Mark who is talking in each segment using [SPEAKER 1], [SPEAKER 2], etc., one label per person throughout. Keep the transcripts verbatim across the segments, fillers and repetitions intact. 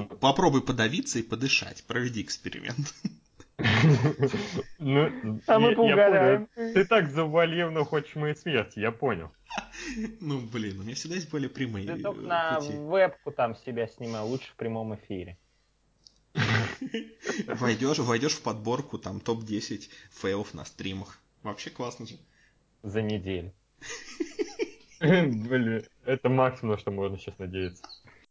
[SPEAKER 1] попробуй подавиться и подышать. Проведи эксперимент.
[SPEAKER 2] Ну,
[SPEAKER 3] А мы
[SPEAKER 2] я, я понял.
[SPEAKER 3] поугараем.
[SPEAKER 2] Ты так заболел, но хочешь моей смерти, я понял.
[SPEAKER 1] Ну, блин, у меня всегда есть более прямые
[SPEAKER 3] Ты только
[SPEAKER 1] э,
[SPEAKER 3] на
[SPEAKER 1] пути.
[SPEAKER 3] вебку там себя снимай, лучше в прямом эфире.
[SPEAKER 1] Войдешь, войдешь в подборку, там, топ десять фейлов на стримах. Вообще классно же.
[SPEAKER 3] За неделю.
[SPEAKER 2] Блин, это максимум, на что можно сейчас надеяться.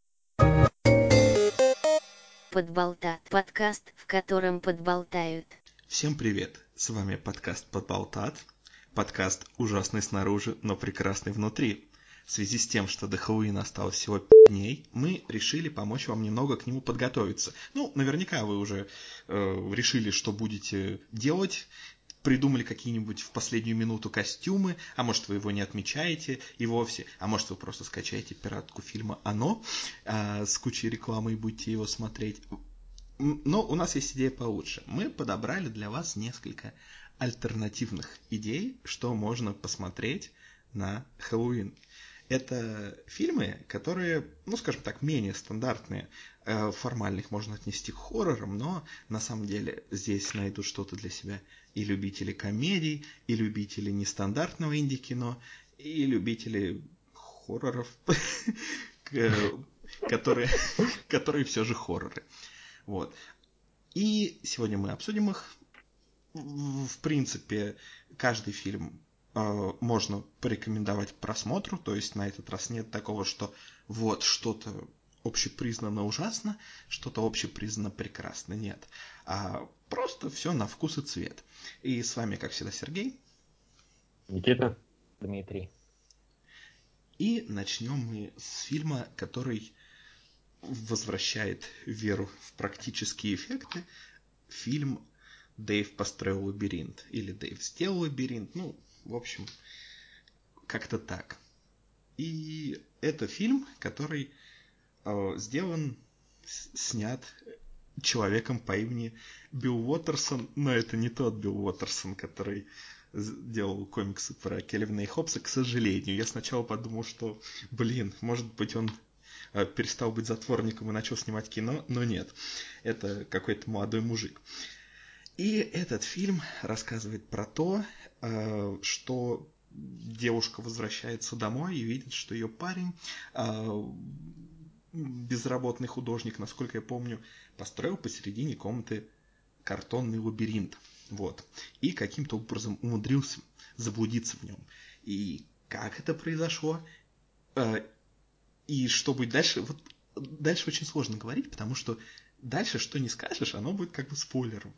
[SPEAKER 4] Подболтат. Подкаст, в котором подболтают.
[SPEAKER 1] Всем привет! С вами подкаст Подболтат. Подкаст ужасный снаружи, но прекрасный внутри. В связи с тем, что до Хэллоуина осталось всего пять дней, мы решили помочь вам немного к нему подготовиться. Ну, наверняка вы уже э, решили, что будете делать, придумали какие-нибудь в последнюю минуту костюмы, а может вы его не отмечаете и вовсе, а может вы просто скачаете пиратку фильма «Оно» э, с кучей рекламы и будете его смотреть. Но у нас есть идея получше. Мы подобрали для вас несколько альтернативных идей, что можно посмотреть на Хэллоуин. Это фильмы, которые, ну, скажем так, менее стандартные. Формально их можно отнести к хоррорам, но на самом деле здесь найдут что-то для себя и любители комедий, и любители нестандартного инди-кино, и любители хорроров, которые, которые все же хорроры. Вот. И сегодня мы обсудим их. В принципе, каждый фильм э, можно порекомендовать к просмотру, то есть на этот раз нет такого, что вот что-то общепризнанно ужасно, что-то общепризнанно прекрасно. Нет. А просто все на вкус и цвет. И с вами, как всегда, Сергей.
[SPEAKER 2] Никита?
[SPEAKER 3] Дмитрий.
[SPEAKER 1] И начнем мы с фильма, который возвращает веру в практические эффекты. Фильм «Дэйв построил лабиринт» или «Дэйв сделал лабиринт». Ну, в общем, как-то так. И это фильм, который э, сделан, с- снят человеком по имени Билл Уотерсон, но это не тот Билл Уотерсон, который делал комиксы про Кельвина и Хоббса, к сожалению. Я сначала подумал, что, блин, может быть, он перестал быть затворником и начал снимать кино, но нет. Это какой-то молодой мужик. И этот фильм рассказывает про то, что девушка возвращается домой и видит, что ее парень, безработный художник, насколько я помню, построил посередине комнаты картонный лабиринт. Вот. И каким-то образом умудрился заблудиться в нем. И как это произошло? И что будет дальше? Вот дальше очень сложно говорить, потому что дальше, что не скажешь, оно будет как бы спойлером.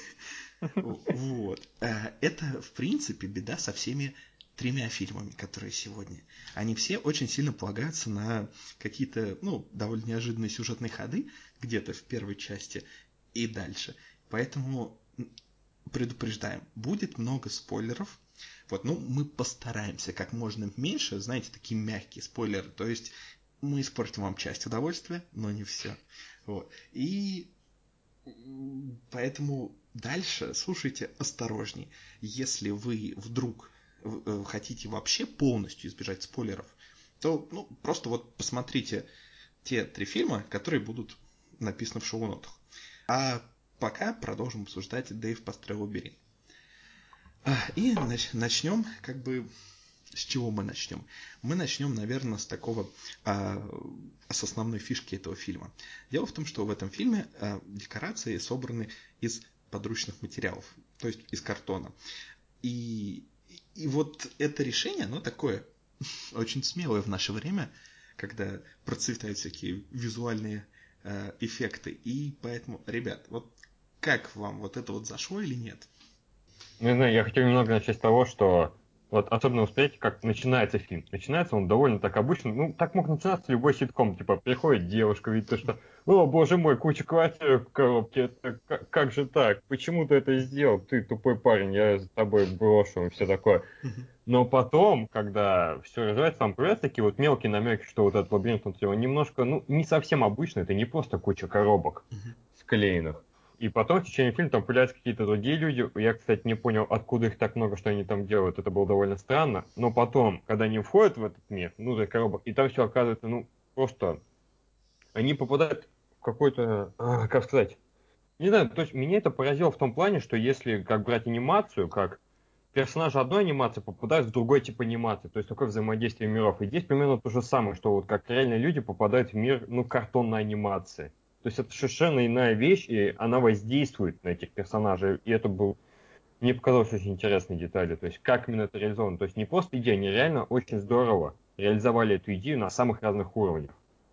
[SPEAKER 1] Вот. Это, в принципе, беда со всеми тремя фильмами, которые сегодня. Они все очень сильно полагаются на какие-то, ну, довольно неожиданные сюжетные ходы, где-то в первой части и дальше. Поэтому предупреждаем, будет много спойлеров. Вот, ну, мы постараемся как можно меньше, знаете, такие мягкие спойлеры. То есть мы испортим вам часть удовольствия, но не все. Вот. И поэтому дальше слушайте осторожней. Если вы вдруг хотите вообще полностью избежать спойлеров, то ну, просто вот посмотрите те три фильма, которые будут написаны в шоу-нотах. А пока продолжим обсуждать «Дэйв построил лабиринт». И начнем как бы... С чего мы начнем? Мы начнем, наверное, с такого, а, с основной фишки этого фильма. Дело в том, что в этом фильме а, декорации собраны из подручных материалов, то есть из картона. И, и вот это решение, оно такое очень смелое в наше время, когда процветают всякие визуальные а, эффекты. И поэтому, ребят, вот как вам вот это вот зашло или нет?
[SPEAKER 2] Не знаю, я хотел немного начать с того, что вот особенно успеть, как начинается фильм. Начинается он довольно так обычно, ну, так мог начинаться любой ситком. Типа, приходит девушка, видит то, что, о, боже мой, куча квартир в коробке, это как, как же так? Почему ты это сделал? Ты тупой парень, я за тобой брошу, и все такое. Но потом, когда все развивается, там появляются такие вот мелкие намеки, что вот этот лабиринт внутри, он немножко, ну, не совсем обычный, это не просто куча коробок склеенных. И потом в течение фильма там появляются какие-то другие люди. Я, кстати, не понял, откуда их так много, что они там делают. Это было довольно странно. Но потом, когда они входят в этот мир, внутрь коробок, и там все оказывается, ну, просто... Они попадают какой-то, а, как сказать, не знаю, то есть меня это поразило в том плане, что если как брать анимацию, как персонажи одной анимации попадают в другой тип анимации, то есть такое взаимодействие миров. И здесь примерно то же самое, что вот как реальные люди попадают в мир, ну, картонной анимации. То есть это совершенно иная вещь, и она воздействует на этих персонажей. И это был, мне показалось очень интересной деталью. То есть как именно это реализовано. То есть не просто идея, они реально очень здорово реализовали эту идею на самых разных уровнях.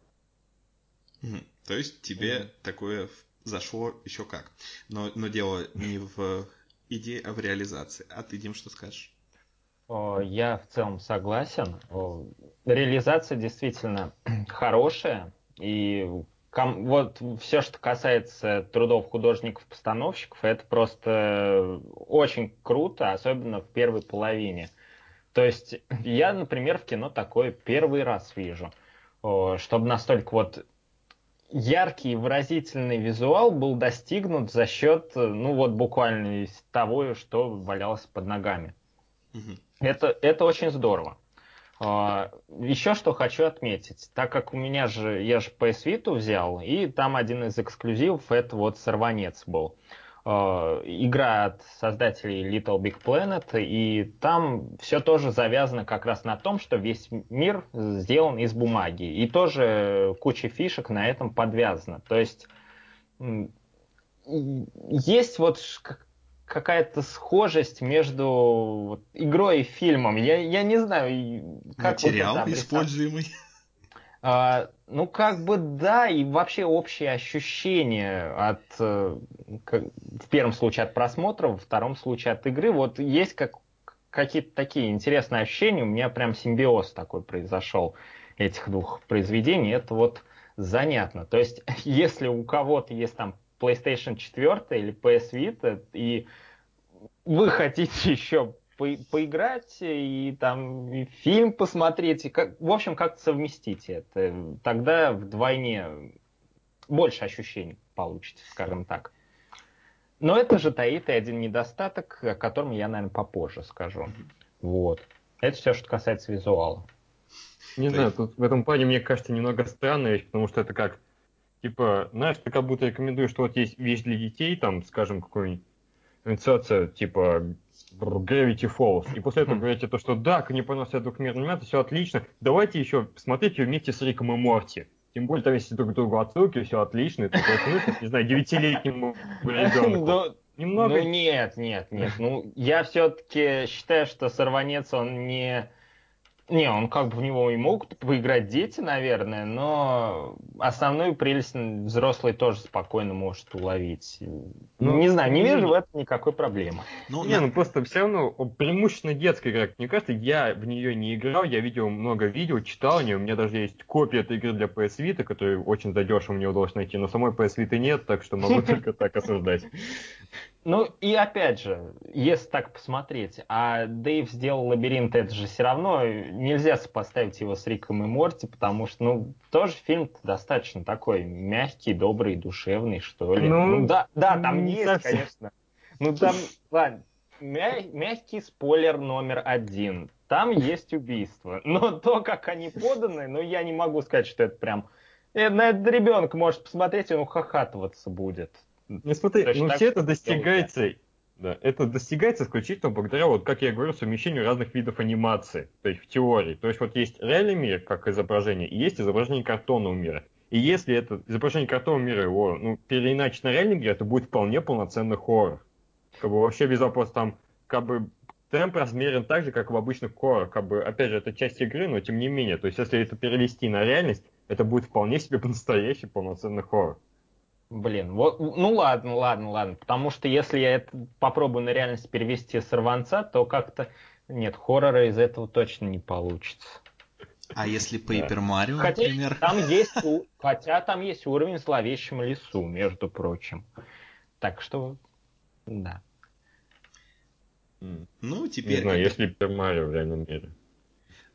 [SPEAKER 1] Мгм. То есть тебе
[SPEAKER 3] Мгм.
[SPEAKER 1] такое в- зашло еще как. Но, но дело не в идее, а в реализации. А ты, Дим, что скажешь?
[SPEAKER 3] О, Я в целом согласен. О, Реализация действительно хорошая. И ком- вот все, что касается трудов художников-постановщиков, это просто очень круто, особенно в первой половине. То есть я, например, в кино такое первый раз вижу. О, Чтобы настолько вот яркий и выразительный визуал был достигнут за счет, э, ну вот буквально из того, что валялось под ногами.
[SPEAKER 1] Мгм.
[SPEAKER 3] Это, это очень здорово. А, Еще что хочу отметить, так как у меня же, я же пи эс Vita взял, и там один из эксклюзивов, это вот Сорванец был. А, Игра от создателей Little Big Planet, и там все тоже завязано как раз на том, что весь мир сделан из бумаги, и тоже куча фишек на этом подвязана. То есть м, и есть вот ш- как- какая-то схожесть между вот игрой и фильмом. Я, я не знаю, и как вот это
[SPEAKER 1] Материал
[SPEAKER 3] обрисовать.
[SPEAKER 1] используемый.
[SPEAKER 3] А, ну, как бы да, и вообще общее ощущение от, э, как- в первом случае от просмотра, во втором случае от игры. Вот есть как, какие-то такие интересные ощущения. У меня прям симбиоз такой произошел этих двух произведений. Это вот занятно. То есть, если у кого-то есть там PlayStation четыре или пи эс Vita, и вы хотите еще по- поиграть и там и фильм посмотреть, и как, в общем, как-то совместите это, тогда вдвойне больше ощущений получите, скажем так. Но это же таит и один недостаток, о котором я, наверное, попозже скажу. Вот. Это все, что касается визуала.
[SPEAKER 2] Не
[SPEAKER 1] То
[SPEAKER 2] знаю,
[SPEAKER 1] есть,
[SPEAKER 2] тут в этом плане, мне кажется, немного странная вещь, потому что это как, типа, знаешь, ты как будто рекомендуешь, что вот есть вещь для детей, там, скажем, какой-нибудь инициация, типа, Gravity Falls, и после этого
[SPEAKER 3] Хм.
[SPEAKER 2] говорите то, что да, не поносят двухмерный мир, все отлично, давайте еще посмотреть ее вместе с Риком и Морти. Тем более, там есть друг к другу отсылки, все отлично, это рекомендуешь, не знаю, девятилетнему ребенку.
[SPEAKER 3] Ну, ну
[SPEAKER 2] Немного.
[SPEAKER 3] нет, нет, нет. Ну, я все-таки считаю, что Сорванец, он не Не, он как бы в него и могут поиграть дети, наверное, но основную прелесть взрослый тоже спокойно может уловить.
[SPEAKER 2] Ну,
[SPEAKER 3] Не знаю,
[SPEAKER 2] тем
[SPEAKER 3] не
[SPEAKER 2] не
[SPEAKER 3] вижу в
[SPEAKER 2] менее.
[SPEAKER 3] этом никакой проблемы.
[SPEAKER 1] ну,
[SPEAKER 2] Не,
[SPEAKER 1] на...
[SPEAKER 2] ну просто все равно о, преимущественно детская игра. Мне кажется, я в нее не играл, я видел много видео, читал о ней. У меня даже есть копия этой игры для пи эс Vita, которую очень задешево мне удалось найти, но самой пи эс Vita нет, так что могу только так осуждать.
[SPEAKER 3] Ну и опять же, если так посмотреть, а Дэйв сделал лабиринт, это же все равно нельзя сопоставить его с Риком и Морти, потому что, ну, тоже фильм достаточно такой мягкий, добрый, душевный, что ли. Ну
[SPEAKER 2] Ну,
[SPEAKER 3] да, да, там
[SPEAKER 2] не
[SPEAKER 3] есть,
[SPEAKER 2] совсем.
[SPEAKER 3] конечно. Ну там, ладно, мя- мягкий спойлер номер один. Там есть убийство. Но то, как они поданы, ну я не могу сказать, что это прям... э, На этот ребенок может посмотреть, и он ухахатываться будет.
[SPEAKER 2] Ну смотри,
[SPEAKER 3] Точно
[SPEAKER 2] ну
[SPEAKER 3] так
[SPEAKER 2] все
[SPEAKER 3] же,
[SPEAKER 2] это
[SPEAKER 3] как делаю я.
[SPEAKER 2] достигается, да, это достигается исключительно благодаря, вот как я говорю, совмещению разных видов анимации, то есть в теории. То есть вот есть реальный мир, как изображение, и есть изображение картонного мира. И если это изображение картонного мира его, ну, переиначить на реальный мир, это будет вполне полноценный хоррор. Как бы вообще без вопросов там, как бы темп размерен так же, как в обычных хоррорах. Как бы, опять же, это часть игры, но тем не менее. То есть если это перевести на реальность, это будет вполне себе настоящий полноценный хоррор.
[SPEAKER 3] Блин, вот, ну ладно, ладно, ладно. Потому что если я это попробую на реальность перевести сорванца, то как-то нет, хоррора из этого точно не получится.
[SPEAKER 1] А если
[SPEAKER 2] Да.
[SPEAKER 1] Paper Mario,
[SPEAKER 3] Хотя
[SPEAKER 1] например?
[SPEAKER 3] там есть, у- хотя там есть уровень в зловещем лесу, между прочим. Так что, да.
[SPEAKER 2] М.
[SPEAKER 1] Ну,
[SPEAKER 2] Не
[SPEAKER 1] теперь,
[SPEAKER 2] знаю,
[SPEAKER 1] когда...
[SPEAKER 2] если Пер Марио в реальном мире.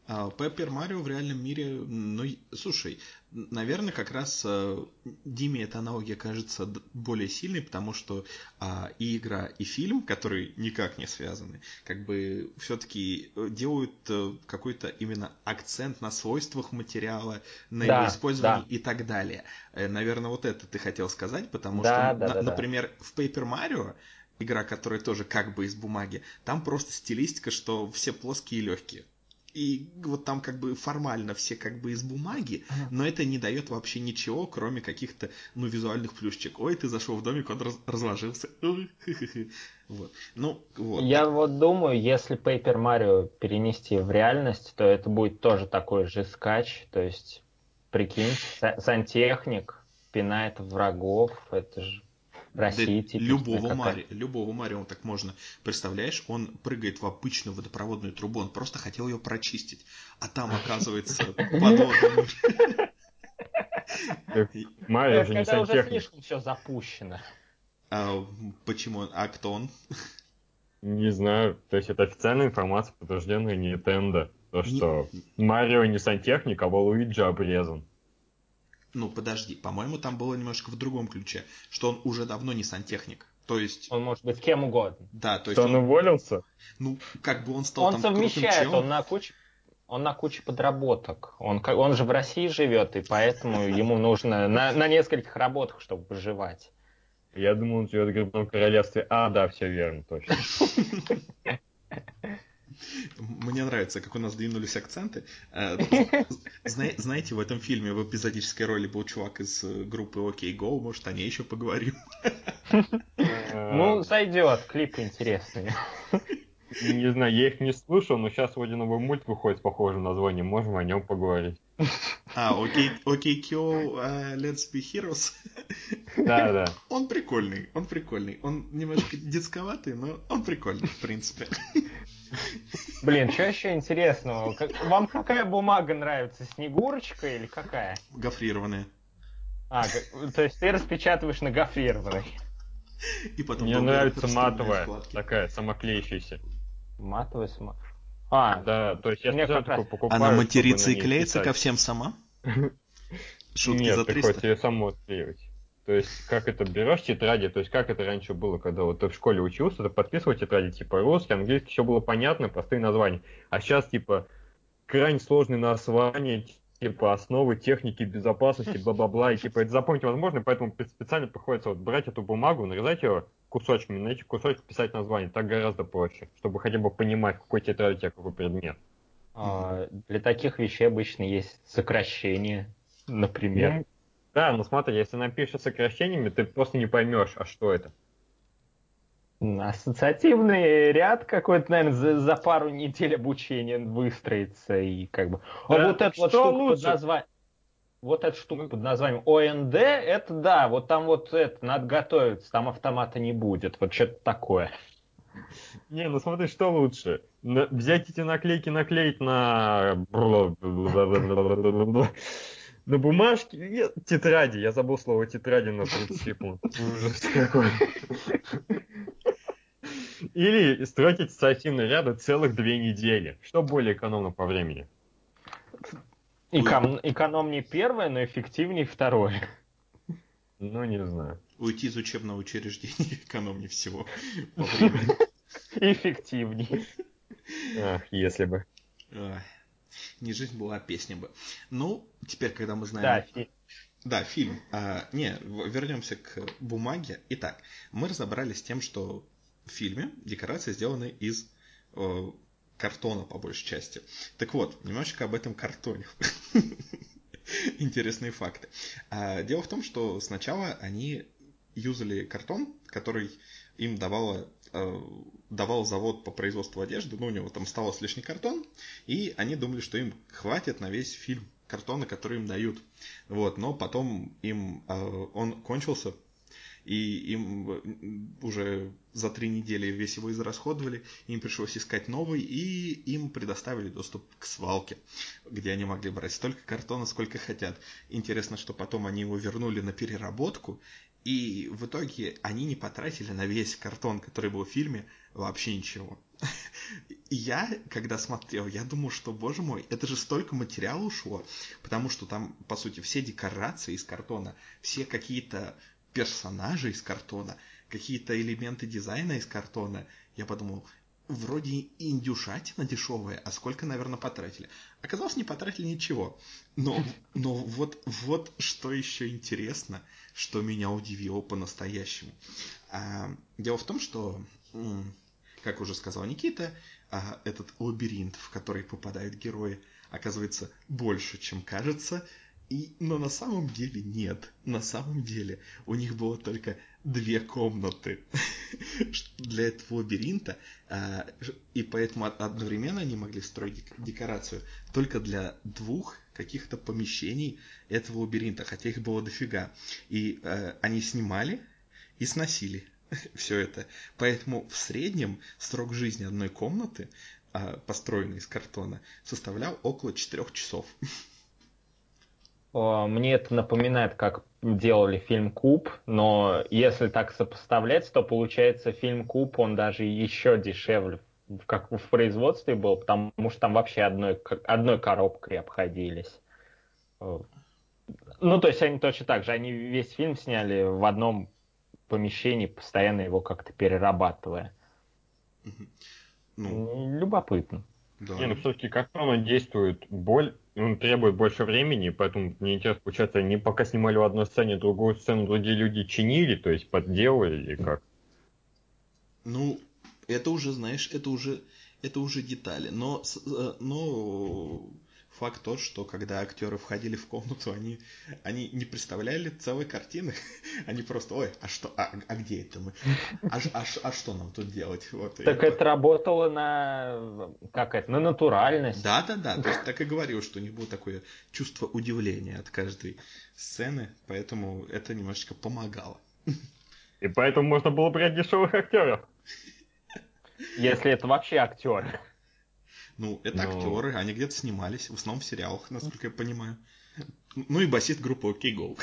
[SPEAKER 1] Пеппер Марио в реальном мире, ну, слушай, наверное, как раз э, Диме эта аналогия кажется более сильной, потому что а, и игра, и фильм, которые никак не связаны, как бы все-таки делают э, какой-то именно акцент на свойствах материала, на
[SPEAKER 3] Да,
[SPEAKER 1] его использовании
[SPEAKER 3] да.
[SPEAKER 1] и так далее. Э, наверное, вот это ты хотел сказать, потому
[SPEAKER 3] Да,
[SPEAKER 1] что,
[SPEAKER 3] да,
[SPEAKER 1] на-
[SPEAKER 3] да, да.
[SPEAKER 1] например, в Paper Mario, игра, которая тоже как бы из бумаги, там просто стилистика, что все плоские и легкие. И вот там как бы формально все как бы из бумаги, но это не дает вообще ничего, кроме каких-то, ну, визуальных плюшечек. Ой, ты зашел в домик, он раз- разложился. Ой, хы-хы-хы. Вот. Ну, вот.
[SPEAKER 3] Я вот думаю, если Paper Mario перенести в реальность, то это будет тоже такой же скач. То есть, прикинь, са- сантехник пинает врагов. Это же в
[SPEAKER 1] Да
[SPEAKER 3] России типичная
[SPEAKER 1] любого
[SPEAKER 3] какая.
[SPEAKER 1] Мари, любого Марио так можно. Представляешь, он прыгает в обычную водопроводную трубу, он просто хотел ее прочистить. А там, оказывается, подводный мир.
[SPEAKER 2] Так Марио
[SPEAKER 3] Это
[SPEAKER 2] же не
[SPEAKER 3] когда уже
[SPEAKER 2] сантехник.
[SPEAKER 3] слишком все запущено.
[SPEAKER 1] А почему? он- А кто он?
[SPEAKER 2] Не знаю, то есть это официальная информация, подтвержденная Nintendo. То,
[SPEAKER 1] Не-
[SPEAKER 2] что Марио не сантехник, а Луиджи обрезан.
[SPEAKER 1] Ну, подожди, по-моему, там было немножко в другом ключе, что он уже давно не сантехник. То есть,
[SPEAKER 3] Он может быть кем угодно.
[SPEAKER 1] да, то есть
[SPEAKER 2] Что он
[SPEAKER 1] он,
[SPEAKER 2] уволился?
[SPEAKER 1] ну, как бы он стал
[SPEAKER 3] Он
[SPEAKER 1] там крутым
[SPEAKER 3] совмещает,
[SPEAKER 1] челом.
[SPEAKER 3] он на куче, он на куче подработок. Он, ка- он же в России живет, и поэтому ему нужно на, на нескольких работах, чтобы выживать.
[SPEAKER 2] Я думал, он живет в Грибном Королевстве. А, да, все верно, точно.
[SPEAKER 1] Мне нравится, как у нас двинулись акценты. Э, зна- Знаете, в этом фильме в эпизодической роли был чувак из э, группы OK Go, может, о ней еще поговорим.
[SPEAKER 3] Ну,
[SPEAKER 2] Э,
[SPEAKER 3] сойдет, клипы интересные.
[SPEAKER 2] Не знаю, я их не слушал, но сейчас вроде новый мульт выходит с похожим названием. Можем о нем поговорить.
[SPEAKER 1] А, OK, OK Kyo, э, Let's Be Heroes.
[SPEAKER 2] Да, да.
[SPEAKER 1] Он прикольный, он прикольный. Он немножко детсковатый, но он прикольный, в принципе.
[SPEAKER 3] Блин, что еще интересного? Как- Вам какая бумага нравится? Снегурочка или какая?
[SPEAKER 1] Гофрированные.
[SPEAKER 3] А, г- то есть ты распечатываешь на гофрированной.
[SPEAKER 1] И потом
[SPEAKER 2] Мне
[SPEAKER 1] долго
[SPEAKER 2] нравится
[SPEAKER 1] расстегиваешь
[SPEAKER 2] матовая,
[SPEAKER 1] вкладки.
[SPEAKER 2] такая, самоклеющаяся.
[SPEAKER 3] Матовый сма... А,
[SPEAKER 2] Да, то есть я
[SPEAKER 3] мне
[SPEAKER 2] специально
[SPEAKER 3] как раз...
[SPEAKER 2] такую покупаю,
[SPEAKER 1] Она
[SPEAKER 2] чтобы
[SPEAKER 1] матерится
[SPEAKER 2] на
[SPEAKER 1] и
[SPEAKER 2] ней
[SPEAKER 1] клеится ко
[SPEAKER 2] писать.
[SPEAKER 1] всем сама? Шутки
[SPEAKER 2] Нет,
[SPEAKER 1] за
[SPEAKER 2] приходится
[SPEAKER 1] триста?
[SPEAKER 2] ее саму отклеивать. То есть, как это, берешь тетради, то есть, как это раньше было, когда вот ты в школе учился, ты подписывал тетради, типа, русский, английский, все было понятно, простые названия. А сейчас, типа, крайне сложные названия, типа, основы техники безопасности, бла-бла-бла, и, типа, это запомнить невозможно, поэтому специально приходится вот брать эту бумагу, нарезать ее кусочками, на эти кусочки писать название, так гораздо проще, чтобы хотя бы понимать, в какой тетради у тебя какой предмет.
[SPEAKER 3] а, для таких вещей обычно есть сокращение, например.
[SPEAKER 2] Ну, да, но смотри, если напишешь сокращениями, ты просто не поймешь, а что это.
[SPEAKER 3] Ассоциативный ряд какой-то, наверное, за, за пару недель обучения выстроится и как бы. А
[SPEAKER 2] Да,
[SPEAKER 3] вот
[SPEAKER 2] так
[SPEAKER 3] эта вот
[SPEAKER 2] что
[SPEAKER 3] штука под
[SPEAKER 2] лучше?
[SPEAKER 3] названием, вот эта штука
[SPEAKER 2] Ну,
[SPEAKER 3] под названием О Н Д, это да, вот там вот это надо готовиться, там автомата не будет, вот что-то такое.
[SPEAKER 2] не, ну смотри, что лучше? На- взять эти наклейки, наклеить на... На бумажке, нет, тетради, я забыл слово тетради на тридцать секунд. Ужас какой. Или строить эти ассоциативные ряды целых две недели. Что более экономно по времени?
[SPEAKER 3] Эком- экономнее первое, но эффективнее второе.
[SPEAKER 2] Ну, не знаю.
[SPEAKER 1] Уйти из учебного учреждения экономнее всего по времени.
[SPEAKER 3] Эффективнее.
[SPEAKER 2] Ах, если бы.
[SPEAKER 1] Ой, не жизнь была, а песня бы. Ну, теперь, когда мы
[SPEAKER 3] Да,
[SPEAKER 1] знаем...
[SPEAKER 3] фи-
[SPEAKER 1] Да, фильм. А, не, в- вернемся к бумаге. Итак, мы разобрались с тем, что в фильме декорации сделаны из э, картона, по большей части. Так вот, немножечко об этом картоне. Интересные факты. А, дело в том, что сначала они юзали картон, который им давало, э, давал завод по производству одежды. Ну, у него там осталось лишний картон, и они думали, что им хватит на весь фильм картона, который им дают. Вот, но потом им э, он кончился, и им уже за три недели весь его израсходовали, им пришлось искать новый, и им предоставили доступ к свалке, где они могли брать столько картона, сколько хотят. Интересно, что потом они его вернули на переработку, И в итоге они не потратили на весь картон, который был в фильме, вообще ничего. И я, когда смотрел, я думал, что, боже мой, это же столько материала ушло, потому что там, по сути, все декорации из картона, все какие-то персонажи из картона, какие-то элементы дизайна из картона. Я подумал, вроде индюшатина дешевая, а сколько, наверное, потратили? Оказалось, не потратили ничего. Но, но вот, вот что еще интересно, что меня удивило по-настоящему. А, дело в том, что, как уже сказал Никита, а, этот лабиринт, в который попадают герои, оказывается больше, чем кажется. И, но на самом деле нет. На самом деле у них было только две комнаты для этого лабиринта, и поэтому одновременно они могли строить декорацию только для двух каких-то помещений этого лабиринта, хотя их было дофига. И они снимали и сносили все это. Поэтому в среднем срок жизни одной комнаты, построенной из картона, составлял около четырех часов.
[SPEAKER 3] Мне это напоминает, как делали фильм «Куб», но если так сопоставлять, то получается фильм «Куб», он даже еще дешевле, как в производстве был, потому что там вообще одной, одной коробкой обходились. Ну, то есть они точно так же, они весь фильм сняли в одном помещении, постоянно его как-то перерабатывая. Ну, любопытно.
[SPEAKER 2] Да. Не, ну все-таки картон он действует боль, он требует больше времени, поэтому мне интересно, получается, они пока снимали в одной сцене, другую сцену другие люди чинили, то есть подделывали или как?
[SPEAKER 1] Ну, это уже, знаешь, это уже, это уже детали. Но, но факт тот, что когда актеры входили в комнату, они, они не представляли целой картины. Они просто, ой, а что, а, а где это мы? А, а, а что нам тут делать? Вот,
[SPEAKER 3] так
[SPEAKER 1] и...
[SPEAKER 3] это работало на, как это, на натуральность.
[SPEAKER 1] Да, да, да. То есть так и говорил, что у них было такое чувство удивления от каждой сцены, поэтому это немножечко помогало.
[SPEAKER 2] И поэтому можно было брать дешевых актеров.
[SPEAKER 3] Если это вообще актеры.
[SPEAKER 1] Ну, это
[SPEAKER 2] ну...
[SPEAKER 1] актеры, они где-то снимались, в основном в сериалах, насколько я понимаю. Ну и басист группы OK Go.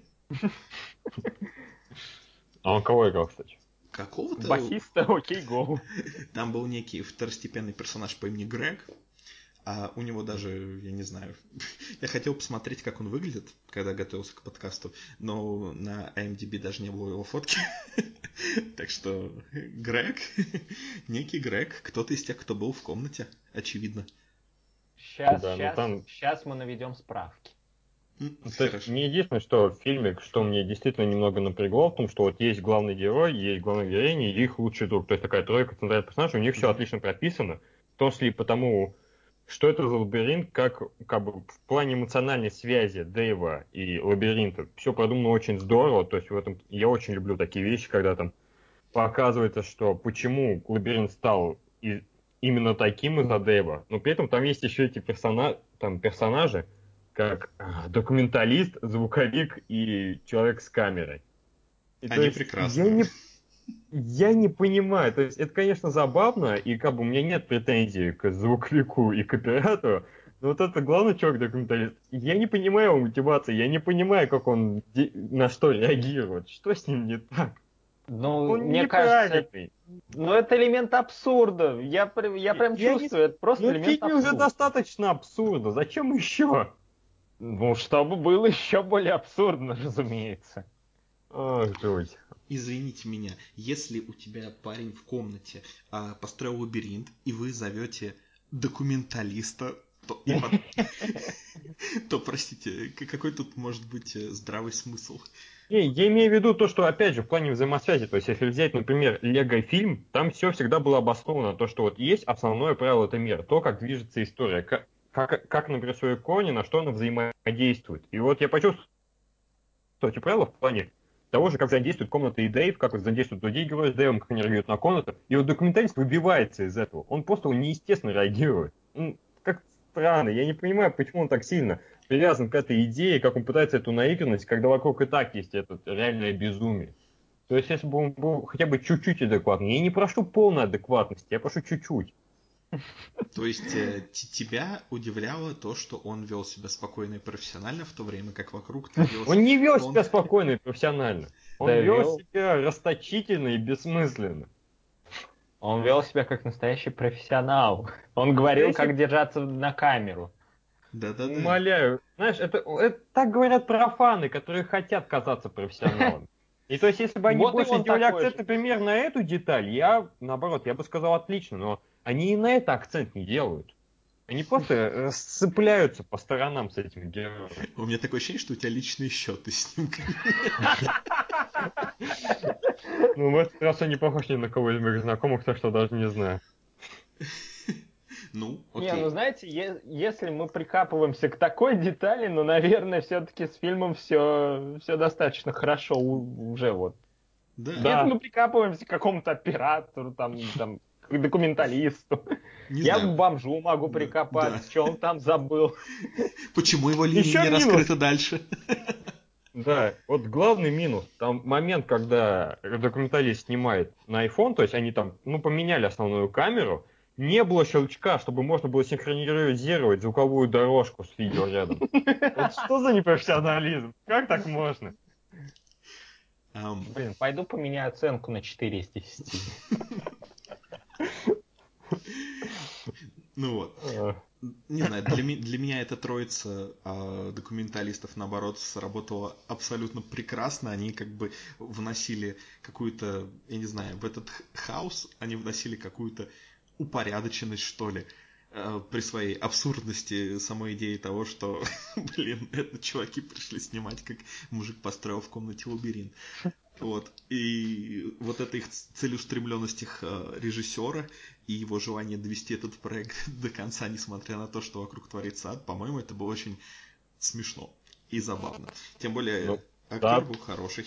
[SPEAKER 2] А он кого играл, кстати?
[SPEAKER 1] Какого-то...
[SPEAKER 3] Басиста OK Go.
[SPEAKER 1] Там был некий второстепенный персонаж по имени Грег, а у него даже, я не знаю, я хотел посмотреть, как он выглядит, когда готовился к подкасту, но на ай эм ди би даже не было его фотки. Так что Грег, некий Грег, кто-то из тех, кто был в комнате, очевидно.
[SPEAKER 3] Сейчас,
[SPEAKER 2] да,
[SPEAKER 3] сейчас,
[SPEAKER 2] там...
[SPEAKER 3] сейчас мы наведем справки.
[SPEAKER 2] То есть мне единственное, что в фильме, что мне действительно немного напрягло, в том, что вот есть главный герой, есть главная героиня и их лучший друг. То есть такая тройка центральных персонажей, у них все mm-hmm. отлично прописано. В том числе и потому, что это за лабиринт, как, как бы в плане эмоциональной связи Дэйва и лабиринта. Все продумано очень здорово. То есть в этом я очень люблю такие вещи, когда там показывается, что почему лабиринт стал и, именно таким из-за Дэйва. Но при этом там есть еще эти персона, там, персонажи, как документалист, звуковик и человек с камерой. И
[SPEAKER 1] Они прекрасны.
[SPEAKER 2] Я не, я не понимаю. То есть это, конечно, забавно, и как бы у меня нет претензий к звуковику и к оператору, но вот это главный человек-документалист. Я не понимаю его мотивации, я не понимаю, как он де- на что реагирует. Что с ним не так?
[SPEAKER 3] Ну,
[SPEAKER 2] он
[SPEAKER 3] мне кажется, ну это элемент абсурда. Я, я прям я чувствую, не... это просто
[SPEAKER 2] ну,
[SPEAKER 3] элемент абсурда.
[SPEAKER 2] Ну, в фильме уже достаточно абсурда. Зачем еще?
[SPEAKER 3] Ну, чтобы было еще более абсурдно, разумеется.
[SPEAKER 2] Ах, жуть.
[SPEAKER 1] Извините меня, если у тебя парень в комнате а, построил лабиринт, и вы зовете документалиста, то, и под... то, простите, какой тут может быть здравый смысл?
[SPEAKER 2] Не, я имею в виду то, что, опять же, в плане взаимосвязи, то есть, если взять, например, Лего-фильм, там все всегда было обосновано, то, что вот есть основное правило этого мира, то, как движется история, как, как, как например, в своей иконе, на что она взаимодействует. И вот я почувствовал эти правила в плане того же, как взаимодействует комната и Дэйв, как взаимодействуют другие герои с Дэйвом, как они реагируют на комнату. И вот документалист выбивается из этого. Он просто неестественно реагирует. Ну, как странно, я не понимаю, почему он так сильно привязан к этой идее, как он пытается эту наигранность, когда вокруг и так есть это реальное безумие. То есть, если бы он был хотя бы чуть-чуть адекватный, я не прошу полной адекватности, я прошу чуть-чуть.
[SPEAKER 1] То есть э, тебя удивляло то, что он вел себя спокойно и профессионально, в то время как вокруг творилось...
[SPEAKER 2] Он не вел
[SPEAKER 1] он...
[SPEAKER 2] себя спокойно и профессионально. Он вел
[SPEAKER 3] Довел.
[SPEAKER 2] себя расточительно и бессмысленно.
[SPEAKER 3] Он вел себя как настоящий профессионал. Он говорил,
[SPEAKER 2] Настоящий-
[SPEAKER 3] как держаться на камеру.
[SPEAKER 1] Да-да-да.
[SPEAKER 2] Умоляю. Знаешь, это, это так говорят профаны, которые хотят казаться профессионалами. И то есть, если бы они
[SPEAKER 3] Вот и
[SPEAKER 2] больше
[SPEAKER 3] он
[SPEAKER 2] сделали
[SPEAKER 3] такой
[SPEAKER 2] акцент,
[SPEAKER 3] же.
[SPEAKER 2] например, на эту деталь, я, наоборот, я бы сказал отлично, но они и на это акцент не делают. Они просто расцепляются по сторонам с этим героем.
[SPEAKER 1] У меня такое ощущение, что у тебя личные счеты с ним.
[SPEAKER 2] Ну, в этот раз он не похож ни на кого из моих знакомых, так что даже не знаю.
[SPEAKER 1] Ну,
[SPEAKER 3] Не, ну
[SPEAKER 1] окей.
[SPEAKER 3] знаете, е- если мы прикапываемся к такой детали, ну, наверное, все-таки с фильмом все, все достаточно хорошо у- уже вот.
[SPEAKER 1] Да.
[SPEAKER 3] Если
[SPEAKER 2] Да.
[SPEAKER 3] мы прикапываемся к какому-то оператору, там, там, к документалисту,
[SPEAKER 1] Не
[SPEAKER 3] я
[SPEAKER 1] знаю.
[SPEAKER 3] к бомжу могу
[SPEAKER 1] Да,
[SPEAKER 3] прикопаться,
[SPEAKER 1] да.
[SPEAKER 3] что он там забыл.
[SPEAKER 1] Почему его линия
[SPEAKER 2] Еще
[SPEAKER 1] не
[SPEAKER 2] минус.
[SPEAKER 1] раскрыта дальше?
[SPEAKER 2] Да, вот главный минус, там момент, когда документалист снимает на iPhone, то есть они там, ну, поменяли основную камеру, не было щелчка, чтобы можно было синхронизировать звуковую дорожку с видео рядом. Вот что за непрофессионализм? Как так можно?
[SPEAKER 1] Ам,
[SPEAKER 3] Блин, пойду поменяю оценку на четыре из десяти.
[SPEAKER 1] Ну вот.
[SPEAKER 2] А,
[SPEAKER 1] Не знаю, для, ми- для меня эта троица а, документалистов, наоборот, сработала абсолютно прекрасно. Они как бы вносили какую-то, я не знаю, в этот х- хаос они вносили какую-то упорядоченность, что ли, э, при своей абсурдности самой идеи того, что, блин, это чуваки пришли снимать, как мужик построил в комнате лабиринт. Вот. И вот эта их целеустремленность их э, режиссера и его желание довести этот проект до конца, несмотря на то, что вокруг творится ад, по-моему, это было очень смешно и забавно. Тем более,
[SPEAKER 2] ну,
[SPEAKER 1] актер
[SPEAKER 2] да.
[SPEAKER 1] был хороший.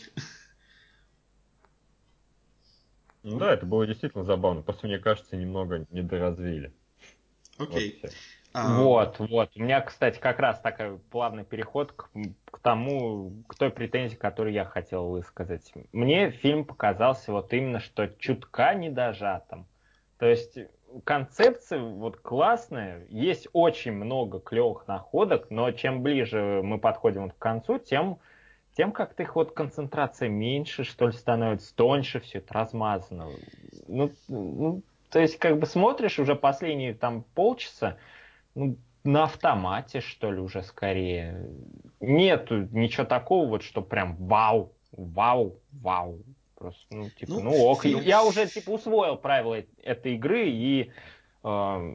[SPEAKER 2] Ну да, это было действительно забавно, просто мне кажется, немного недоразвили. Вот
[SPEAKER 1] Окей.
[SPEAKER 2] всё.
[SPEAKER 1] А,
[SPEAKER 3] Вот, вот. У меня, кстати, как раз такой плавный переход к, к тому, к той претензии, которую я хотел высказать. Мне фильм показался вот именно, что чутка недожатым. То есть концепция вот классная, есть очень много клевых находок, но чем ближе мы подходим вот к концу, тем, тем как-то их вот концентрация меньше, что ли, становится, тоньше, все это размазано. Ну, ну, то есть как бы смотришь уже последние там полчаса, ну, на автомате, что ли, уже скорее. Нету ничего такого, вот, что прям вау, вау, вау. Просто, ну, типа,
[SPEAKER 1] ну,
[SPEAKER 3] ну ок.
[SPEAKER 1] фильм...
[SPEAKER 3] Я уже, типа, усвоил правила э- этой игры, и э,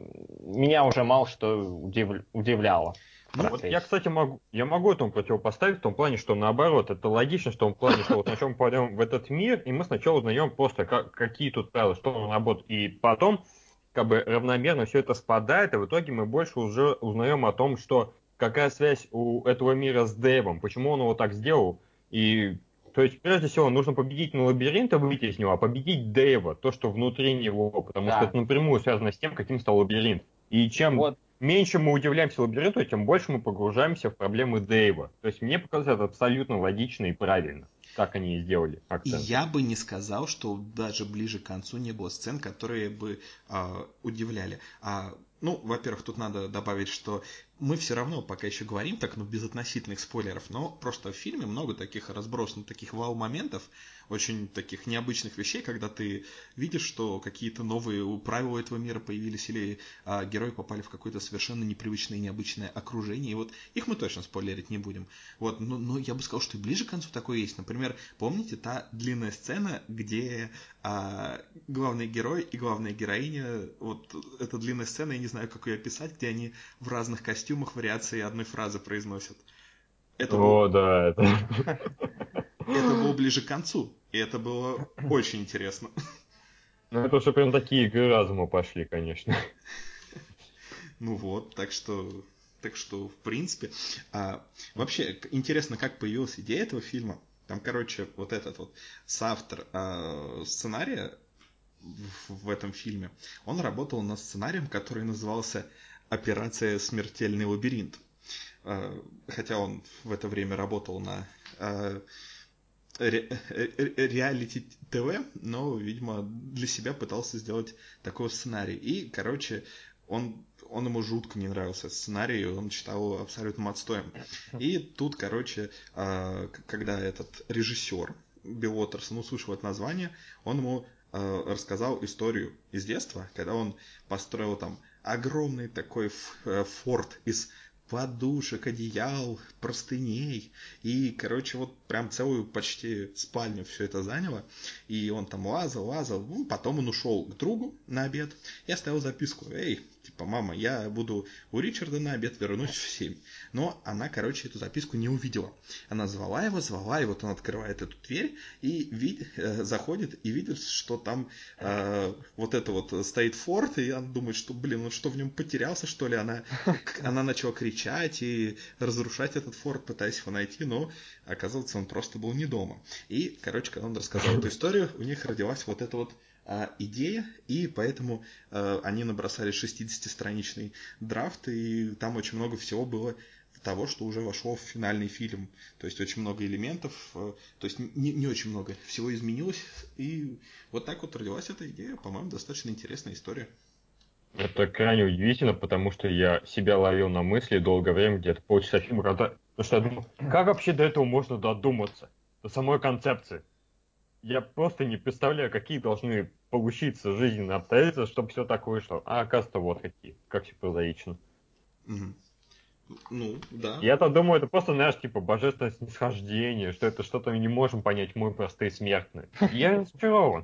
[SPEAKER 3] меня уже мало что удив- удивляло в
[SPEAKER 1] Ну,
[SPEAKER 2] Вот я,
[SPEAKER 3] процессе.
[SPEAKER 2] кстати, могу, я могу этому противопоставить в том плане, что наоборот, это логично, что в том плане, что вот сначала мы попадем в этот мир, и мы сначала узнаем просто, как, какие тут правила, что он работает, и потом как бы равномерно все это спадает, и в итоге мы больше уже узнаем о том, что какая связь у этого мира с Дэйвом, почему он его так сделал, и то есть, прежде всего, нужно победить не лабиринт, а выйти из него, а победить Дэйва, то, что внутри него, потому что
[SPEAKER 3] Да.
[SPEAKER 2] это напрямую связано с тем, каким стал лабиринт. И чем
[SPEAKER 3] Вот.
[SPEAKER 2] меньше мы удивляемся лабиринту, тем больше мы погружаемся в проблемы Дэйва. То есть мне показалось это абсолютно логично и правильно, как они и сделали
[SPEAKER 1] И
[SPEAKER 2] акценты.
[SPEAKER 1] я бы не сказал, что даже ближе к концу не было сцен, которые бы а, удивляли. А, ну, во-первых, тут надо добавить, что мы все равно пока еще говорим так, ну, без относительных спойлеров, но просто в фильме много таких разбросанных, таких вау-моментов, очень таких необычных вещей, когда ты видишь, что какие-то новые правила этого мира появились, или а, герои попали в какое-то совершенно непривычное и необычное окружение, и вот их мы точно спойлерить не будем. Вот, но, но я бы сказал, что и ближе к концу такое есть. Например, помните та длинная сцена, где а, главный герой и главная героиня, вот эта длинная сцена, я не знаю, как ее описать, где они в разных костюмах вариации одной фразы произносят. Это был,
[SPEAKER 2] О, да, это...
[SPEAKER 1] это было ближе к концу, и это было очень интересно.
[SPEAKER 2] Ну, это уже прям такие игры разума пошли, конечно.
[SPEAKER 1] Ну вот, так что, так что в принципе. А, вообще, к- интересно, как появилась идея этого фильма. Там, короче, вот этот вот соавтор а, сценария в, в этом фильме, он работал над сценарием, который назывался «Операция «Смертельный лабиринт». А, хотя он в это время работал на а, ре- ре- реалити ТВ, но, видимо, для себя пытался сделать такой сценарий. И, короче, он, он ему жутко не нравился этот сценарий, он считал его абсолютным отстоем. И тут, короче, а, к- когда этот режиссер Билл Уотерсон услышал это название, он ему э, рассказал историю из детства, когда он построил там огромный такой форт из подушек, одеял, простыней. И, короче, вот прям целую почти спальню все это заняло. И он там лазал, лазал. Ну, потом он ушел к другу на обед и оставил записку. Эй, типа, мама, я буду у Ричарда на обед, вернусь в семь. Но она, короче, эту записку не увидела. Она звала его, звала, и вот он открывает эту дверь и вид, э, заходит и видит, что там э, вот это вот стоит форт, и она думает, что, блин, он что, в нем потерялся, что ли? Она, она начала кричать и разрушать этот форт, пытаясь его найти, но, оказывается, он просто был не дома. И, короче, когда он рассказал эту историю, у них родилась вот эта вот а, идея, и поэтому а, они набросали шестидесятистраничный драфт, и там очень много всего было того, что уже вошло в финальный фильм. То есть очень много элементов, то есть не, не очень много всего изменилось, и вот так вот родилась эта идея. По-моему, достаточно интересная история.
[SPEAKER 2] Это крайне удивительно, потому что я себя ловил на мысли долгое время, где-то полчаса фильма, когда... Потому что я думал, как вообще до этого можно додуматься? До самой концепции. Я просто не представляю, какие должны получиться жизненные обстоятельства, чтобы все так вышло. А оказывается, вот какие. Как все прозаично.
[SPEAKER 1] Угу. Ну, да.
[SPEAKER 2] Я-то думаю, это просто, знаешь, типа божественное снисхождение, что это что-то мы не можем понять, мы простые смертные. Я разочарован.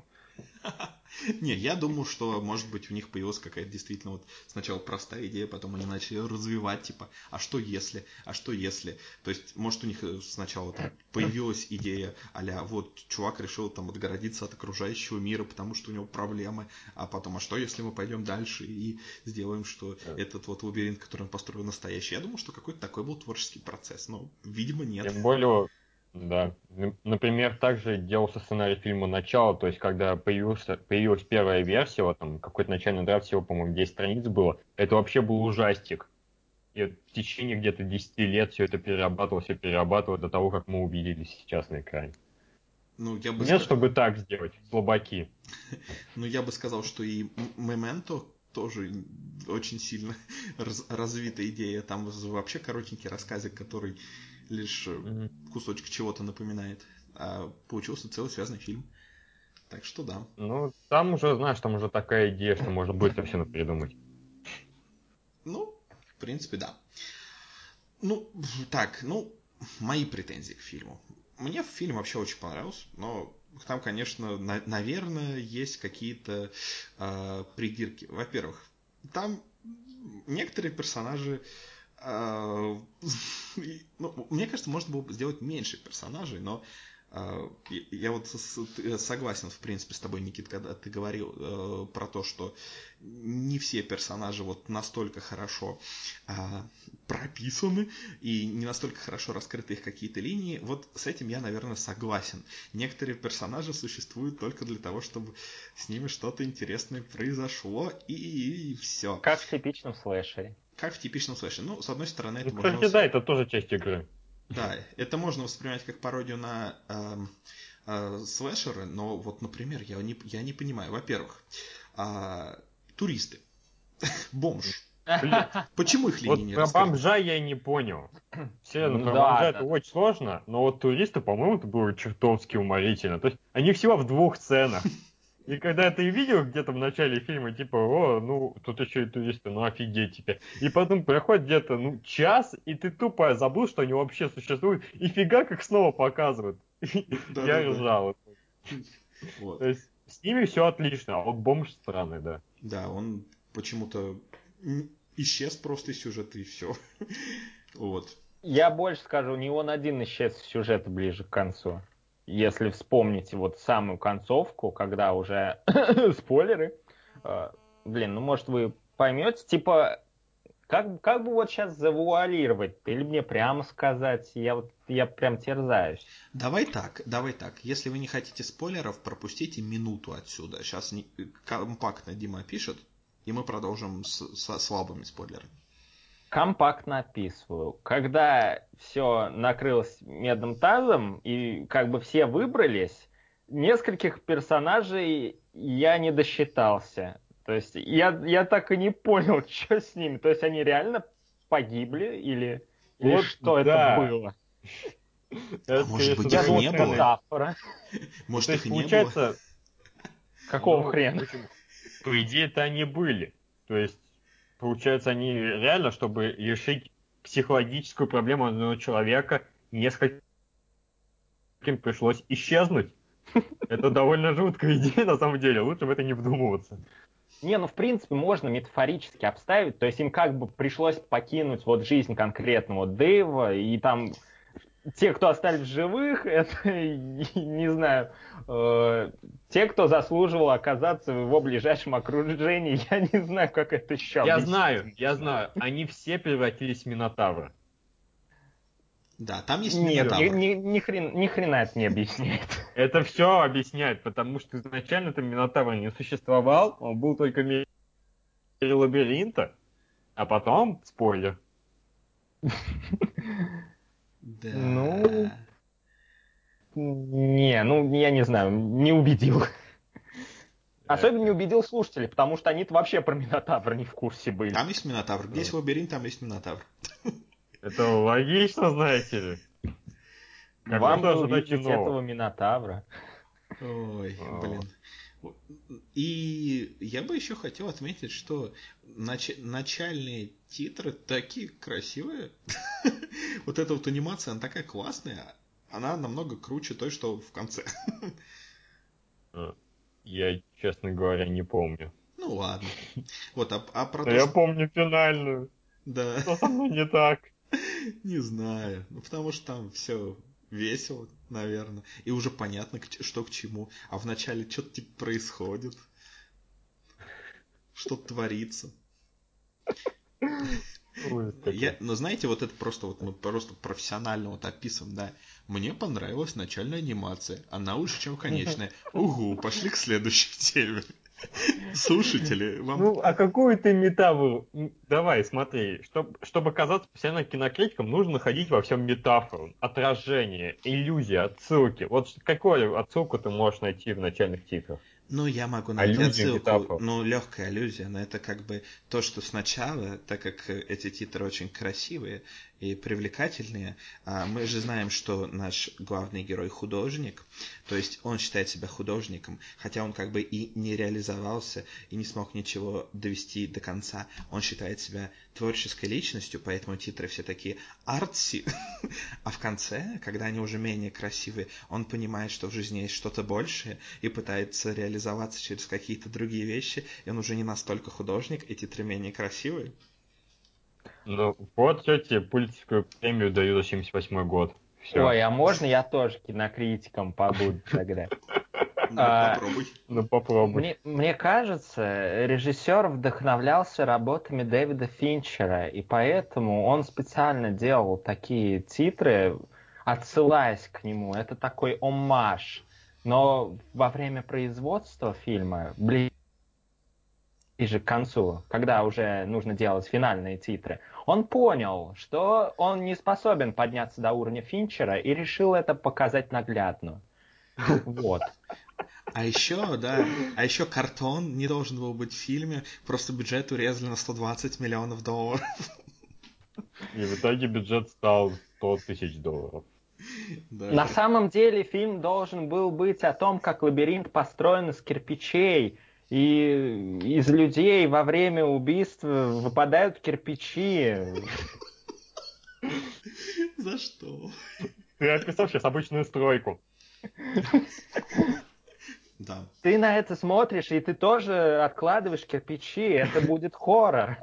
[SPEAKER 1] Не, я думаю, что, может быть, у них появилась какая-то действительно вот сначала простая идея, потом они начали ее развивать, типа, а что если, а что если? То есть, может, у них сначала там появилась идея а-ля, вот, чувак решил там отгородиться от окружающего мира, потому что у него проблемы, а потом, а что если мы пойдем дальше и сделаем, что этот вот лабиринт, который он построил, настоящий? Я думаю, что какой-то такой был творческий процесс, но, видимо, нет.
[SPEAKER 2] Тем более, да. Например, также делался сценарий фильма «Начало», то есть, когда появился, появилась первая версия, вот там какой-то начальный драфт, всего, по-моему, десять страниц было, это вообще был ужастик. И в течение где-то десяти лет все это перерабатывалось и перерабатывалось до того, как мы увидели сейчас на экране.
[SPEAKER 1] Ну, я бы
[SPEAKER 2] Нет,
[SPEAKER 1] ска...
[SPEAKER 2] чтобы так сделать, слабаки.
[SPEAKER 1] Ну, я бы сказал, что и «Мементо» тоже очень сильно раз, развита идея. Там вообще коротенький рассказик, который лишь mm-hmm. кусочек чего-то напоминает. А получился целый связанный фильм. Так что да.
[SPEAKER 2] Ну, там уже, знаешь, там уже такая идея, что можно быстро все придумать.
[SPEAKER 1] Ну, в принципе, да. Ну, так, ну, мои претензии к фильму. Мне фильм вообще очень понравился, но там, конечно, на, наверное, есть какие-то э, придирки. Во-первых, там некоторые персонажи... Э, ну, мне кажется, можно было бы сделать меньше персонажей, но э, я вот согласен, в принципе, с тобой, Никит, когда ты говорил э, про то, что не все персонажи вот настолько хорошо э, прописаны и не настолько хорошо раскрыты их какие-то линии. Вот с этим я, наверное, согласен. Некоторые персонажи существуют только для того, чтобы с ними что-то интересное произошло, и, и все.
[SPEAKER 3] Как в типичном слэшере.
[SPEAKER 1] Как в типичном слэшере. Ну, с одной стороны, это
[SPEAKER 2] ну,
[SPEAKER 1] можно...
[SPEAKER 2] Кстати, да, это тоже часть игры.
[SPEAKER 1] Да, это можно воспринимать как пародию на э, э, слэшеры, но вот, например, я не, я не понимаю. Во-первых, э, туристы. Бомж.
[SPEAKER 2] Блин,
[SPEAKER 1] почему их линии
[SPEAKER 2] вот
[SPEAKER 1] не
[SPEAKER 2] про
[SPEAKER 1] раскрыты?
[SPEAKER 2] бомжа я не понял. Серьезно,
[SPEAKER 3] Ну
[SPEAKER 2] про
[SPEAKER 3] да,
[SPEAKER 2] бомжа
[SPEAKER 3] да,
[SPEAKER 2] это
[SPEAKER 3] да.
[SPEAKER 2] очень сложно, но вот туристы, по-моему, это было чертовски уморительно. То есть они всего в двух сценах. И когда ты видел где-то в начале фильма, типа, о, ну, тут еще и туристы, ну офигеть тебе. И потом проходит где-то, ну, час, и ты тупо забыл, что они вообще существуют, и фига как снова показывают. Я ржал. То есть с ними все отлично, а вот бомж странный, да.
[SPEAKER 1] Да, он почему-то исчез просто из сюжета, и все. Вот.
[SPEAKER 3] Я больше скажу, не он один исчез из сюжета ближе к концу. Если вспомните вот самую концовку, когда уже спойлеры, э, блин, ну может вы поймете, типа, как, как бы вот сейчас завуалировать, или мне прямо сказать, я вот я прям терзаюсь.
[SPEAKER 1] Давай так, давай так. Если вы не хотите спойлеров, пропустите минуту отсюда. Сейчас не, компактно Дима пишет, и мы продолжим с, со слабыми спойлерами.
[SPEAKER 3] Компактно описываю. Когда все накрылось медным тазом, и как бы все выбрались, нескольких персонажей я не досчитался. То есть я, я так и не понял, что с ними. То есть они реально погибли или, или
[SPEAKER 2] Вот
[SPEAKER 3] что
[SPEAKER 2] да.
[SPEAKER 3] это было?
[SPEAKER 1] А может быть,
[SPEAKER 3] Я
[SPEAKER 1] их
[SPEAKER 3] думал,
[SPEAKER 1] не
[SPEAKER 3] это
[SPEAKER 1] было?
[SPEAKER 3] метафора.
[SPEAKER 1] Может,
[SPEAKER 2] То
[SPEAKER 1] их
[SPEAKER 2] есть,
[SPEAKER 1] и не было?
[SPEAKER 2] получается,
[SPEAKER 3] Какого
[SPEAKER 2] ну,
[SPEAKER 3] хрена?
[SPEAKER 2] в общем, по идее, это они были. То есть, получается, они реально, чтобы решить психологическую проблему одного человека, нескольким пришлось исчезнуть. Это довольно жуткая идея, на самом деле. Лучше в это не вдумываться.
[SPEAKER 3] Не, ну в принципе можно метафорически обставить, то есть им как бы пришлось покинуть вот жизнь конкретного Дэйва, и там те, кто остались в живых, это, не знаю, э, те, кто заслуживал оказаться в его ближайшем окружении, я не знаю, как это еще
[SPEAKER 2] Я
[SPEAKER 3] объяснить.
[SPEAKER 2] знаю, я знаю, они все превратились в Минотавра.
[SPEAKER 1] Да, там есть
[SPEAKER 3] Нет, ни,
[SPEAKER 1] Минотавр.
[SPEAKER 3] ни, ни, хрен, ни хрена это не объясняет.
[SPEAKER 2] Это все объясняет, потому что изначально-то Минотавр не существовал, он был только в мире лабиринта, а потом, спойлер.
[SPEAKER 1] Да.
[SPEAKER 3] Ну, не, ну, я не знаю, не убедил. Особенно не убедил слушателей, потому что они-то вообще про Минотавра не в курсе были.
[SPEAKER 1] Там есть Минотавр. Где есть лабиринт, там есть Минотавр.
[SPEAKER 2] Это логично, знаете ли. Как
[SPEAKER 3] Вам
[SPEAKER 2] можно
[SPEAKER 3] бы
[SPEAKER 2] ожидать
[SPEAKER 3] увидеть
[SPEAKER 2] иного?
[SPEAKER 3] этого Минотавра.
[SPEAKER 1] Ой,
[SPEAKER 2] А.
[SPEAKER 1] блин. И я бы еще хотел отметить, что нач- начальные титры такие красивые. Вот эта вот анимация, она такая классная. Она намного круче той, что в конце.
[SPEAKER 2] Я, честно говоря, не помню.
[SPEAKER 1] Ну ладно. Вот, а, а про
[SPEAKER 2] Но
[SPEAKER 1] то,
[SPEAKER 2] я
[SPEAKER 1] что...
[SPEAKER 2] помню финальную.
[SPEAKER 1] Да,
[SPEAKER 2] Что со мной не так?
[SPEAKER 1] не знаю. Ну, потому что там все весело, наверное. И уже понятно, к ч- что к чему. А вначале что-то типа происходит. Что-то творится.
[SPEAKER 2] Ужас какой.
[SPEAKER 1] Я, но знаете, вот это просто вот мы просто профессионально вот описываем, да. Мне понравилась начальная анимация, она лучше, чем конечная. Угу, пошли к следующей теме. Слушатели, вам...
[SPEAKER 2] Ну, а какую ты метафору? М, Давай, смотри. Чтоб, чтобы казаться профессиональным кинокритиком, нужно находить во всем метафору, отражение, иллюзии, отсылки. Вот ш- какую отсылку ты можешь найти в начальных титрах?
[SPEAKER 1] Ну, я могу найти
[SPEAKER 2] Аллюзию,
[SPEAKER 1] отсылку,
[SPEAKER 2] метафору.
[SPEAKER 1] ну, легкая аллюзия, но это как бы то, что сначала, так как э, эти титры очень красивые и привлекательные, а мы же знаем, что наш главный герой художник, то есть он считает себя художником, хотя он как бы и не реализовался, и не смог ничего довести до конца. Он считает себя творческой личностью, поэтому титры все такие артси, а в конце, когда они уже менее красивые, он понимает, что в жизни есть что-то большее, и пытается реализоваться через какие-то другие вещи, и он уже не настолько художник, и титры менее красивые.
[SPEAKER 2] Ну, вот тете Пулитцерскую премию даю за семьдесят восьмой год. Все.
[SPEAKER 3] Ой, а можно я тоже кинокритиком побуду тогда?
[SPEAKER 1] Ну,
[SPEAKER 3] А,
[SPEAKER 1] попробуй.
[SPEAKER 2] Ну, попробуй.
[SPEAKER 3] Мне, мне кажется, режиссер вдохновлялся работами Дэвида Финчера, и поэтому он специально делал такие титры, отсылаясь к нему. Это такой оммаж. Но во время производства фильма, ближе к концу, когда уже нужно делать финальные титры, он понял, что он не способен подняться до уровня Финчера и решил это показать наглядно. Вот.
[SPEAKER 1] А еще, да, а еще картон не должен был быть в фильме, просто бюджет урезали на сто двадцать миллионов долларов.
[SPEAKER 2] И в итоге бюджет стал сто тысяч долларов.
[SPEAKER 1] Да,
[SPEAKER 3] На
[SPEAKER 1] при-
[SPEAKER 3] самом деле фильм должен был быть о том, как лабиринт построен из кирпичей, и из людей во время убийства выпадают кирпичи.
[SPEAKER 1] За что?
[SPEAKER 2] Ты описал сейчас обычную стройку.
[SPEAKER 1] Да.
[SPEAKER 3] Ты на это смотришь, и ты тоже откладываешь кирпичи. Это будет хоррор.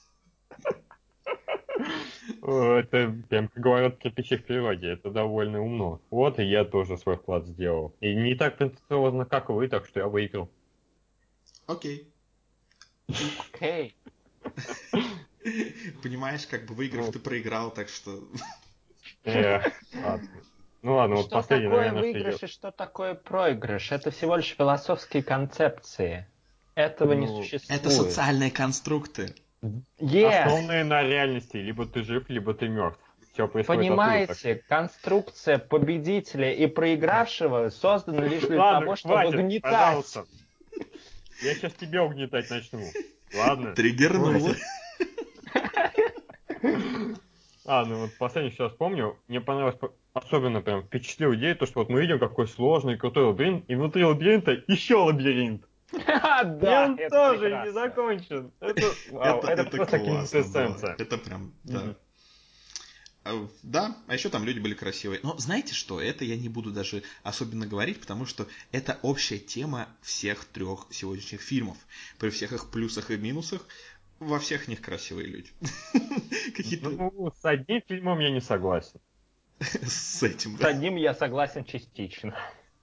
[SPEAKER 2] О, это прям, как говорят, кирпичи в природе. Это довольно умно. Вот и я тоже свой вклад сделал. И не так претенциозно, как вы, так что я выиграл.
[SPEAKER 1] Окей.
[SPEAKER 3] Окей.
[SPEAKER 1] Понимаешь, как бы выиграв,
[SPEAKER 2] Ну,
[SPEAKER 1] ты проиграл, так что...
[SPEAKER 2] э, ладно. Ну ладно, вот
[SPEAKER 3] Что
[SPEAKER 2] последний,
[SPEAKER 3] такое
[SPEAKER 2] наверное, что я...
[SPEAKER 3] выигрыш и что такое проигрыш? Это всего лишь философские концепции. Этого не
[SPEAKER 2] Ну,
[SPEAKER 1] Это
[SPEAKER 3] существует.
[SPEAKER 1] социальные конструкты.
[SPEAKER 3] Yes.
[SPEAKER 2] основные на реальности. Либо ты жив, либо ты мертв. Все происходит оттуда. Так.
[SPEAKER 3] Понимаете, конструкция победителя и проигравшего создана лишь для
[SPEAKER 2] Ладно,
[SPEAKER 3] того, чтобы
[SPEAKER 2] хватит,
[SPEAKER 3] гнетать.
[SPEAKER 2] пожалуйста. Я сейчас тебя угнетать начну. Ладно?
[SPEAKER 1] Триггернуло.
[SPEAKER 2] А, ну вот последнее, что я вспомню, мне понравилось особенно прям впечатлила идея, то, что вот мы видим, какой сложный, крутой лабиринт, и внутри лабиринта еще лабиринт. И
[SPEAKER 3] Да,
[SPEAKER 2] он
[SPEAKER 3] это
[SPEAKER 2] тоже не
[SPEAKER 3] прекрасно.
[SPEAKER 2] закончен. Это, вау,
[SPEAKER 1] Это,
[SPEAKER 2] это
[SPEAKER 1] это
[SPEAKER 2] просто
[SPEAKER 1] классно было.
[SPEAKER 2] квинтэссенция.
[SPEAKER 1] Это прям, да.
[SPEAKER 2] Мгм.
[SPEAKER 1] А, Да, а еще там люди были красивые. Но знаете что, это я не буду даже особенно говорить, потому что это общая тема всех трех сегодняшних фильмов. При всех их плюсах и минусах, во всех них красивые люди. Какие-то
[SPEAKER 2] Ну, с одним фильмом я не согласен.
[SPEAKER 1] с этим,
[SPEAKER 3] С
[SPEAKER 1] да.
[SPEAKER 3] одним я согласен частично.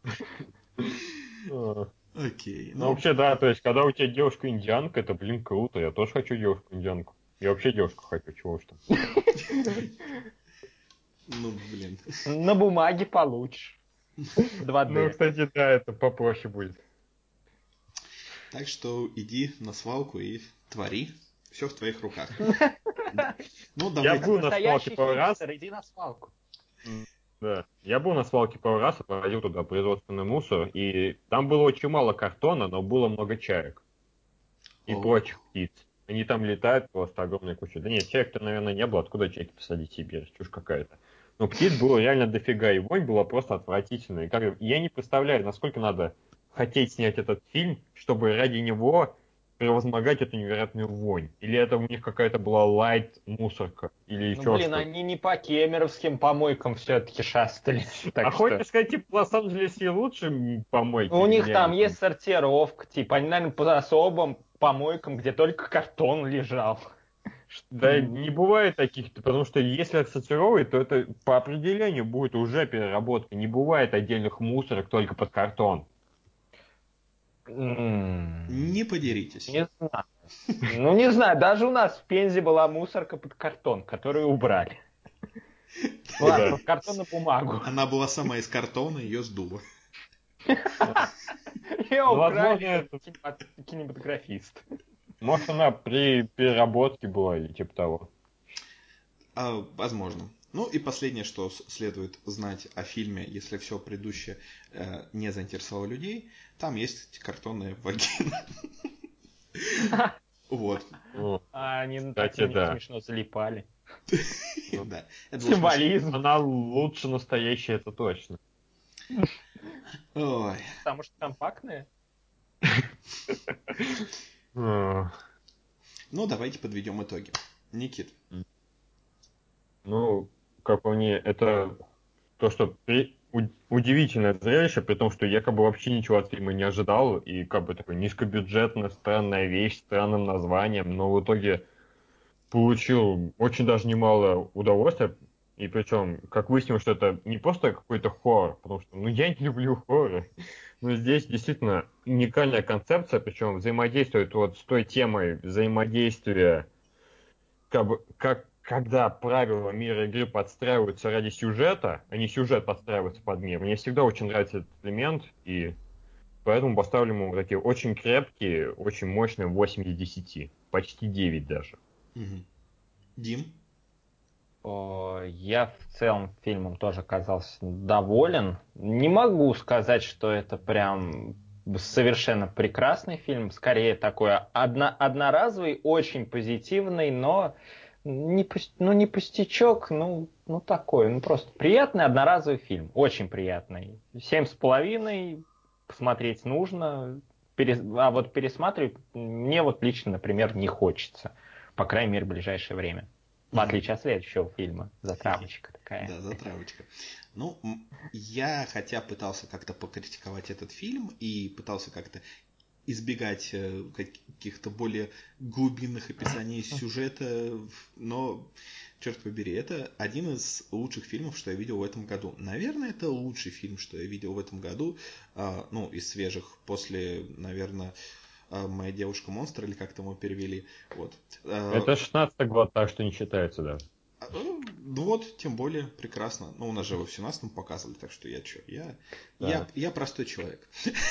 [SPEAKER 2] А,
[SPEAKER 1] Окей,
[SPEAKER 2] Ну,
[SPEAKER 1] ну,
[SPEAKER 2] вообще, да, то есть, когда у тебя девушка-индианка, это, блин, круто. Я тоже хочу девушку-индианку. Я вообще девушку хочу, чего уж там.
[SPEAKER 1] ну, блин.
[SPEAKER 3] На бумаге получше. два
[SPEAKER 2] Ну,
[SPEAKER 3] дэ.
[SPEAKER 2] кстати, да, это попроще будет.
[SPEAKER 1] Так что иди на свалку и твори. Все в твоих руках. Да. Ну,
[SPEAKER 2] Я
[SPEAKER 1] давайте.
[SPEAKER 2] был на свалке
[SPEAKER 3] Настоящий
[SPEAKER 2] пару раз.
[SPEAKER 3] хипстер, иди на свалку.
[SPEAKER 2] М, Да. Я был на свалке пару раз, отвозил туда производственный мусор, и там было очень мало картона, но было много чаек и
[SPEAKER 1] О,
[SPEAKER 2] прочих птиц. Они там летают просто огромная куча. Да нет, чаек-то, наверное, не было. Откуда чайки посадить в Сибирь? Чушь какая-то. Но птиц было реально дофига, и вонь была просто отвратительная. И как... Я не представляю, насколько надо хотеть снять этот фильм, чтобы ради него превозмогать эту невероятную вонь. Или это у них какая-то была лайт-мусорка, или
[SPEAKER 3] Ну,
[SPEAKER 2] еще
[SPEAKER 3] блин,
[SPEAKER 2] что-то.
[SPEAKER 3] они не по кемеровским помойкам все-таки шастали.
[SPEAKER 2] А
[SPEAKER 3] Так что...
[SPEAKER 2] хочешь сказать, типа, в Лос-Анджелесе лучше м, помойки,
[SPEAKER 3] У них
[SPEAKER 2] где
[SPEAKER 3] там
[SPEAKER 2] они
[SPEAKER 3] есть сортировка, типа, они, наверное, по особым помойкам, где только картон лежал.
[SPEAKER 2] Да не бывает таких, потому что если отсортировать, то это по определению будет уже переработка. Не бывает отдельных мусорок только под картон.
[SPEAKER 3] М,
[SPEAKER 1] не подеритесь.
[SPEAKER 3] Не знаю. Ну, не знаю, даже у нас в Пензе была мусорка под картон, которую убрали. Ладно,
[SPEAKER 2] Да.
[SPEAKER 3] под картон на бумагу.
[SPEAKER 1] Она была сама из картона, ее сдуло.
[SPEAKER 3] Ее
[SPEAKER 2] Ну, возможно,
[SPEAKER 3] украли
[SPEAKER 2] это...
[SPEAKER 3] кинемат- кинематографист.
[SPEAKER 2] Может, она при переработке была или типа того.
[SPEAKER 1] А, возможно. Ну и последнее, что с- следует знать о фильме, если все предыдущее э, не заинтересовало людей, там есть картонные вагины. Вот.
[SPEAKER 2] Ну,
[SPEAKER 3] А они так
[SPEAKER 2] кстати,
[SPEAKER 3] на них
[SPEAKER 2] да.
[SPEAKER 3] смешно залипали.
[SPEAKER 2] Ну,
[SPEAKER 1] Да. Это было смешно.
[SPEAKER 3] Символизм.
[SPEAKER 2] она лучше настоящая, это точно.
[SPEAKER 1] Ой.
[SPEAKER 3] Потому что компактные.
[SPEAKER 2] А,
[SPEAKER 1] Ну, давайте подведем итоги. Никит.
[SPEAKER 2] Ну, как по мне, это то, что при- у- удивительное зрелище, при том, что я как бы вообще ничего от фильма не ожидал, и как бы такой низкобюджетная, странная вещь, с странным названием, но в итоге получил очень даже немало удовольствия, и причем, как выяснилось, что это не просто какой-то хоррор, потому что, ну, я не люблю хорроры, но здесь действительно уникальная концепция, причем взаимодействует вот с той темой взаимодействия как бы, как, когда правила мира игры подстраиваются ради сюжета, а не сюжет подстраивается под мир. Мне всегда очень нравится этот элемент, и поэтому поставлю ему такие очень крепкие, очень мощные восемь из десяти. Почти девять даже.
[SPEAKER 1] Мгм. Дим.
[SPEAKER 3] О, Я в целом фильмом тоже оказался доволен. Не могу сказать, что это прям совершенно прекрасный фильм. Скорее такой одно- одноразовый, очень позитивный, но не, пус- ну, не пустячок, ну, ну такой, ну просто приятный одноразовый фильм. Очень приятный. Семь с половиной, посмотреть нужно. Перес- А вот пересматривать мне вот лично, например, не хочется. По крайней мере, в ближайшее время. В
[SPEAKER 1] Мгм.
[SPEAKER 3] отличие от следующего фильма. Затравочка такая.
[SPEAKER 1] Да, затравочка. Ну, м, я хотя пытался как-то покритиковать этот фильм и пытался как-то избегать э, каких-то более глубинных описаний сюжета, но, черт побери, это один из лучших фильмов, что я видел в этом году. Наверное, это лучший фильм, что я видел в этом году, а, ну, из свежих, после, наверное, а, «Моя девушка-монстр», или как там его перевели. Вот. А,
[SPEAKER 2] Это шестнадцатый год, так что не считается даже.
[SPEAKER 1] а, Ну вот, тем более прекрасно. Ну, у нас же его в семнадцатом показывали, так что я что? Я, я,
[SPEAKER 2] Да.
[SPEAKER 1] я простой человек.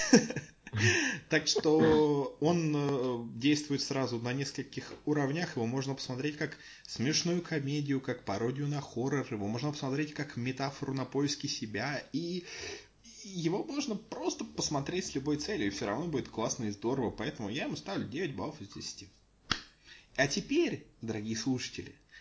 [SPEAKER 1] Так что он э, действует сразу на нескольких уровнях. Его можно посмотреть как смешную комедию, как пародию на хоррор. Его можно посмотреть как метафору на поиски себя. И его можно просто посмотреть с любой целью. И все равно будет классно и здорово. Поэтому я ему ставлю девять баллов из десяти. А теперь, дорогие слушатели,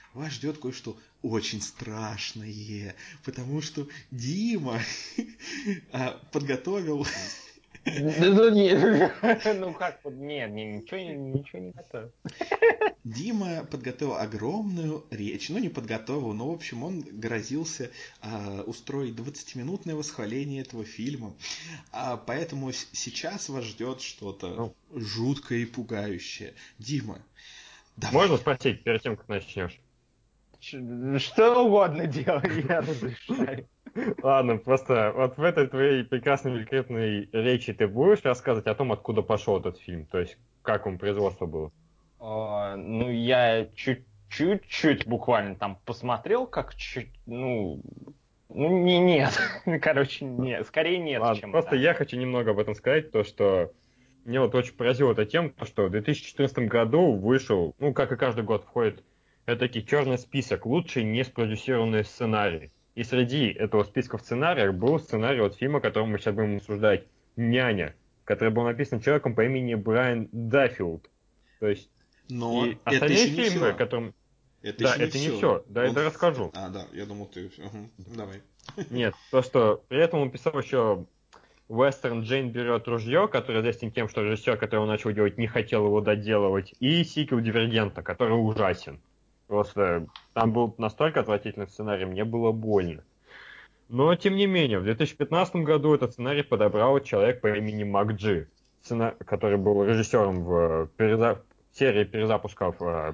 [SPEAKER 1] вас ждет кое-что очень страшное, потому что Дима подготовил...
[SPEAKER 3] Ну, нет, ну как, нет, ничего, ничего не готовил.
[SPEAKER 1] Дима подготовил огромную речь, ну не подготовил, но в общем он грозился а, устроить двадцатиминутное восхваление этого фильма, а, поэтому с- сейчас вас ждет что-то
[SPEAKER 2] Ну,
[SPEAKER 1] жуткое и пугающее. Дима, давай.
[SPEAKER 2] можно спросить перед тем, как начнешь?
[SPEAKER 3] Ш- Что угодно делай, я разрешаю.
[SPEAKER 2] Ладно, просто вот в этой твоей прекрасной, великолепной речи ты будешь рассказывать о том, откуда пошел этот фильм, то есть как он производство было?
[SPEAKER 3] А, Ну, я чуть- чуть-чуть буквально там посмотрел, как чуть, ну, ну, не, нет, короче, нет, скорее нет,
[SPEAKER 2] Ладно,
[SPEAKER 3] чем
[SPEAKER 2] просто
[SPEAKER 3] да.
[SPEAKER 2] я хочу немного об этом сказать, то что мне вот очень поразила эта тема, то что в две тысячи четырнадцатом году вышел, ну, как и каждый год входит, этакий черный список, лучшие не спродюсированные сценарии. И среди этого списка в сценариях был сценарий от фильма, который мы сейчас будем обсуждать, «Няня», который был написан человеком по имени Брайан Даффилд. То есть,
[SPEAKER 1] Но
[SPEAKER 2] и
[SPEAKER 1] это
[SPEAKER 2] остальные
[SPEAKER 1] еще не
[SPEAKER 2] фильмы,
[SPEAKER 1] все.
[SPEAKER 2] которым...
[SPEAKER 1] Это
[SPEAKER 2] Да,
[SPEAKER 1] еще не
[SPEAKER 2] это не
[SPEAKER 1] все.
[SPEAKER 2] все, да,
[SPEAKER 1] Он...
[SPEAKER 2] это расскажу.
[SPEAKER 1] А, да, я думал, ты... Угу. Давай.
[SPEAKER 2] Нет, то, что при этом он писал еще вестерн «Джейн берет ружье», который известен тем, что режиссер, который он начал делать, не хотел его доделывать, и сиквел «Дивергента», который ужасен. Просто там был настолько отвратительный сценарий, мне было больно. Но, тем не менее, в две тысячи пятнадцатом году этот сценарий подобрал человек по имени Мак Джи, сцена- который был режиссером в переза- серии перезапусков э,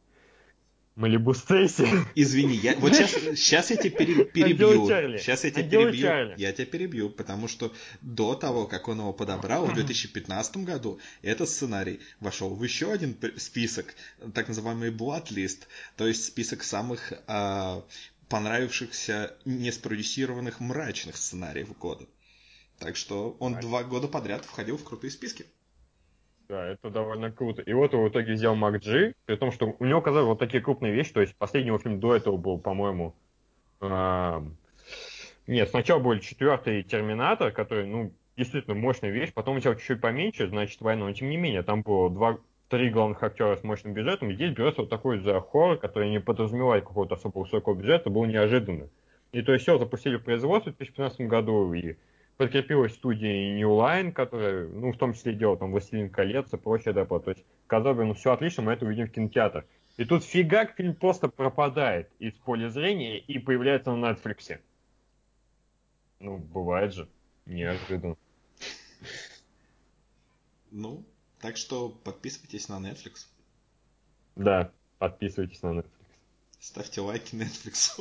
[SPEAKER 2] Малибу Стейси.
[SPEAKER 1] Извини, я вот сейчас, сейчас я тебя пере-
[SPEAKER 2] Ангелы
[SPEAKER 1] перебью.
[SPEAKER 2] Чарли.
[SPEAKER 1] Сейчас я тебя
[SPEAKER 2] Ангелы
[SPEAKER 1] перебью.
[SPEAKER 2] Чарли.
[SPEAKER 1] Я тебя перебью, потому что до того, как он его подобрал в две тысячи пятнадцатом году, этот сценарий вошел в еще один п- список, так называемый Blacklist, то есть список самых а, понравившихся неспродюсированных мрачных сценариев года. Так что он два года подряд входил в крутые списки.
[SPEAKER 2] Да, это довольно круто. И вот его в итоге взял Мак Джи, при том, что у него оказались вот такие крупные вещи, то есть последний его фильм до этого был, по-моему, а, нет, сначала был четвертый Терминатор, который, ну, действительно мощная вещь, потом взял чуть-чуть поменьше, значит, война, но тем не менее, там было два, три главных актера с мощным бюджетом, и здесь берется вот такой за хоррор, который не подразумевает какого-то особо высокого бюджета, был неожиданно. И то есть все запустили в производство в две тысячи пятнадцатом году, и подкрепилась студией New Line, которая, ну, в том числе делала там «Властелин колец» и прочее, да, то есть, казалось бы, ну, все отлично, мы это увидим в кинотеатрах. И тут фигак фильм просто пропадает из поля зрения и появляется на Netflix. Ну, бывает же. Неожиданно.
[SPEAKER 1] Ну, так что подписывайтесь на Netflix.
[SPEAKER 2] Да, подписывайтесь на Netflix.
[SPEAKER 1] Ставьте лайки Netflix.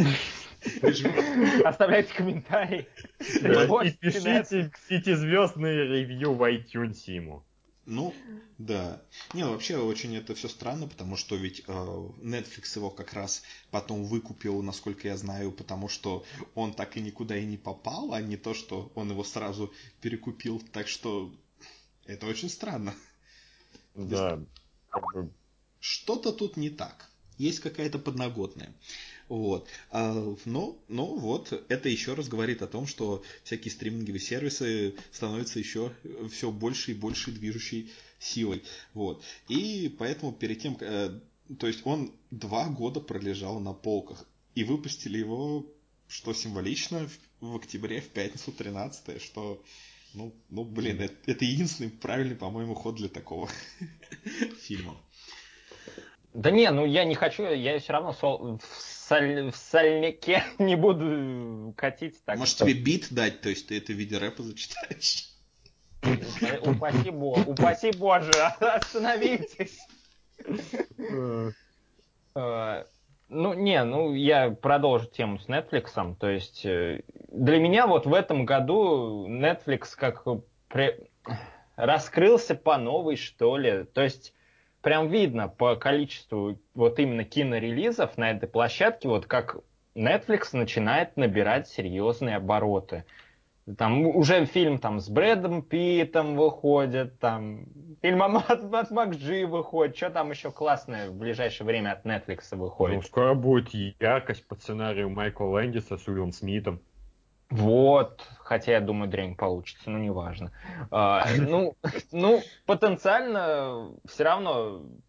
[SPEAKER 3] Оставляйте комментарии.
[SPEAKER 2] Да, и
[SPEAKER 3] Репостите
[SPEAKER 2] пишите
[SPEAKER 3] Netflix.
[SPEAKER 2] пятизвездные ревью в iTunes ему.
[SPEAKER 1] Ну, да. Не, вообще очень это все странно, потому что ведь э, Netflix его как раз потом выкупил, насколько я знаю, потому что он так и никуда и не попал, а не то, что он его сразу перекупил. Так что это очень странно.
[SPEAKER 2] Да, как бы,
[SPEAKER 1] Что-то тут не так. Есть какая-то подноготная. Вот. А, но, но вот это еще раз говорит о том, что всякие стриминговые сервисы становятся еще все больше и больше движущей силой. Вот. И поэтому перед тем, э, то есть он два года пролежал на полках. И выпустили его, что символично, в, в октябре, в пятницу тринадцатое, что, ну, ну блин, это, это единственный правильный, по-моему, ход для такого фильма.
[SPEAKER 3] Да не, ну я не хочу, я все равно сол- в, соль- в сольнике не буду катить, так
[SPEAKER 1] Может
[SPEAKER 3] что
[SPEAKER 1] тебе бит дать, то есть ты это в виде рэпа зачитаешь?
[SPEAKER 3] упа- упаси боже, упаси боже, остановитесь.
[SPEAKER 2] э,
[SPEAKER 3] Э, Ну, не, ну, я продолжу тему с Netflix. То есть, э, для меня вот в этом году Netflix как пре- раскрылся по новой, что ли. То есть, прям видно по количеству вот именно кинорелизов на этой площадке, вот как Netflix начинает набирать серьезные обороты. Там уже фильм там с Брэдом Питтом выходит, там фильм от, от Макджи выходит, что там еще классное в ближайшее время от Netflix
[SPEAKER 2] ну,
[SPEAKER 3] выходит.
[SPEAKER 2] скоро будет яркость по сценарию Майкла Лэндиса с Уиллом Смитом.
[SPEAKER 3] Вот, хотя я думаю, дрянь получится, но неважно. А, ну, ну, потенциально все равно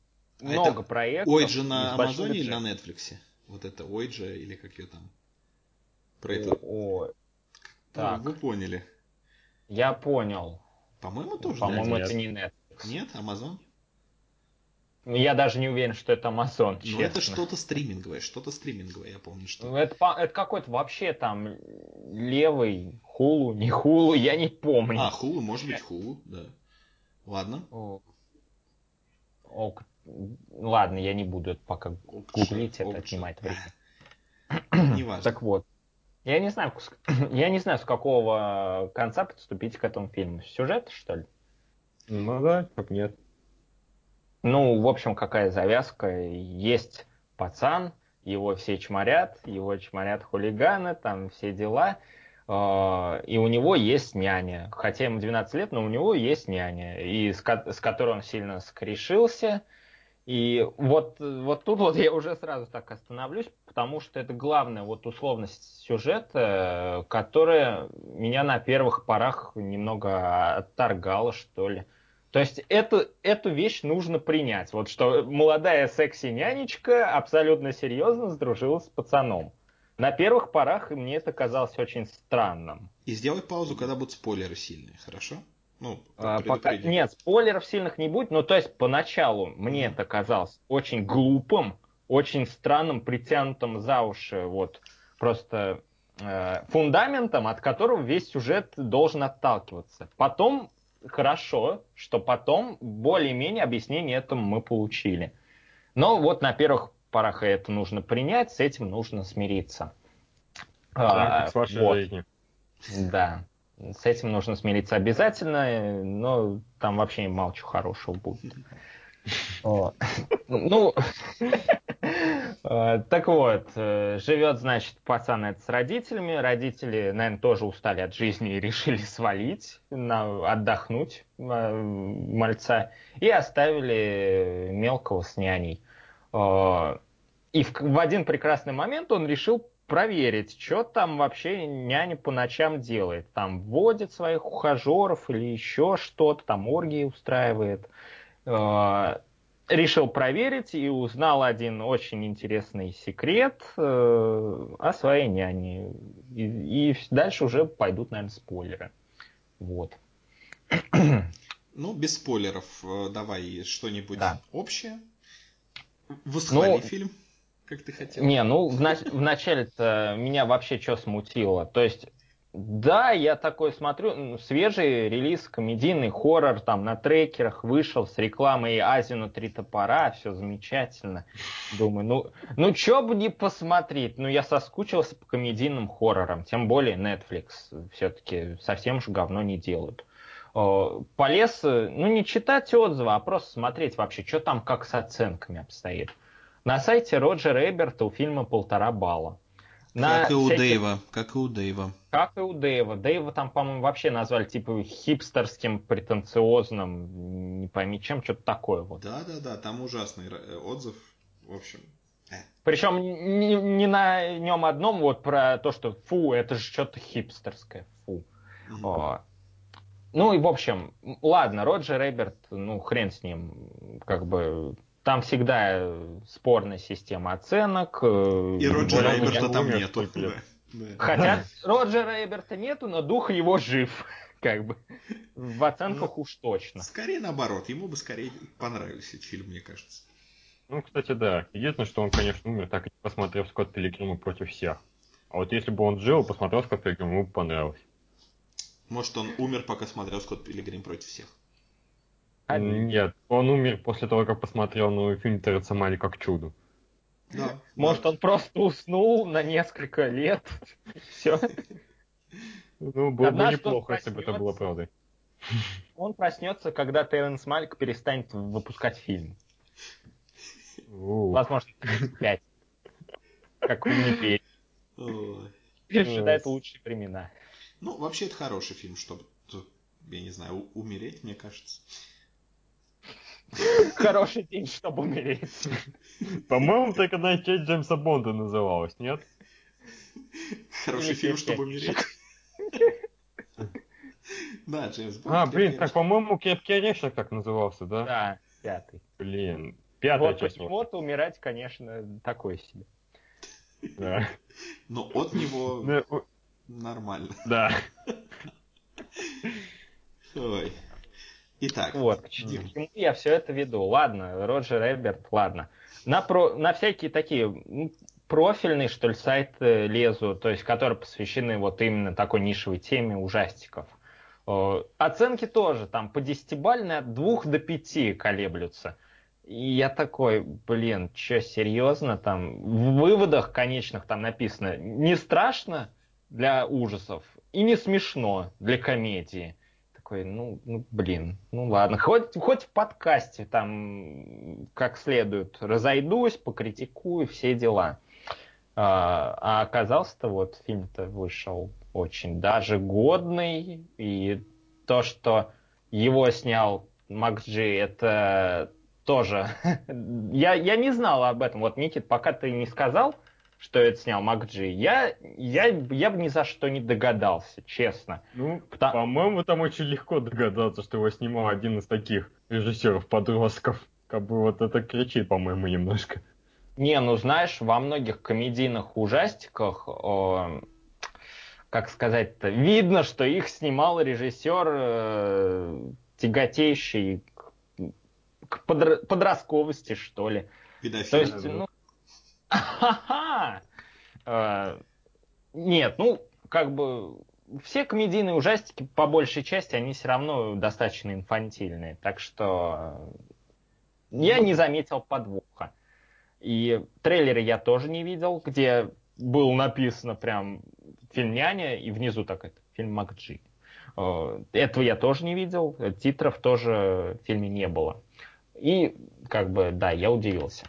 [SPEAKER 3] много
[SPEAKER 1] это
[SPEAKER 3] проектов.
[SPEAKER 1] Ойджи на
[SPEAKER 3] и с большим
[SPEAKER 1] Амазоне или
[SPEAKER 3] бюджетом.
[SPEAKER 1] на Нетфликсе? Вот это Ойджи или как ее там? Про
[SPEAKER 3] О,
[SPEAKER 1] это.
[SPEAKER 3] о,
[SPEAKER 1] Ну,
[SPEAKER 3] так,
[SPEAKER 1] вы поняли.
[SPEAKER 3] я понял.
[SPEAKER 1] По-моему, тоже, да?
[SPEAKER 3] По-моему,
[SPEAKER 2] Нет.
[SPEAKER 3] это не Netflix.
[SPEAKER 1] Нет, Амазон?
[SPEAKER 3] Я даже не уверен, что это Amazon,
[SPEAKER 1] Ну,
[SPEAKER 3] честно.
[SPEAKER 1] это что-то стриминговое, что-то стриминговое, я помню, что.
[SPEAKER 3] Ну, Это, по- это какой-то вообще там левый, хулу, не хулу, я не помню.
[SPEAKER 1] А, Хулу, может быть, Хулу, да. Ладно.
[SPEAKER 3] О, ок. Ладно, я не буду это пока гуглить, это
[SPEAKER 1] Окджа.
[SPEAKER 3] отнимает время.
[SPEAKER 1] Неважно.
[SPEAKER 3] Так вот, я не знаю, с- я не знаю, с какого конца подступить к этому фильму. Сюжет, что ли?
[SPEAKER 2] Ну да, как нет.
[SPEAKER 3] Ну, в общем, какая завязка? Есть пацан, его все чморят, его чморят хулиганы, там все дела. э, И у него есть няня. Хотя ему двенадцать лет, но у него есть няня, и с, ко- с которой он сильно скорешился. И вот, вот тут вот я уже сразу так остановлюсь, потому что это главная вот условность сюжета, э, которая меня на первых порах немного отторгала, что ли. То есть эту, эту вещь нужно принять. Вот что молодая секси-нянечка абсолютно серьезно сдружилась с пацаном. На первых порах мне это казалось очень странным.
[SPEAKER 1] И сделай паузу, когда будут спойлеры сильные, хорошо? Ну,
[SPEAKER 3] А, пока...
[SPEAKER 1] предупреди.
[SPEAKER 3] Нет, спойлеров сильных не будет, но то есть поначалу мне
[SPEAKER 1] Мгм.
[SPEAKER 3] это казалось очень глупым, очень странным, притянутым за уши, вот просто э, фундаментом, от которого весь сюжет должен отталкиваться. Потом хорошо, что потом более-менее объяснение этому мы получили. Но вот на первых порах это нужно принять, с этим нужно смириться.
[SPEAKER 2] Так, как
[SPEAKER 3] А,
[SPEAKER 2] с вашей
[SPEAKER 3] вот.
[SPEAKER 2] жизнью.
[SPEAKER 3] Да, с этим нужно смириться обязательно, но там вообще мало чего хорошего будет. О, Ну, э, так вот, э, живет, значит, пацан этот с родителями. Родители, наверное, тоже устали от жизни и решили свалить, на- отдохнуть э, мальца, и оставили мелкого с няней. Э, И в, в один прекрасный момент он решил проверить, что там вообще няня по ночам делает. Там водит своих ухажеров или еще что-то, там оргии устраивает. Э, Решил проверить и узнал один очень интересный секрет э, о своей няне. И, и дальше уже пойдут, наверное, спойлеры. Вот.
[SPEAKER 1] Ну, без спойлеров, э, давай что-нибудь
[SPEAKER 3] Да.
[SPEAKER 1] общее. Восхвали
[SPEAKER 3] Ну,
[SPEAKER 1] фильм, как ты хотел.
[SPEAKER 3] Не, ну в, нач- в начале-то меня вообще что смутило? То есть, да, я такой смотрю, ну, свежий релиз, комедийный хоррор, там на трекерах вышел с рекламой Азину Три топора, все замечательно. Думаю, ну, ну что бы не посмотреть, ну я соскучился по комедийным хоррорам, тем более Netflix все-таки совсем же говно не делают. Э, Полез, э, ну не читать отзывы, а просто смотреть вообще, что там как с оценками обстоит. На сайте Роджера Эберта у фильма полтора балла.
[SPEAKER 1] Как и
[SPEAKER 3] На
[SPEAKER 1] у
[SPEAKER 3] всяких,
[SPEAKER 1] Дэйва, как и у Дэйва.
[SPEAKER 3] как и у Дэйва. Дэйва там, по-моему, вообще назвали типа хипстерским, претенциозным, не пойми чем, что-то такое вот.
[SPEAKER 1] Да-да-да, там ужасный э, отзыв. В общем, э.
[SPEAKER 3] Причем не, не на нем одном вот про то, что фу, это же что-то хипстерское, фу.
[SPEAKER 1] Мгм.
[SPEAKER 3] О. Ну и в общем, ладно, Роджер Эберт, ну хрен с ним, как бы там всегда спорная система оценок. э,
[SPEAKER 1] И Роджера
[SPEAKER 3] более
[SPEAKER 2] Он
[SPEAKER 3] меня-
[SPEAKER 1] Эберта
[SPEAKER 2] уже
[SPEAKER 1] там
[SPEAKER 2] умер
[SPEAKER 1] нету.
[SPEAKER 2] сколько лет.
[SPEAKER 1] Да, да.
[SPEAKER 3] Хотя Роджера Эберта нету, но дух его жив, как бы. В оценках уж точно.
[SPEAKER 1] Скорее наоборот, ему бы скорее понравился этот фильм, мне кажется.
[SPEAKER 2] Ну, кстати, да. Единственное, что он, конечно, умер, так и не посмотрев Скотт Пилигрима против всех. А вот если бы он жил и посмотрел Скотт Пилигрим, ему бы понравилось.
[SPEAKER 1] Может, он умер, пока смотрел Скотт Пилигрим против всех.
[SPEAKER 3] Обидно.
[SPEAKER 2] Нет, он умер после того, как посмотрел новый фильм «Терренса Малли как чудо».
[SPEAKER 1] Да.
[SPEAKER 3] Может,
[SPEAKER 1] да.
[SPEAKER 3] он просто уснул на несколько лет. Все.
[SPEAKER 2] Ну, было бы
[SPEAKER 3] Однажды он
[SPEAKER 2] неплохо, если бы это было
[SPEAKER 3] проснется.
[SPEAKER 2] правдой.
[SPEAKER 3] Он проснется, когда Терренс Малик перестанет выпускать фильм.
[SPEAKER 2] У.
[SPEAKER 3] Возможно, через пять. Как в «Медведь».
[SPEAKER 1] Ой.
[SPEAKER 3] Пережидает лучшие времена.
[SPEAKER 1] Ну, вообще, это хороший фильм, чтобы, тут, я не знаю, у- умереть, мне кажется.
[SPEAKER 3] Хороший день, чтобы умереть.
[SPEAKER 2] По-моему, так одна часть Джеймса Бонда называлась, нет?
[SPEAKER 1] Хороший
[SPEAKER 3] Или
[SPEAKER 1] фильм,
[SPEAKER 3] «Крепкий
[SPEAKER 1] чтобы
[SPEAKER 3] орешек».
[SPEAKER 1] умереть. Да, Джеймс Бонд.
[SPEAKER 2] А, блин,
[SPEAKER 1] «Крепкий
[SPEAKER 2] так,
[SPEAKER 1] орешек».
[SPEAKER 2] по-моему, «Крепкий орешек» так назывался, да?
[SPEAKER 3] Да, пятый.
[SPEAKER 2] Блин. Пятая
[SPEAKER 3] Вот
[SPEAKER 2] часть.
[SPEAKER 3] от него-то умирать, конечно, такое себе.
[SPEAKER 2] Да.
[SPEAKER 1] Но от него
[SPEAKER 2] Ну, у-
[SPEAKER 1] нормально.
[SPEAKER 2] Да.
[SPEAKER 1] Ой. Итак,
[SPEAKER 3] Вот, к ч-
[SPEAKER 1] Дим.
[SPEAKER 3] к чему я все это веду. Ладно, Роджер Эберт, ладно. На, про, на всякие такие м, профильные, что ли, сайты лезу, то есть, которые посвящены вот именно такой нишевой теме ужастиков. Э, Оценки тоже там по десятибалльной от двух до пяти колеблются. И я такой, блин, что, серьезно? Там в выводах конечных там написано: не страшно для ужасов и не смешно для комедии. Такой, ну, ну, блин, ну ладно, хоть, хоть в подкасте там как следует разойдусь, покритикую, все дела. А, а оказался-то вот фильм-то вышел очень даже годный, и то, что его снял Макс Джи, это тоже... я, я не знал об этом. Вот, Никит, пока ты не сказал, что это снял Макс Джи, я, я, я бы ни за что не догадался, честно.
[SPEAKER 2] Ну,
[SPEAKER 3] Пта-
[SPEAKER 2] по-моему, там очень легко догадаться, что его снимал один из таких режиссеров-подростков. Как бы вот это кричит, по-моему, немножко.
[SPEAKER 3] Не, ну знаешь, во многих комедийных ужастиках, э, как сказать-то, видно, что их снимал режиссер, э, тяготеющий к, к подр- подростковости, что ли. То
[SPEAKER 1] Педофил.
[SPEAKER 3] есть, ну, ха-ха! Э, Нет, ну, как бы все комедийные ужастики, по большей части, они все равно достаточно инфантильные. Так что э, я не заметил подвоха. И трейлеры я тоже не видел, где было написано прям фильм «Няня», и внизу так это, фильм «Макджи». Э, Этого я тоже не видел, титров тоже в фильме не было. И, как бы, да, я удивился.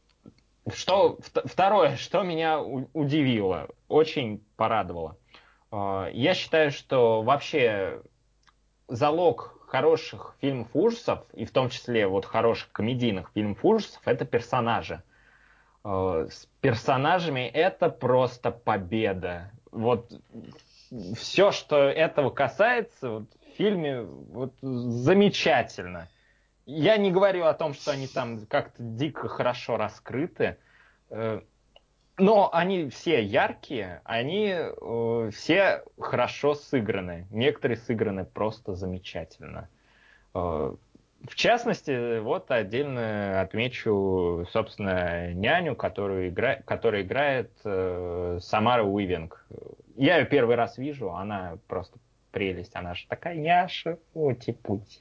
[SPEAKER 3] Что, вт- второе, что меня у- удивило, очень порадовало. Э, Я считаю, что вообще залог хороших фильмов ужасов, и в том числе вот хороших комедийных фильмов ужасов, это персонажи. Э, С персонажами это просто победа. Вот все, что этого касается, вот, в фильме вот, замечательно. Я не говорю о том, что они там как-то дико хорошо раскрыты, э, но они все яркие, они э, все хорошо сыграны. Некоторые сыграны просто замечательно. Э, В частности, вот отдельно отмечу, собственно, няню, которую игра... которая играет э, Самара Уивинг. Я ее первый раз вижу, она просто прелесть, она же такая няша, ути-пути.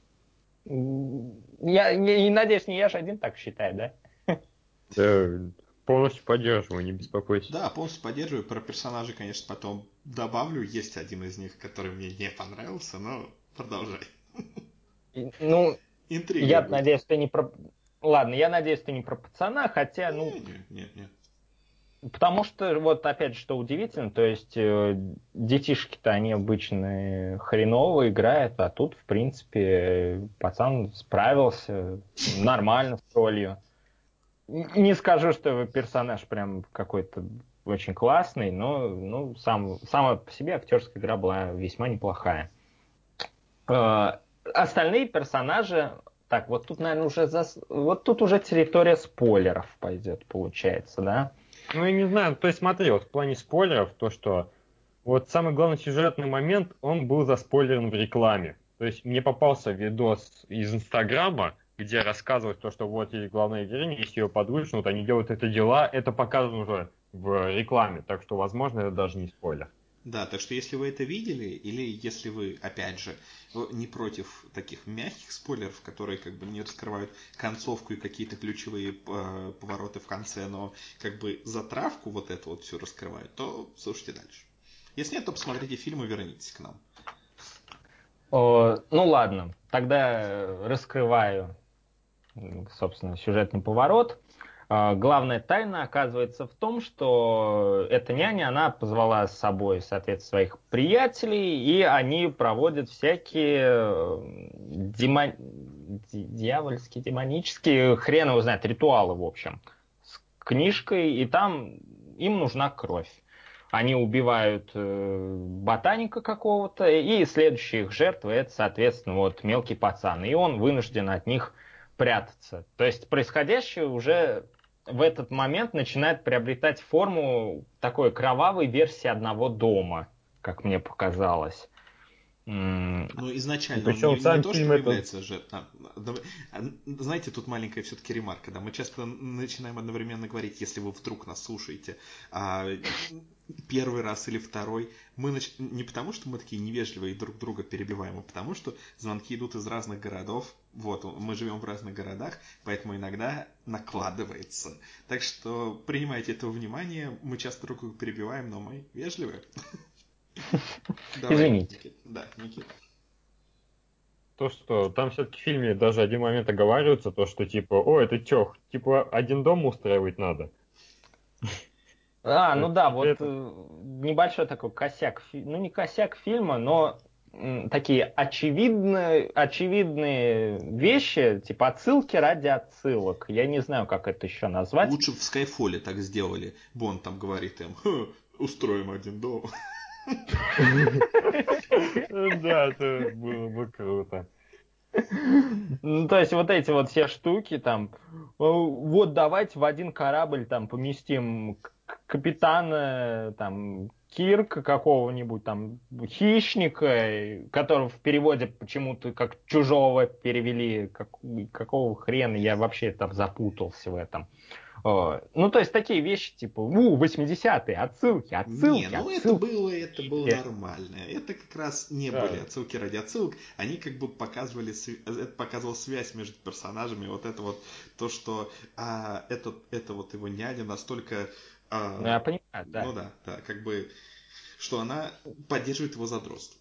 [SPEAKER 3] Я, не, надеюсь, не я же один так считаю, да?
[SPEAKER 2] Да, полностью поддерживаю, не беспокойся.
[SPEAKER 1] Да, полностью поддерживаю. Про персонажей, конечно, потом добавлю. Есть один из них, который мне не понравился, но продолжай.
[SPEAKER 3] И, Ну,
[SPEAKER 1] Интрига
[SPEAKER 3] я
[SPEAKER 1] будет.
[SPEAKER 3] надеюсь, ты не про... Ладно, я надеюсь, ты не про пацана, хотя, ну,
[SPEAKER 1] Нет, нет, нет.
[SPEAKER 3] потому что, вот опять же, что удивительно, то есть э, детишки-то, они обычно хреново играют, а тут, в принципе, э, пацан справился нормально с ролью. Н- Не скажу, что персонаж прям какой-то очень классный, но ну, сам, сама по себе актерская игра была весьма неплохая. Э, Остальные персонажи, так, вот тут, наверное, уже зас... вот тут уже территория спойлеров пойдет, получается, да?
[SPEAKER 2] Ну, я не знаю, то есть смотри, вот в плане спойлеров, то, что вот самый главный сюжетный момент, он был заспойлерен в рекламе. То есть мне попался видос из Инстаграма, где рассказывают то, что вот есть главная героиня, есть ее подручные, вот они делают это дела, это показано уже в рекламе, так что, возможно, это даже не спойлер.
[SPEAKER 1] Да, так что если вы это видели, или если вы, опять же, не против таких мягких спойлеров, которые как бы не раскрывают концовку и какие-то ключевые э, повороты в конце, но как бы затравку вот эту вот всю раскрывают, то слушайте дальше. Если нет, то посмотрите фильм и вернитесь к нам.
[SPEAKER 3] О, ну ладно, тогда э, раскрываю, м, собственно, сюжетный поворот. А, Главная тайна оказывается в том, что эта няня, она позвала с собой, соответственно, своих приятелей, и они проводят всякие э, демо- ди- дьявольские, демонические, хрен его знает, ритуалы, в общем, с книжкой, и там им нужна кровь. Они убивают э, ботаника какого-то, и следующая их жертва это, соответственно, вот мелкий пацан. И он вынужден от них прятаться. То есть происходящее уже в этот момент начинает приобретать форму такой кровавой версии одного дома, как мне показалось.
[SPEAKER 1] Ну, изначально
[SPEAKER 2] Причем
[SPEAKER 1] он не, не
[SPEAKER 2] сам
[SPEAKER 1] то,
[SPEAKER 2] фильм
[SPEAKER 1] что
[SPEAKER 2] это...
[SPEAKER 1] является же... А, давай- а, знаете, тут маленькая все-таки ремарка, да, мы часто начинаем одновременно говорить, если вы вдруг нас слушаете, а, первый раз или второй, мы нач... не потому, что мы такие невежливые и друг друга перебиваем, а потому, что звонки идут из разных городов, вот, мы живем в разных городах, поэтому иногда накладывается. Так что принимайте это во внимание, мы часто друг друга перебиваем, но мы вежливые. Давай,
[SPEAKER 3] Извините.
[SPEAKER 1] Никит. Да, Никит.
[SPEAKER 2] То, что там все-таки в фильме даже один момент оговаривается, то, что типа, о, это чё, типа один дом устраивать надо.
[SPEAKER 3] А, ну да, вот
[SPEAKER 2] Это...
[SPEAKER 3] э, небольшой такой косяк, фи- ну не косяк фильма, но м, такие очевидные, очевидные вещи, типа отсылки ради отсылок. Я не знаю, как это еще назвать.
[SPEAKER 1] Лучше в Скайфоле так сделали. Бонд там говорит им, «Ха, устроим один дом.
[SPEAKER 2] Да, это было бы круто.
[SPEAKER 3] Ну, то есть вот эти вот все штуки там, э, вот давайте в один корабль там поместим к- капитана там Кирка какого-нибудь там хищника, э, которого в переводе почему-то как чужого перевели, как, какого хрена, я вообще там запутался в этом. О, ну, то есть такие вещи, типа, у, восьмидесятые, отсылки,
[SPEAKER 1] Не,
[SPEAKER 3] отсылки,
[SPEAKER 1] ну это
[SPEAKER 3] отсылки.
[SPEAKER 1] было, это было
[SPEAKER 3] Э,
[SPEAKER 1] нормально. Это как раз не
[SPEAKER 2] Да.
[SPEAKER 1] были отсылки ради отсылок. Они как бы показывали, св- это показывал связь между персонажами. Вот это вот то, что а, это, это вот его няня настолько, а,
[SPEAKER 3] Ну, я понимаю,
[SPEAKER 1] ну
[SPEAKER 3] да.
[SPEAKER 1] да, да, как бы, что она поддерживает его задротство.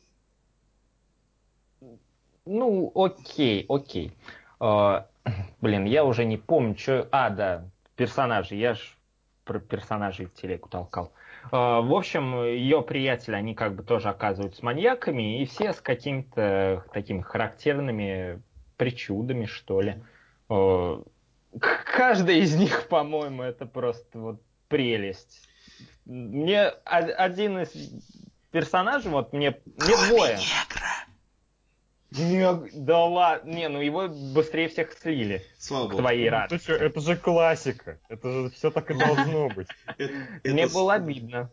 [SPEAKER 3] Ну, окей, окей. А, блин, я уже не помню, что... А, да, персонажи. Я ж про персонажей в телегу толкал. А, в общем, ее приятели, они как бы тоже оказываются маньяками, и все с какими-то такими характерными причудами, что ли. А, к- каждый из них, по-моему, это просто вот прелесть. Мне о- один из персонажей, вот мне, мне двое. Не, да ладно, не, ну его быстрее всех слили,
[SPEAKER 1] Слава
[SPEAKER 3] к
[SPEAKER 1] богу.
[SPEAKER 3] твоей
[SPEAKER 2] Ну, ты
[SPEAKER 3] радости.
[SPEAKER 2] чё, это же классика. Это же все так и должно быть.
[SPEAKER 1] Это,
[SPEAKER 3] Мне
[SPEAKER 1] это
[SPEAKER 3] было
[SPEAKER 1] с-
[SPEAKER 3] обидно.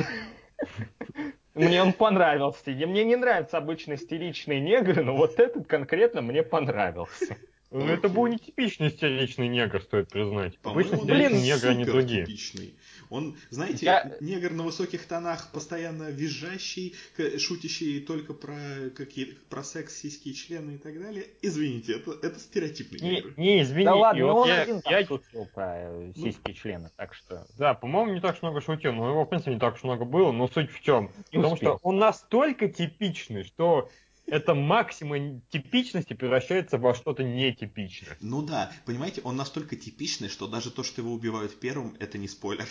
[SPEAKER 3] Мне он понравился. И мне не нравятся обычно истеричные негры, но вот этот конкретно мне понравился.
[SPEAKER 2] Ну, это был
[SPEAKER 1] Окей.
[SPEAKER 2] нетипичный истеричный негр, стоит признать. Обычно
[SPEAKER 1] По-моему, он
[SPEAKER 2] истеричные
[SPEAKER 3] Блин,
[SPEAKER 2] негры, они
[SPEAKER 1] супер
[SPEAKER 2] другие.
[SPEAKER 1] типичный. Он, знаете,
[SPEAKER 3] Я,
[SPEAKER 1] негр на высоких тонах, постоянно визжащий, к- шутящий только про какие про секс, сиськи, члены и так далее. Извините, это, это стереотипный
[SPEAKER 2] Не,
[SPEAKER 1] негр.
[SPEAKER 2] не,
[SPEAKER 3] да
[SPEAKER 2] извини, и
[SPEAKER 3] ладно, ну
[SPEAKER 2] вот
[SPEAKER 3] он
[SPEAKER 2] я,
[SPEAKER 3] один там
[SPEAKER 2] я,
[SPEAKER 3] шутил про э,
[SPEAKER 1] Ну,
[SPEAKER 3] сиськи и члены, так что
[SPEAKER 2] да, по-моему, не так уж много шутил, но его, в принципе, не так уж много было, но суть в чем?
[SPEAKER 3] не
[SPEAKER 2] Потому что
[SPEAKER 3] успел.
[SPEAKER 2] он настолько типичный, что это максимум типичности превращается во что-то нетипичное.
[SPEAKER 1] ну да, понимаете, он настолько типичный, что даже то, что его убивают первым, это не спойлер.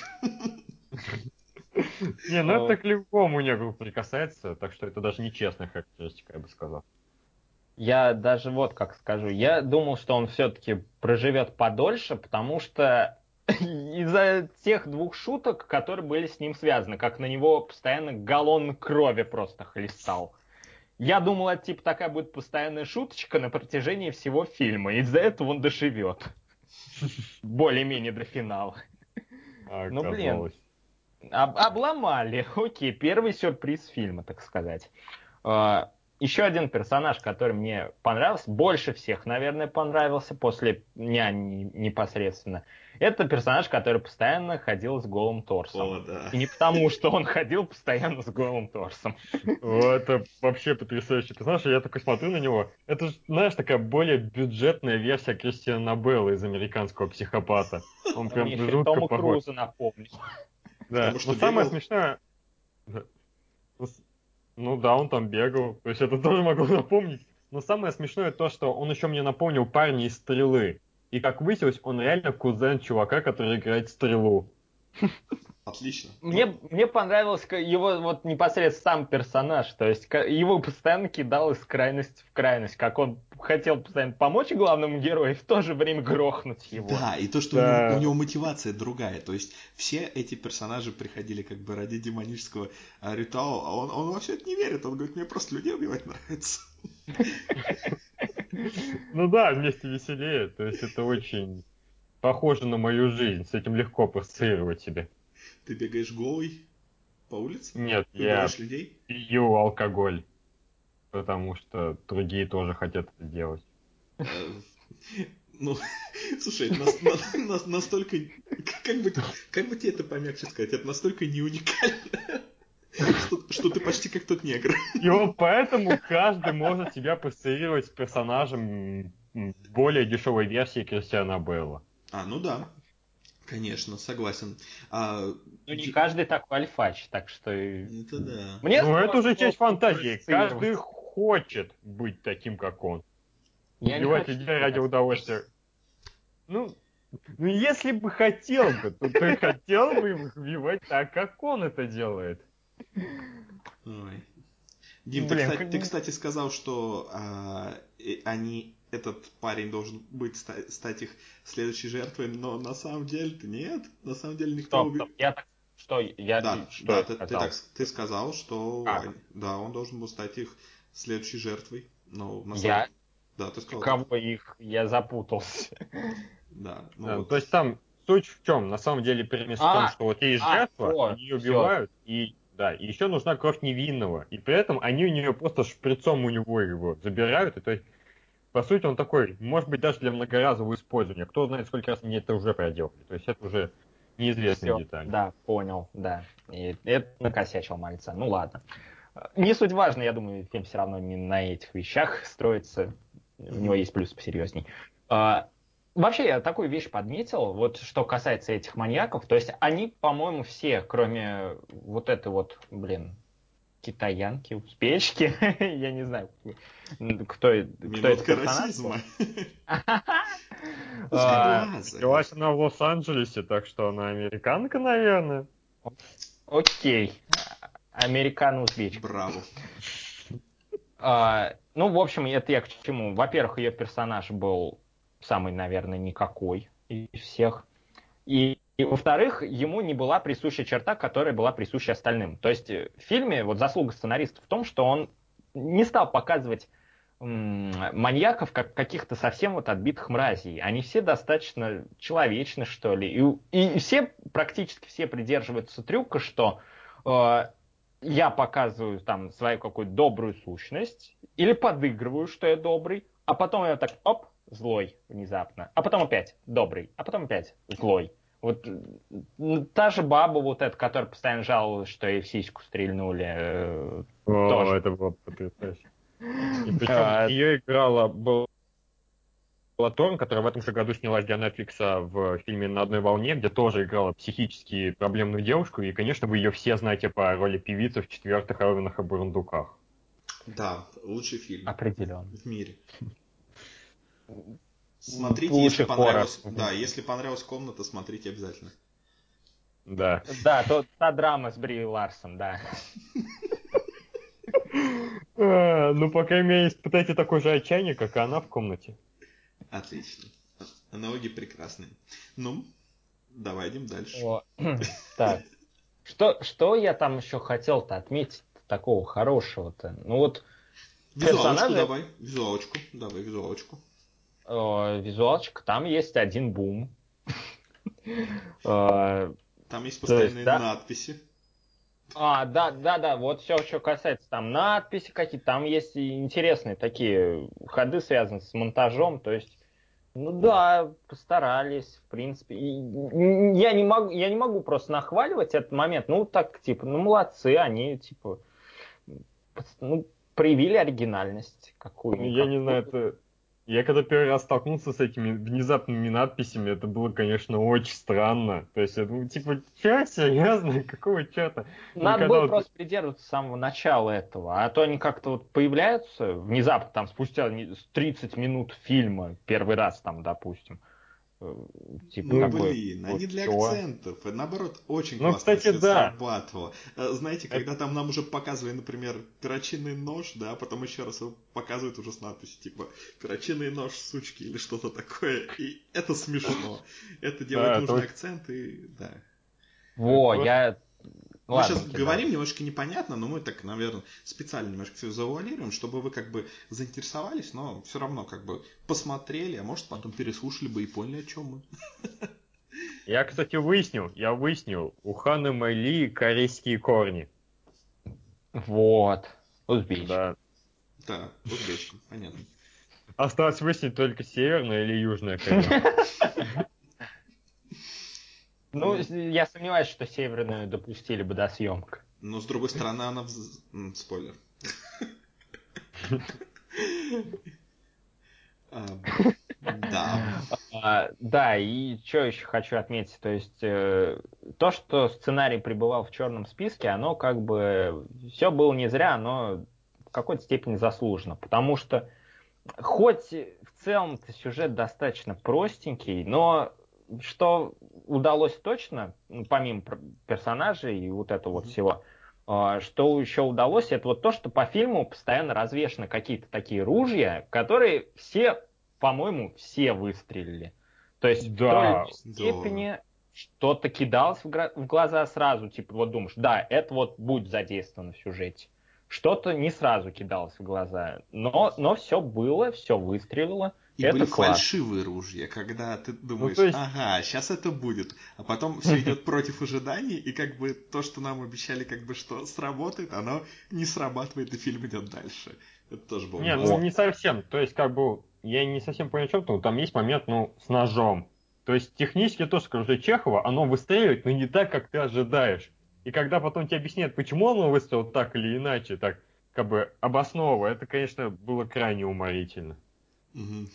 [SPEAKER 2] Не, ну
[SPEAKER 3] Э,
[SPEAKER 2] это к любому негру прикасается, так что это даже нечестная характеристика, я бы сказал.
[SPEAKER 3] Я даже вот как скажу, я думал, что он все-таки проживет подольше, потому что из-за тех двух шуток, которые были с ним связаны, как на него постоянно галлон крови просто хлестал. Я думал, это типа такая будет постоянная шуточка на протяжении всего фильма, и из-за этого он доживет. Более-менее до финала.
[SPEAKER 2] А
[SPEAKER 3] Ну, блин,
[SPEAKER 2] оказалось.
[SPEAKER 3] об- обломали. Окей, первый сюрприз фильма, так сказать. А, Еще один персонаж, который мне понравился, больше всех, наверное, понравился после няни непосредственно. Это персонаж, который постоянно ходил с голым торсом.
[SPEAKER 1] О, да.
[SPEAKER 3] И не потому, что он ходил постоянно с голым торсом.
[SPEAKER 2] Вот это вообще потрясающий персонаж, и я такой смотрю на него. Это же, знаешь, такая более бюджетная версия Кристиана Белла из «Американского психопата». Он
[SPEAKER 3] Он
[SPEAKER 2] прям
[SPEAKER 3] мне еще
[SPEAKER 2] жутко
[SPEAKER 3] Тома
[SPEAKER 2] похож.
[SPEAKER 3] Круза напомнил.
[SPEAKER 2] Да,
[SPEAKER 1] Потому
[SPEAKER 2] но
[SPEAKER 1] что
[SPEAKER 2] самое
[SPEAKER 1] бегал.
[SPEAKER 2] смешное... да, ну, с- ну да, он там бегал, то есть это тоже могу напомнить. Но самое смешное то, что он еще мне напомнил парня из «Стрелы». И как выяснилось, он реально кузен чувака, который играет «Стрелу».
[SPEAKER 1] Отлично.
[SPEAKER 3] Мне,
[SPEAKER 1] Ну,
[SPEAKER 3] мне понравился ка- его вот непосредственно сам персонаж, то есть ка- его постоянно кидал из крайности в крайность, как он хотел постоянно помочь главному герою и в то же время грохнуть его.
[SPEAKER 1] да, и то, что у него, у
[SPEAKER 2] Да,
[SPEAKER 1] него мотивация другая. То есть все эти персонажи приходили как бы ради демонического а, ритуала, а он, он во все это не верит. Он говорит, мне просто людей убивать нравится.
[SPEAKER 2] Ну да, вместе веселее. То есть это очень похоже на мою жизнь. С этим легко проассоциировать себе.
[SPEAKER 1] Ты бегаешь голый по улице?
[SPEAKER 2] Нет, я
[SPEAKER 1] Убиваешь людей?
[SPEAKER 2] пью алкоголь, потому что другие тоже хотят это делать.
[SPEAKER 1] Э, Ну, слушай, нас- на- нас- настолько... Как бы, как бы тебе это помягче сказать? Это настолько не уникально, что, что ты почти как тот негр.
[SPEAKER 2] И вот поэтому каждый может себя проассоциировать с персонажем м, более дешевой версии Кристиана Бейла.
[SPEAKER 1] А, ну да, конечно, согласен. А,
[SPEAKER 3] Ну, не
[SPEAKER 1] д-
[SPEAKER 3] каждый такой альфач, так что... и-
[SPEAKER 1] это да.
[SPEAKER 3] Мне
[SPEAKER 2] Ну, это уже
[SPEAKER 3] сложно
[SPEAKER 2] часть фантазии.
[SPEAKER 3] проассоциировать.
[SPEAKER 2] Каждый хочет быть таким, как он.
[SPEAKER 3] Я не
[SPEAKER 2] Убивать
[SPEAKER 3] хочу
[SPEAKER 2] людей ради
[SPEAKER 3] играть.
[SPEAKER 2] удовольствия. Ну, ну, если бы хотел бы, то ты хотел бы их убивать так, как он это делает.
[SPEAKER 1] Ой. Дим, ты,
[SPEAKER 3] Блин,
[SPEAKER 1] кстати, ты,
[SPEAKER 3] к-
[SPEAKER 1] кстати, сказал, что а, э, они, этот парень должен быть ста- стать их следующей жертвой, но на самом деле-то нет. На самом деле никто
[SPEAKER 3] стоп, стоп,
[SPEAKER 1] уби...
[SPEAKER 3] я так... Что, я...
[SPEAKER 1] Да,
[SPEAKER 3] что
[SPEAKER 1] да,
[SPEAKER 3] я
[SPEAKER 1] ты, ты
[SPEAKER 3] сказал?
[SPEAKER 1] так с- ты сказал, что
[SPEAKER 3] Как?
[SPEAKER 1] они- да, он должен был стать их следующей жертвой. Но на самом
[SPEAKER 3] Я?
[SPEAKER 1] да, ты сказал так.
[SPEAKER 3] Кого их? Я запутался.
[SPEAKER 1] Да, ну
[SPEAKER 2] Да,
[SPEAKER 1] вот.
[SPEAKER 2] то есть там суть в чем? На самом деле премис в том,
[SPEAKER 3] А,
[SPEAKER 2] что вот есть
[SPEAKER 3] а,
[SPEAKER 2] жертва,
[SPEAKER 3] все,
[SPEAKER 2] они ее
[SPEAKER 3] все.
[SPEAKER 2] убивают, и да, и еще нужна кровь невинного. И при этом они у нее просто шприцом у него его забирают. И то есть, по сути, он такой, может быть, даже для многоразового использования. Кто знает, сколько раз они это уже проделали. То есть это уже неизвестные
[SPEAKER 3] Все,
[SPEAKER 2] детали.
[SPEAKER 3] да, понял, да. И это накосячил мальца. Ну ладно. Не суть важно, я думаю, фильм все равно не на этих вещах строится. У него есть плюс посерьезней. А, вообще, я такую вещь подметил, вот что касается этих маньяков. То есть они, по-моему, все, кроме вот этой вот, блин, китаянки, узбечки, я не знаю, кто, кто этот
[SPEAKER 1] Минутка
[SPEAKER 3] персонаж был.
[SPEAKER 1] расизма.
[SPEAKER 3] А,
[SPEAKER 1] Узкоглазая.
[SPEAKER 2] Родилась она в Лос-Анджелесе, так что она американка, наверное.
[SPEAKER 3] Окей, американо-узбечка.
[SPEAKER 1] Браво.
[SPEAKER 3] А, ну, в общем, это я к чему. Во-первых, ее персонаж был самый, наверное, никакой из всех. И, и во-вторых, ему не была присуща черта, которая была присуща остальным. То есть э, в фильме вот заслуга сценариста в том, что он не стал показывать м, маньяков как каких-то совсем вот отбитых мразей. Они все достаточно человечны, что ли. И, и все, практически все придерживаются трюка, что э, я показываю там свою какую-то добрую сущность или подыгрываю, что я добрый, а потом я так, оп, злой внезапно, а потом опять добрый, а потом опять злой. Вот м, та же баба вот эта, которая постоянно жаловалась, что ей в сиську стрельнули, э,
[SPEAKER 2] О,
[SPEAKER 3] тоже.
[SPEAKER 2] это было потрясающе. И причем
[SPEAKER 3] А,
[SPEAKER 2] ее играла Белла Торн, которая в этом же году снялась для Netflix в фильме «На одной волне», где тоже играла психически проблемную девушку, и, конечно, вы ее все знаете по роли певицы в «Четвертых Ровенах и Бурундуках».
[SPEAKER 1] Да, лучший фильм
[SPEAKER 3] определенно.
[SPEAKER 1] в мире. Смотрите, если
[SPEAKER 3] Лучший хоррор.
[SPEAKER 1] понравилась... Да, если понравилась комната, смотрите обязательно.
[SPEAKER 2] Да.
[SPEAKER 3] Да, то, та драма с Бри Ларсон, да.
[SPEAKER 2] А, ну, по крайней мере, испытайте такое же отчаяние, как и она в комнате.
[SPEAKER 1] Отлично. Аналогии прекрасные. Ну, давай идем дальше.
[SPEAKER 3] О, так, что, что я там еще хотел-то отметить такого хорошего-то? Ну вот
[SPEAKER 1] Визуалочку
[SPEAKER 3] персонажи,
[SPEAKER 1] давай. Визуалочку. Давай визуалочку.
[SPEAKER 3] э, визуалчик, там есть один бум. Э,
[SPEAKER 1] Там есть
[SPEAKER 3] То есть,
[SPEAKER 1] постоянные
[SPEAKER 3] да?
[SPEAKER 1] надписи.
[SPEAKER 3] А, да, да, да, вот все, что касается там надписи какие-то, там есть и интересные такие ходы, связанные с монтажом, то есть, ну да, постарались, в принципе. И, м, я не могу, я не могу просто нахваливать этот момент, ну так, типа, ну молодцы, они, типа, пос- ну, проявили оригинальность
[SPEAKER 2] Ну, я не знаю,
[SPEAKER 3] какую-никакую.
[SPEAKER 2] это... Я когда первый раз столкнулся с этими внезапными надписями, это было, конечно, очень странно. То есть, это, ну, типа, чё, серьезно? Какого черта? И
[SPEAKER 3] Надо
[SPEAKER 2] когда
[SPEAKER 3] было
[SPEAKER 2] вот...
[SPEAKER 3] просто придерживаться с самого начала этого, а то они как-то вот появляются внезапно, там, спустя не- тридцать минут фильма, первый раз там, допустим, э, типа,
[SPEAKER 1] Ну,
[SPEAKER 3] такой,
[SPEAKER 1] блин,
[SPEAKER 3] вот
[SPEAKER 1] они для
[SPEAKER 3] чё?
[SPEAKER 1] акцентов. И наоборот, очень
[SPEAKER 2] Ну,
[SPEAKER 1] классно
[SPEAKER 2] кстати,
[SPEAKER 1] все
[SPEAKER 2] да.
[SPEAKER 1] срабатывало. Э, Знаете,
[SPEAKER 2] Это-
[SPEAKER 1] когда там нам уже показывали, например, перочинный нож, да, а потом еще раз его показывают уже с надписью, типа, перочинный нож, сучки, или что-то такое. И это смешно. Это делает
[SPEAKER 2] Да, это
[SPEAKER 1] нужный
[SPEAKER 2] очень...
[SPEAKER 1] акцент, и да.
[SPEAKER 3] Во,
[SPEAKER 2] просто-
[SPEAKER 3] я
[SPEAKER 1] Мы
[SPEAKER 3] Ладно,
[SPEAKER 1] сейчас
[SPEAKER 3] кидаю.
[SPEAKER 1] говорим немножко непонятно, но мы так, наверное, специально немножко все завуалируем, чтобы вы как бы заинтересовались, но все равно как бы посмотрели, а может потом переслушали бы и поняли, о чем мы.
[SPEAKER 2] Я, кстати, выяснил, я выяснил, у Ханы Майли корейские корни.
[SPEAKER 3] Вот. Узбечка.
[SPEAKER 2] Да.
[SPEAKER 1] Да, узбечка, понятно.
[SPEAKER 2] Осталось выяснить только северная или южная Корея.
[SPEAKER 3] Ну, я сомневаюсь, что северную допустили бы до съемок.
[SPEAKER 1] Но с другой стороны, она... Вз... М, спойлер. А, Да.
[SPEAKER 3] А, да, и что еще хочу отметить, то есть э, то, что сценарий пребывал в черном списке, оно как бы все было не зря, оно в какой-то степени заслужено, потому что хоть в целом-то сюжет достаточно простенький, но что удалось точно, ну, помимо пр- персонажей и вот этого вот
[SPEAKER 1] Мгм.
[SPEAKER 3] всего, а, что еще удалось, это вот то, что по фильму постоянно развешаны какие-то такие ружья, которые все, по-моему, все выстрелили. То есть в той или
[SPEAKER 2] Да,
[SPEAKER 3] иной
[SPEAKER 1] Да.
[SPEAKER 3] степени что-то кидалось в, гра- в глаза сразу, типа вот думаешь, да, это вот будет задействовано в сюжете. Что-то не сразу кидалось в глаза, но, но все было, все выстрелило,
[SPEAKER 1] И
[SPEAKER 3] это
[SPEAKER 1] были
[SPEAKER 3] класс.
[SPEAKER 1] фальшивые ружья, когда ты
[SPEAKER 2] ну
[SPEAKER 1] думаешь,
[SPEAKER 2] то есть,
[SPEAKER 1] ага, сейчас это будет, а потом все идет против ожиданий, и как бы то, что нам обещали, как бы что сработает, оно не срабатывает, и фильм идет дальше. Это тоже было
[SPEAKER 2] не, ну
[SPEAKER 1] классно.
[SPEAKER 2] не совсем. То есть, как бы, я не совсем понял, о чем то там есть момент, ну, с ножом. То есть, технически я тоже скажу, что Чехова, оно выстреливает, но не так, как ты ожидаешь. И когда потом тебе объясняют, почему оно выстрелило так или иначе, так, как бы, обосновывая, это, конечно, было крайне уморительно.
[SPEAKER 1] Мгм.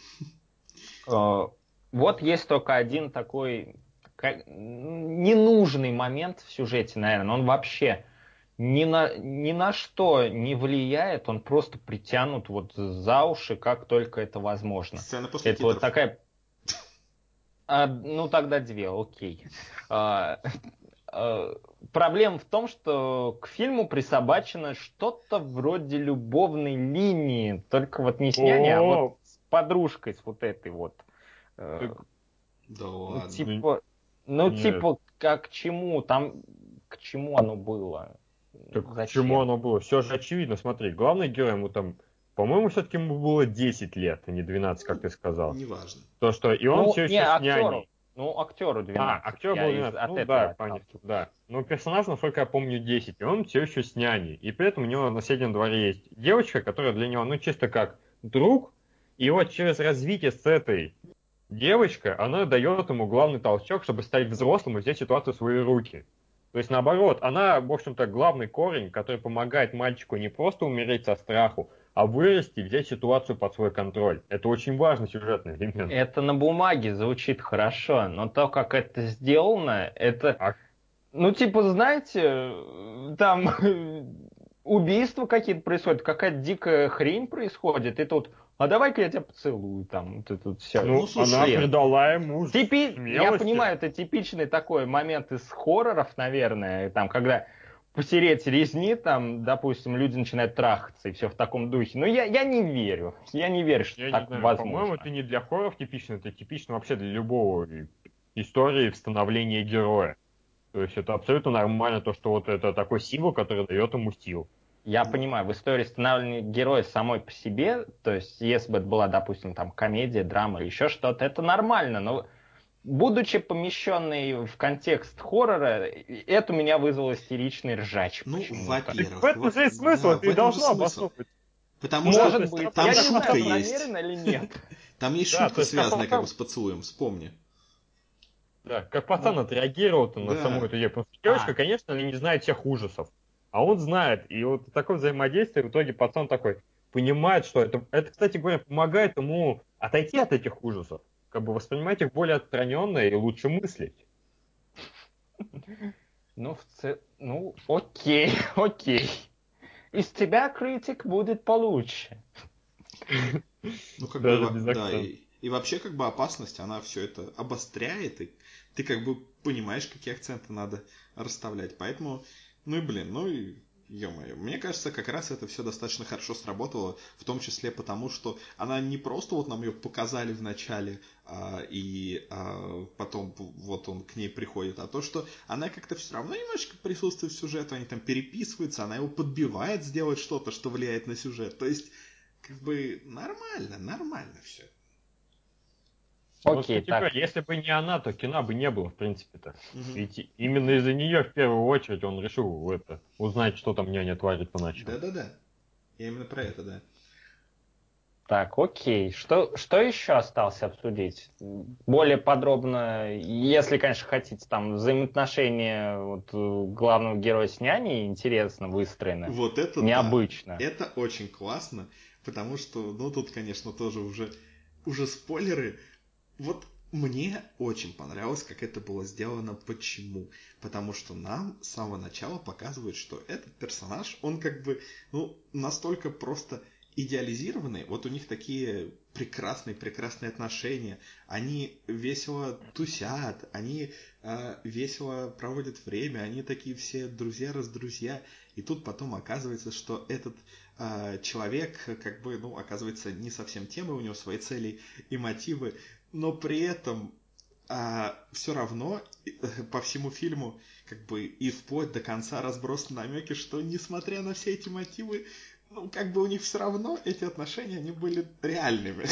[SPEAKER 3] Э, Вот есть только один такой ка- ненужный момент в сюжете, наверное. Он вообще ни на, ни на что не влияет, он просто притянут вот за уши, как только это возможно.
[SPEAKER 1] Сцена после
[SPEAKER 3] Это вот
[SPEAKER 1] титров.
[SPEAKER 3] такая... а, ну, тогда две, окей. А, а, проблема в том, что к фильму присобачено что-то вроде любовной линии, только вот не с няней, а вот
[SPEAKER 2] О,
[SPEAKER 3] с подружкой, с вот этой вот. Э,
[SPEAKER 2] так,
[SPEAKER 1] Да
[SPEAKER 3] Ну,
[SPEAKER 1] ладно.
[SPEAKER 2] ну,
[SPEAKER 3] типа, ну,
[SPEAKER 2] нет.
[SPEAKER 3] типа, как к чему? Там к чему оно было?
[SPEAKER 2] Так к чему
[SPEAKER 3] Зачем?
[SPEAKER 2] оно было? Все же очевидно, смотри, главный герой ему там, по-моему, все-таки ему было десять лет, а не двенадцать, как ты сказал.
[SPEAKER 1] Неважно.
[SPEAKER 2] То, что и он
[SPEAKER 3] Ну,
[SPEAKER 2] все
[SPEAKER 3] не,
[SPEAKER 2] еще с
[SPEAKER 3] актеру.
[SPEAKER 2] няней.
[SPEAKER 3] Ну, актеру
[SPEAKER 2] А,
[SPEAKER 3] двенадцать.
[SPEAKER 2] актер
[SPEAKER 3] Я
[SPEAKER 2] был
[SPEAKER 3] из,
[SPEAKER 2] двенадцать.
[SPEAKER 3] от
[SPEAKER 2] Ну
[SPEAKER 3] этого
[SPEAKER 2] да, понятно,
[SPEAKER 3] отталкиваюсь.
[SPEAKER 2] да. Но персонаж, насколько я помню, десять, и он все еще с няней. И при этом у него на соседнем дворе есть девочка, которая для него, ну, чисто как друг. И вот через развитие с этой девочкой, она дает ему главный толчок, чтобы стать взрослым и взять ситуацию в свои руки. То есть наоборот, она, в общем-то, главный корень, который помогает мальчику не просто умереть со страху, а вырасти и взять ситуацию под свой контроль. Это очень важный сюжетный элемент.
[SPEAKER 3] Это на бумаге звучит хорошо, но то, как это сделано, это,
[SPEAKER 2] А
[SPEAKER 3] ну, типа, знаете, там убийства какие-то происходят, какая-то дикая хрень происходит, и тут, а давай-ка я тебя поцелую, там, вот это вот все.
[SPEAKER 1] Ну,
[SPEAKER 2] Ну, она
[SPEAKER 1] слушай,
[SPEAKER 2] придала ему
[SPEAKER 3] Типи... Я
[SPEAKER 2] смелости.
[SPEAKER 3] понимаю, это типичный такой момент из хорроров, наверное, там, когда потереть резни, там, допустим, люди начинают трахаться и все в таком духе. Но я, я не верю. Я не верю, что
[SPEAKER 2] Я не
[SPEAKER 3] так
[SPEAKER 2] знаю, по-моему, это
[SPEAKER 3] возможно.
[SPEAKER 2] не для хорроров типично, это типично вообще для любого и- истории в становлении героя. То есть это абсолютно нормально, то, что вот это такой символ, который дает ему сил.
[SPEAKER 3] Я понимаю, в истории становления героя самой по себе, то есть если бы это была, допустим, там комедия, драма или еще что-то, это нормально, но будучи помещенной в контекст хоррора, это у меня вызвало истеричный ржач
[SPEAKER 1] ну,
[SPEAKER 3] почему-то.
[SPEAKER 2] Так в
[SPEAKER 1] во-первых,
[SPEAKER 2] этом
[SPEAKER 1] во-
[SPEAKER 2] же и смысл,
[SPEAKER 1] да,
[SPEAKER 2] это
[SPEAKER 1] в
[SPEAKER 2] и
[SPEAKER 1] этом же
[SPEAKER 2] должно
[SPEAKER 1] смысл.
[SPEAKER 2] обосновывать.
[SPEAKER 1] Потому
[SPEAKER 2] Да,
[SPEAKER 1] что
[SPEAKER 2] то
[SPEAKER 3] Может
[SPEAKER 2] есть
[SPEAKER 3] быть.
[SPEAKER 1] там
[SPEAKER 3] Я не
[SPEAKER 1] шутка
[SPEAKER 3] знаю, это
[SPEAKER 1] есть.
[SPEAKER 3] намеренно или нет.
[SPEAKER 1] Там есть
[SPEAKER 2] Да,
[SPEAKER 1] шутка,
[SPEAKER 2] то есть как
[SPEAKER 1] связанная как бы
[SPEAKER 2] пацан,
[SPEAKER 1] с поцелуем, вспомни.
[SPEAKER 2] да, как пацан
[SPEAKER 1] Ну,
[SPEAKER 2] отреагировал-то на саму
[SPEAKER 1] да.
[SPEAKER 2] эту идею. Потому что девочка,
[SPEAKER 3] А,
[SPEAKER 2] конечно, она не знает всех ужасов. А он знает. И вот такое взаимодействие, в итоге пацан такой понимает, что это, это, кстати говоря, помогает ему отойти от этих ужасов. Как бы воспринимать их более отстраненно и лучше мыслить.
[SPEAKER 3] ну, в ц... ну, окей, окей. Из тебя критик будет получше.
[SPEAKER 1] Ну, как бы,
[SPEAKER 2] Даже
[SPEAKER 1] во-
[SPEAKER 2] без
[SPEAKER 1] да,
[SPEAKER 2] акцента.
[SPEAKER 1] и, и вообще, как бы, опасность, она все это обостряет, и ты, как бы, понимаешь, какие акценты надо расставлять. Поэтому, ну и, блин, ну и Ё-моё, мне кажется, как раз это все достаточно хорошо сработало, в том числе потому, что она не просто вот нам ее показали в начале, а, и а, потом вот он к ней приходит, а то, что она как-то все равно немножечко присутствует в сюжете, они там переписываются, она его подбивает сделать что-то, что влияет на сюжет. То есть, как бы нормально, нормально все.
[SPEAKER 2] Вот,
[SPEAKER 3] Окей,
[SPEAKER 2] типа,
[SPEAKER 3] так.
[SPEAKER 2] если бы не она, то кино бы не было, в принципе-то.
[SPEAKER 1] Угу.
[SPEAKER 2] Ведь именно из-за нее, в первую очередь, он решил это, узнать, что там няня творит по ночам.
[SPEAKER 1] Да-да-да. Я именно про это, да.
[SPEAKER 3] Так, окей. Что, что еще осталось обсудить? Более подробно, если, конечно, хотите, там взаимоотношения вот, главного героя с няней интересно выстроены.
[SPEAKER 1] Вот это
[SPEAKER 3] Необычно.
[SPEAKER 1] да. Это очень классно, потому что, ну, тут, конечно, тоже уже, уже спойлеры. Вот мне очень понравилось, как это было сделано. Почему? Потому что нам с самого начала показывают, что этот персонаж, он как бы, ну, настолько просто идеализированный. Вот у них такие прекрасные-прекрасные отношения. Они весело тусят, они э, весело проводят время, они такие все друзья-раздрузья. И тут потом оказывается, что этот э, человек, как бы, ну, оказывается не совсем тем, и у него свои цели и мотивы. Но при этом а, все равно по всему фильму как бы и вплоть до конца разбросаны намеки, что несмотря на все эти мотивы, ну, как бы у них все равно эти отношения, они были реальными.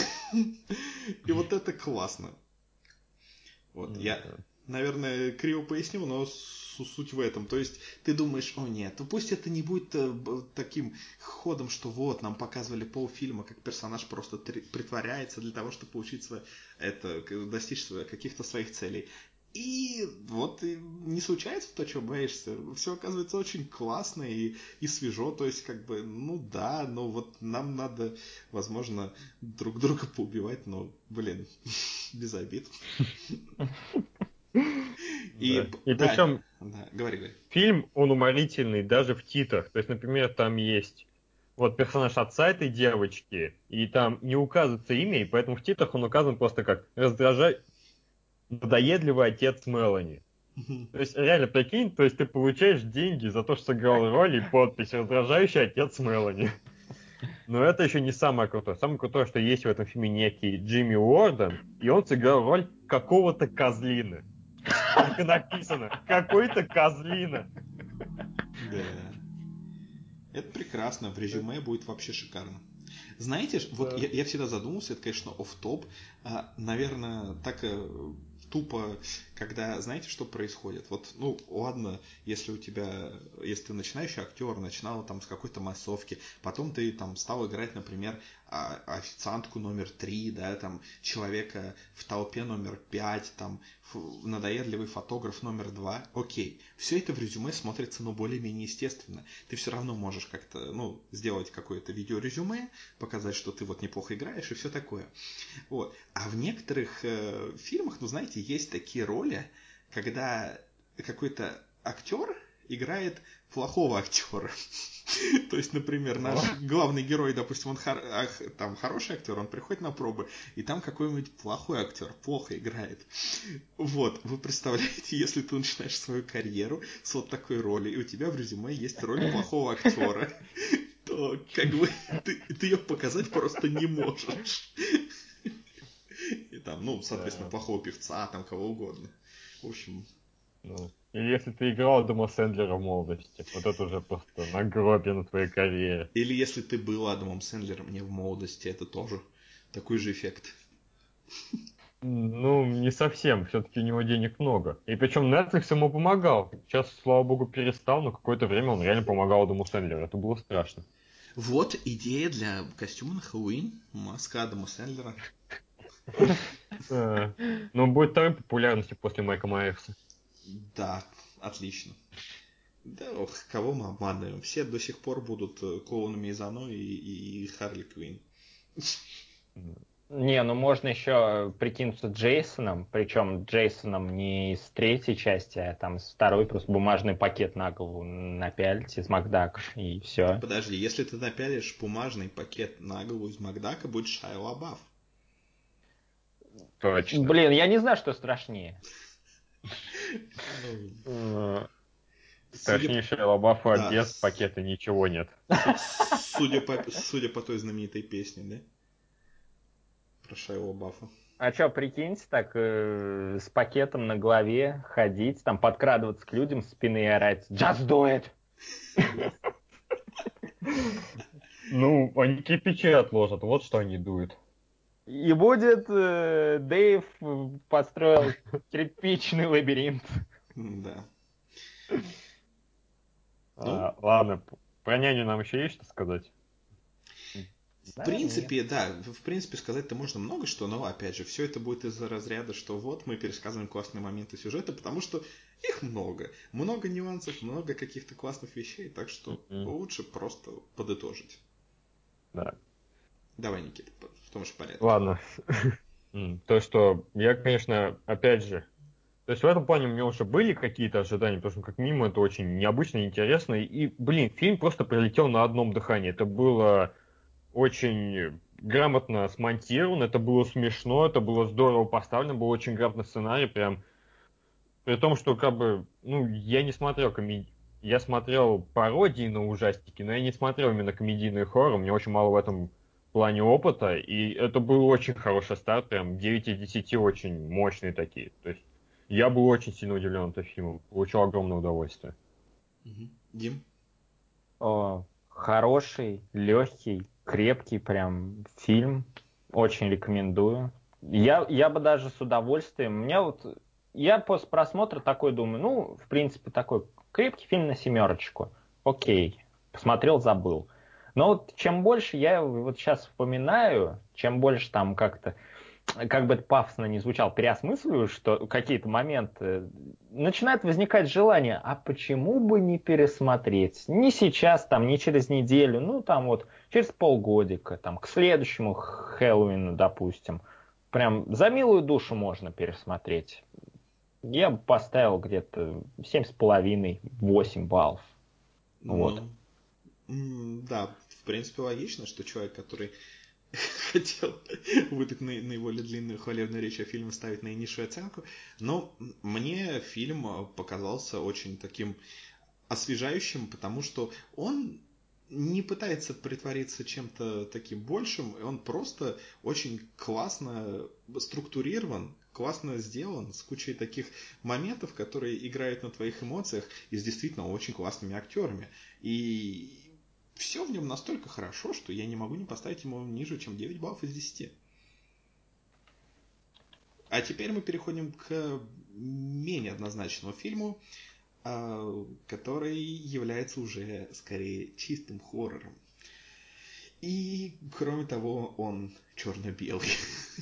[SPEAKER 1] И вот это классно. Вот, я, наверное, криво пояснил, но суть в этом. То есть ты думаешь, о нет, ну пусть это не будет таким ходом, что вот, нам показывали полфильма, как персонаж просто притворяется для того, чтобы получить свое, это, достичь каких-то своих целей. И вот и не случается то, чего боишься. Все оказывается очень классно и, и свежо. То есть, как бы, ну да, но вот нам надо, возможно, друг друга поубивать, но, блин, без обид.
[SPEAKER 2] И,
[SPEAKER 1] И,
[SPEAKER 2] и
[SPEAKER 1] да,
[SPEAKER 2] причем
[SPEAKER 1] да, говори, говори.
[SPEAKER 2] фильм, он уморительный даже в титрах. То есть, например, там есть вот персонаж отца этой девочки, и там не указывается имя, и поэтому в титрах он указан просто как раздражай... надоедливый отец Мелани. То есть, реально, прикинь, то есть ты получаешь деньги за то, что сыграл роль и подпись «Раздражающий отец Мелани». Но это еще не самое крутое. Самое крутое, что есть в этом фильме некий Джимми Уорден, и он сыграл роль какого-то козлины. Так и написано. Какой-то козлина.
[SPEAKER 1] Да. Это прекрасно. В резюме будет вообще шикарно. Знаете, вот я, я всегда задумался, это, конечно, офф-топ. А, наверное, так э, тупо, когда, знаете, что происходит? Вот, ну, ладно, если у тебя, если ты начинающий актер, начинал там с какой-то массовки, потом ты там стал играть, например, официантку номер три, да, там, человека в толпе номер пять, там, надоедливый фотограф номер два, окей. Все это в резюме смотрится, ну, более-менее естественно. Ты все равно можешь как-то, ну, сделать какое-то видеорезюме, показать, что ты вот неплохо играешь и все такое. Вот. А в некоторых э, фильмах, ну, знаете, есть такие роли, когда какой-то актер играет плохого актера. То есть, например, наш главный герой, допустим, он хор- ах, там хороший актер, он приходит на пробы, и там какой-нибудь плохой актер плохо играет. Вот, вы представляете, если ты начинаешь свою карьеру с вот такой роли, и у тебя в резюме есть роль плохого актера, то как бы ты, ты ее показать просто не можешь. И там, ну, соответственно, плохого певца, там кого угодно. В общем...
[SPEAKER 2] Ну, или если ты играл Адама Сэндлера в молодости, вот это уже просто нагробие на твоей карьере.
[SPEAKER 1] Или если ты был Адамом Сэндлером не в молодости, это тоже такой же эффект.
[SPEAKER 2] Ну, не совсем, все-таки у него денег много. И причем Netflix ему помогал. Сейчас, слава богу, перестал, но какое-то время он реально помогал Адаму Сэндлеру. Это было страшно.
[SPEAKER 1] Вот идея для костюма на Хэллоуин. Маска Адама Сэндлера.
[SPEAKER 2] Но будет второй популярности после Майка Майерса.
[SPEAKER 1] Да, отлично. Да, ох, кого мы обманываем? Все до сих пор будут клоунами из Оно и, и Харли Квинн.
[SPEAKER 3] Не, ну можно еще прикинуться Джейсоном, причем Джейсоном не из третьей части, а там из второй, просто бумажный пакет на голову напялить из Макдака, и все.
[SPEAKER 1] Подожди, если ты напялишь бумажный пакет на голову из Макдака, будет Шайа Лабаф.
[SPEAKER 2] Точно.
[SPEAKER 3] Блин, я не знаю, что страшнее.
[SPEAKER 2] Страшнейшая лабафа,
[SPEAKER 1] да,
[SPEAKER 2] без пакета ничего нет.
[SPEAKER 1] Судя по, судя по той знаменитой песне, да? Про Шайа Лабафа.
[SPEAKER 3] А чё, прикиньте, так э, с пакетом на голове ходить, там подкрадываться к людям с спины и орать «Just do it!»
[SPEAKER 2] Ну, они кирпичи отложат, вот что они дуют.
[SPEAKER 3] И будет э, Дэйв построил кирпичный лабиринт.
[SPEAKER 1] Да.
[SPEAKER 2] А, ладно, про няню нам еще есть что сказать?
[SPEAKER 1] В принципе, да, в принципе сказать-то можно много что, но опять же, все это будет из-за разряда, что вот мы пересказываем классные моменты сюжета, потому что их много. Много нюансов, много каких-то классных вещей, так что mm-hmm. лучше просто подытожить.
[SPEAKER 2] Да.
[SPEAKER 1] Давай, Никита, в том же порядке.
[SPEAKER 2] Ладно. То, что я, конечно, опять же, то есть в этом плане у меня уже были какие-то ожидания, потому что как минимум это очень необычно, интересно. И, блин, фильм просто прилетел на одном дыхании. Это было очень грамотно смонтировано, это было смешно, это было здорово поставлено, был очень грамотный сценарий, прям. При том, что как бы, ну, я не смотрел комедии. Я смотрел пародии на ужастики, но я не смотрел именно комедийный хоррор, у меня очень мало в этом плане опыта, и это был очень хороший старт, прям девять из десяти очень мощные такие. То есть я был очень сильно удивлен этим фильмом, получил огромное удовольствие.
[SPEAKER 1] Угу. Дим?
[SPEAKER 3] О, хороший, легкий, крепкий прям фильм, очень рекомендую. Я, я бы даже с удовольствием, у меня вот, я после просмотра такой думаю, ну, в принципе, такой крепкий фильм на семерочку, окей, посмотрел, забыл. Но вот чем больше я вот сейчас вспоминаю, чем больше там как-то, как бы это пафосно не звучало, переосмысливаю, что какие-то моменты, начинает возникать желание, а почему бы не пересмотреть? Не сейчас, там, не через неделю, ну, там вот, через полгодика, там, к следующему Хэллоуину, допустим. Прям за милую душу можно пересмотреть. Я бы поставил где-то семь с половиной, восемь баллов. Вот.
[SPEAKER 1] Ну, да, в принципе, логично, что человек, который хотел выдать на, наиболее длинную хвалебную речь о фильме, ставить наинизшую оценку, но мне фильм показался очень таким освежающим, потому что он не пытается притвориться чем-то таким большим, он просто очень классно структурирован, классно сделан, с кучей таких моментов, которые играют на твоих эмоциях и с действительно очень классными актерами. И все в нем настолько хорошо, что я не могу не поставить ему ниже, чем девять баллов из десяти. А теперь мы переходим к менее однозначному фильму, который является уже скорее чистым хоррором. И, кроме того, он черно-белый.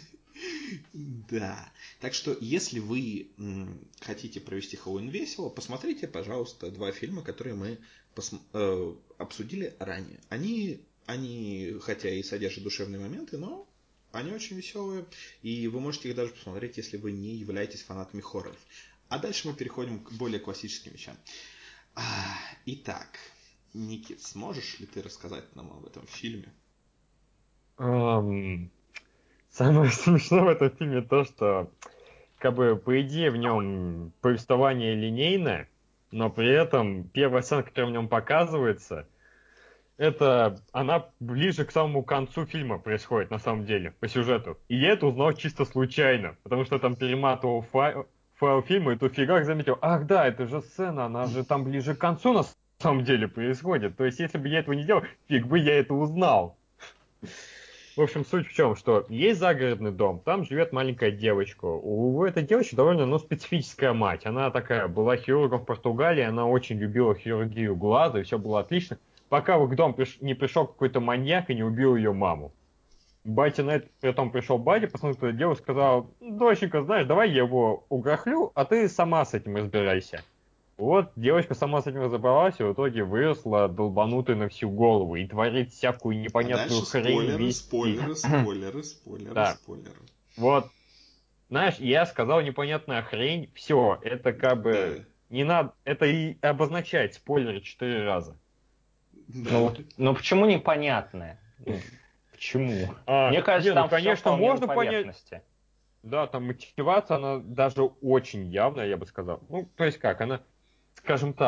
[SPEAKER 1] Да. Так что, если вы м, хотите провести Хэллоуин весело, посмотрите, пожалуйста, два фильма, которые мы пос- э, обсудили ранее. Они, они, хотя и содержат душевные моменты, но они очень веселые. И вы можете их даже посмотреть, если вы не являетесь фанатами хорроров. А дальше мы переходим к более классическим вещам. А, итак, Никит, сможешь ли ты рассказать нам об этом фильме?
[SPEAKER 2] Um... Самое смешное в этом фильме то, что, как бы, по идее, в нем повествование линейное, но при этом первая сцена, которая в нем показывается, это она ближе к самому концу фильма происходит, на самом деле, по сюжету. И я это узнал чисто случайно, потому что там перематывал файл, файл фильма, и тут фигак заметил, ах да, это же сцена, она же там ближе к концу на самом деле происходит. То есть, если бы я этого не делал, фиг бы я это узнал. В общем, суть в чем, что есть загородный дом, там живет маленькая девочка. У этой девочки довольно ну, специфическая мать. Она такая была хирургом в Португалии, она очень любила хирургию глаза, и все было отлично. Пока в дом приш... не пришел какой-то маньяк и не убил ее маму. Батя на это, потом пришел батя, посмотрел эту девушку, сказал, доченька, знаешь, давай я его угрохлю, а ты сама с этим разбирайся. Вот девочка сама с этим разобралась и в итоге выросла долбанутой на всю голову и творит всякую непонятную
[SPEAKER 1] а
[SPEAKER 2] хрень.
[SPEAKER 1] спойлеры,
[SPEAKER 2] весь...
[SPEAKER 1] спойлеры, спойлеры, спойлеры,
[SPEAKER 2] да.
[SPEAKER 1] спойлеры.
[SPEAKER 2] Вот, знаешь, я сказал непонятная хрень, все, это как бы да. Не надо, это и обозначает спойлеры четыре раза.
[SPEAKER 3] Да. Ну, ну почему непонятное? Ну, почему?
[SPEAKER 2] А,
[SPEAKER 3] Мне кажется,
[SPEAKER 2] не,
[SPEAKER 3] там
[SPEAKER 2] ну, конечно,
[SPEAKER 3] все
[SPEAKER 2] можно
[SPEAKER 3] на поверхности.
[SPEAKER 2] Понять. Да, там мотивация, она даже очень явная, я бы сказал. Ну, то есть как, она, скажем так,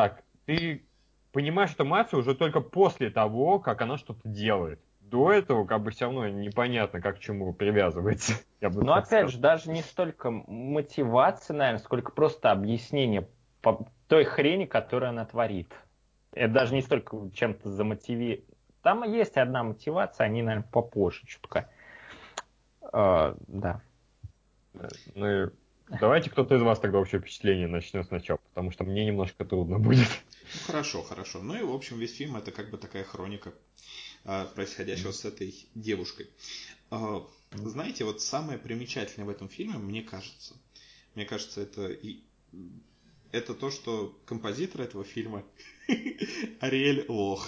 [SPEAKER 2] ты понимаешь, что Мацу уже только после того, как она что-то делает. До этого как бы все равно непонятно, как к чему привязывается. Я бы
[SPEAKER 3] Но
[SPEAKER 2] так
[SPEAKER 3] опять
[SPEAKER 2] сказал.
[SPEAKER 3] же, даже не столько мотивация, наверное, сколько просто объяснение по той хрени, которую она творит. Это даже не столько чем-то замотивировано. Там есть одна мотивация, они, наверное, попозже чутка. А, да.
[SPEAKER 2] Ну, и давайте кто-то из вас тогда общее впечатление начнет сначала, потому что мне немножко трудно будет.
[SPEAKER 1] Ну хорошо, хорошо. Ну и в общем весь фильм это как бы такая хроника а, происходящего с этой девушкой. А, знаете, вот самое примечательное в этом фильме, мне кажется, мне кажется, это и это то, что композитор этого фильма Ариэль Лох.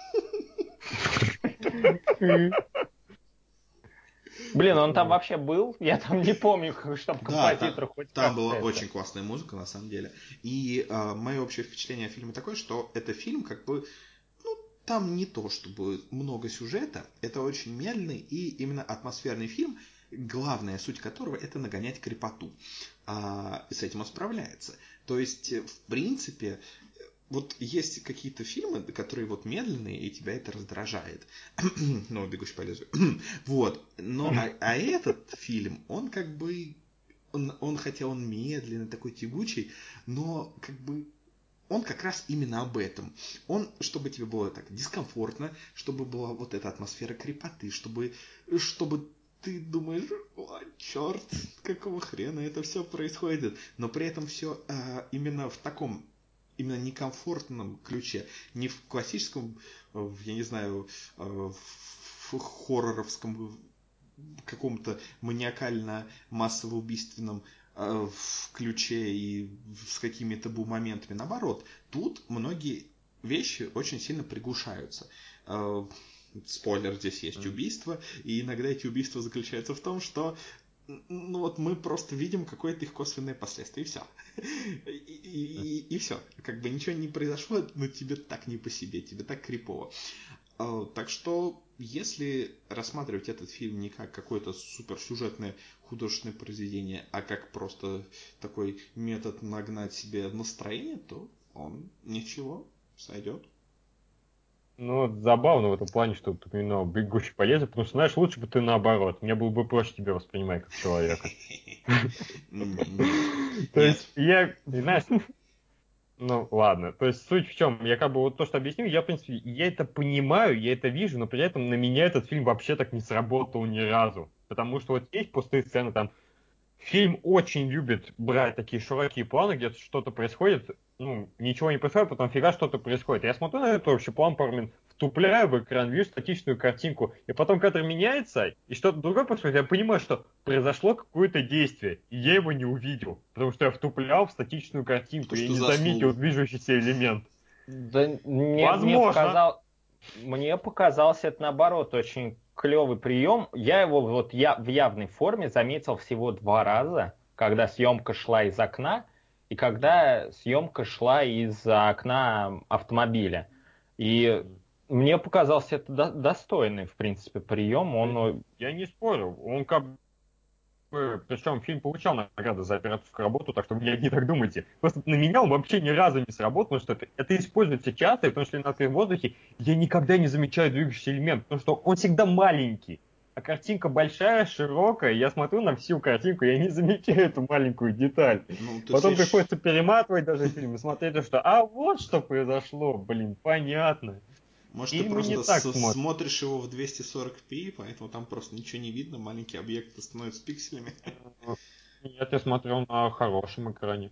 [SPEAKER 3] Блин, он там вообще был? Я там не помню, чтобы
[SPEAKER 1] Да,
[SPEAKER 3] композитор
[SPEAKER 1] там,
[SPEAKER 3] хоть
[SPEAKER 1] там
[SPEAKER 3] как-то
[SPEAKER 1] была
[SPEAKER 3] это.
[SPEAKER 1] очень классная музыка, на самом деле. И а, мое общее впечатление о фильме такое, что это фильм как бы, ну, там не то чтобы много сюжета, это очень медленный и именно атмосферный фильм, главная суть которого это нагонять крепоту. А, и с этим он справляется. То есть, в принципе, вот есть какие-то фильмы, которые вот медленные, и тебя это раздражает. Ну, «Бегущий по лезвию». Вот. Но, а, а этот фильм, он как бы, он, он, хотя он медленный, такой тягучий, но как бы он как раз именно об этом. Он, чтобы тебе было так дискомфортно, чтобы была вот эта атмосфера крепоты, чтобы, чтобы ты думаешь, о, черт, какого хрена это все происходит. Но при этом все а, именно в таком именно некомфортном ключе, не в классическом, я не знаю, в хорроровском каком-то маниакально-массово-убийственном в ключе и с какими-то табу-моментами. Наоборот, тут многие вещи очень сильно приглушаются. Спойлер, здесь есть убийства, и иногда эти убийства заключаются в том, что ну вот мы просто видим какое-то их косвенное последствие, и все. И, и, и, и все. Как бы ничего не произошло, но тебе так не по себе, тебе так крипово. Так что, если рассматривать этот фильм не как какое-то суперсюжетное художественное произведение, а как просто такой метод нагнать себе настроение, то он ничего, сойдет.
[SPEAKER 2] Ну, вот забавно в этом плане, что ты упоминал «Бегущий по лезвию», потому что, знаешь, лучше бы ты наоборот. Мне было бы проще тебя воспринимать как человека. То есть, я, знаешь, ну, ладно. То есть, суть в чем? Я как бы вот то, что объясню, я, в принципе, я это понимаю, я это вижу, но при этом на меня этот фильм вообще так не сработал ни разу. Потому что вот есть пустые сцены, там, фильм очень любит брать такие широкие планы, где что-то происходит, ну, ничего не происходит, потом фига что-то происходит. Я смотрю на этот общий план, пару минут, втупляю в экран, вижу статичную картинку, и потом кадр меняется, и что-то другое происходит, я понимаю, что произошло какое-то действие, и я его не увидел, потому что я втуплял в статичную картинку,
[SPEAKER 1] То,
[SPEAKER 2] я
[SPEAKER 1] что
[SPEAKER 2] не
[SPEAKER 1] заснул.
[SPEAKER 2] заметил движущийся элемент.
[SPEAKER 3] Да мне, мне,
[SPEAKER 2] Возможно.
[SPEAKER 3] показал, мне показался это наоборот очень клевый прием. Я его вот я, в явной форме заметил всего два раза, когда съемка шла из окна и когда съемка шла из окна автомобиля. И мне показался это до, достойный, в принципе, прием. Он...
[SPEAKER 2] Я не спорю, он как бы... Причем фильм получал награды за операторскую работу, так что вы не так думайте. Просто на меня он вообще ни разу не сработал, потому что это, это используется часто, и потому что на открытом воздухе я никогда не замечаю двигающийся элемент, потому что он всегда маленький. А картинка большая, широкая, я смотрю на всю картинку, я не замечаю эту маленькую деталь.
[SPEAKER 1] Ну,
[SPEAKER 2] Потом
[SPEAKER 1] слышишь...
[SPEAKER 2] приходится перематывать даже фильм и смотреть, что а вот что произошло, блин, понятно.
[SPEAKER 1] Может,
[SPEAKER 2] Фильмы
[SPEAKER 1] ты
[SPEAKER 2] не
[SPEAKER 1] просто
[SPEAKER 2] так
[SPEAKER 1] с-
[SPEAKER 2] смотрят.
[SPEAKER 1] смотришь его в двести сорок пи, поэтому там просто ничего не видно, маленькие объекты становятся пикселями.
[SPEAKER 2] Нет, я смотрел на хорошем экране.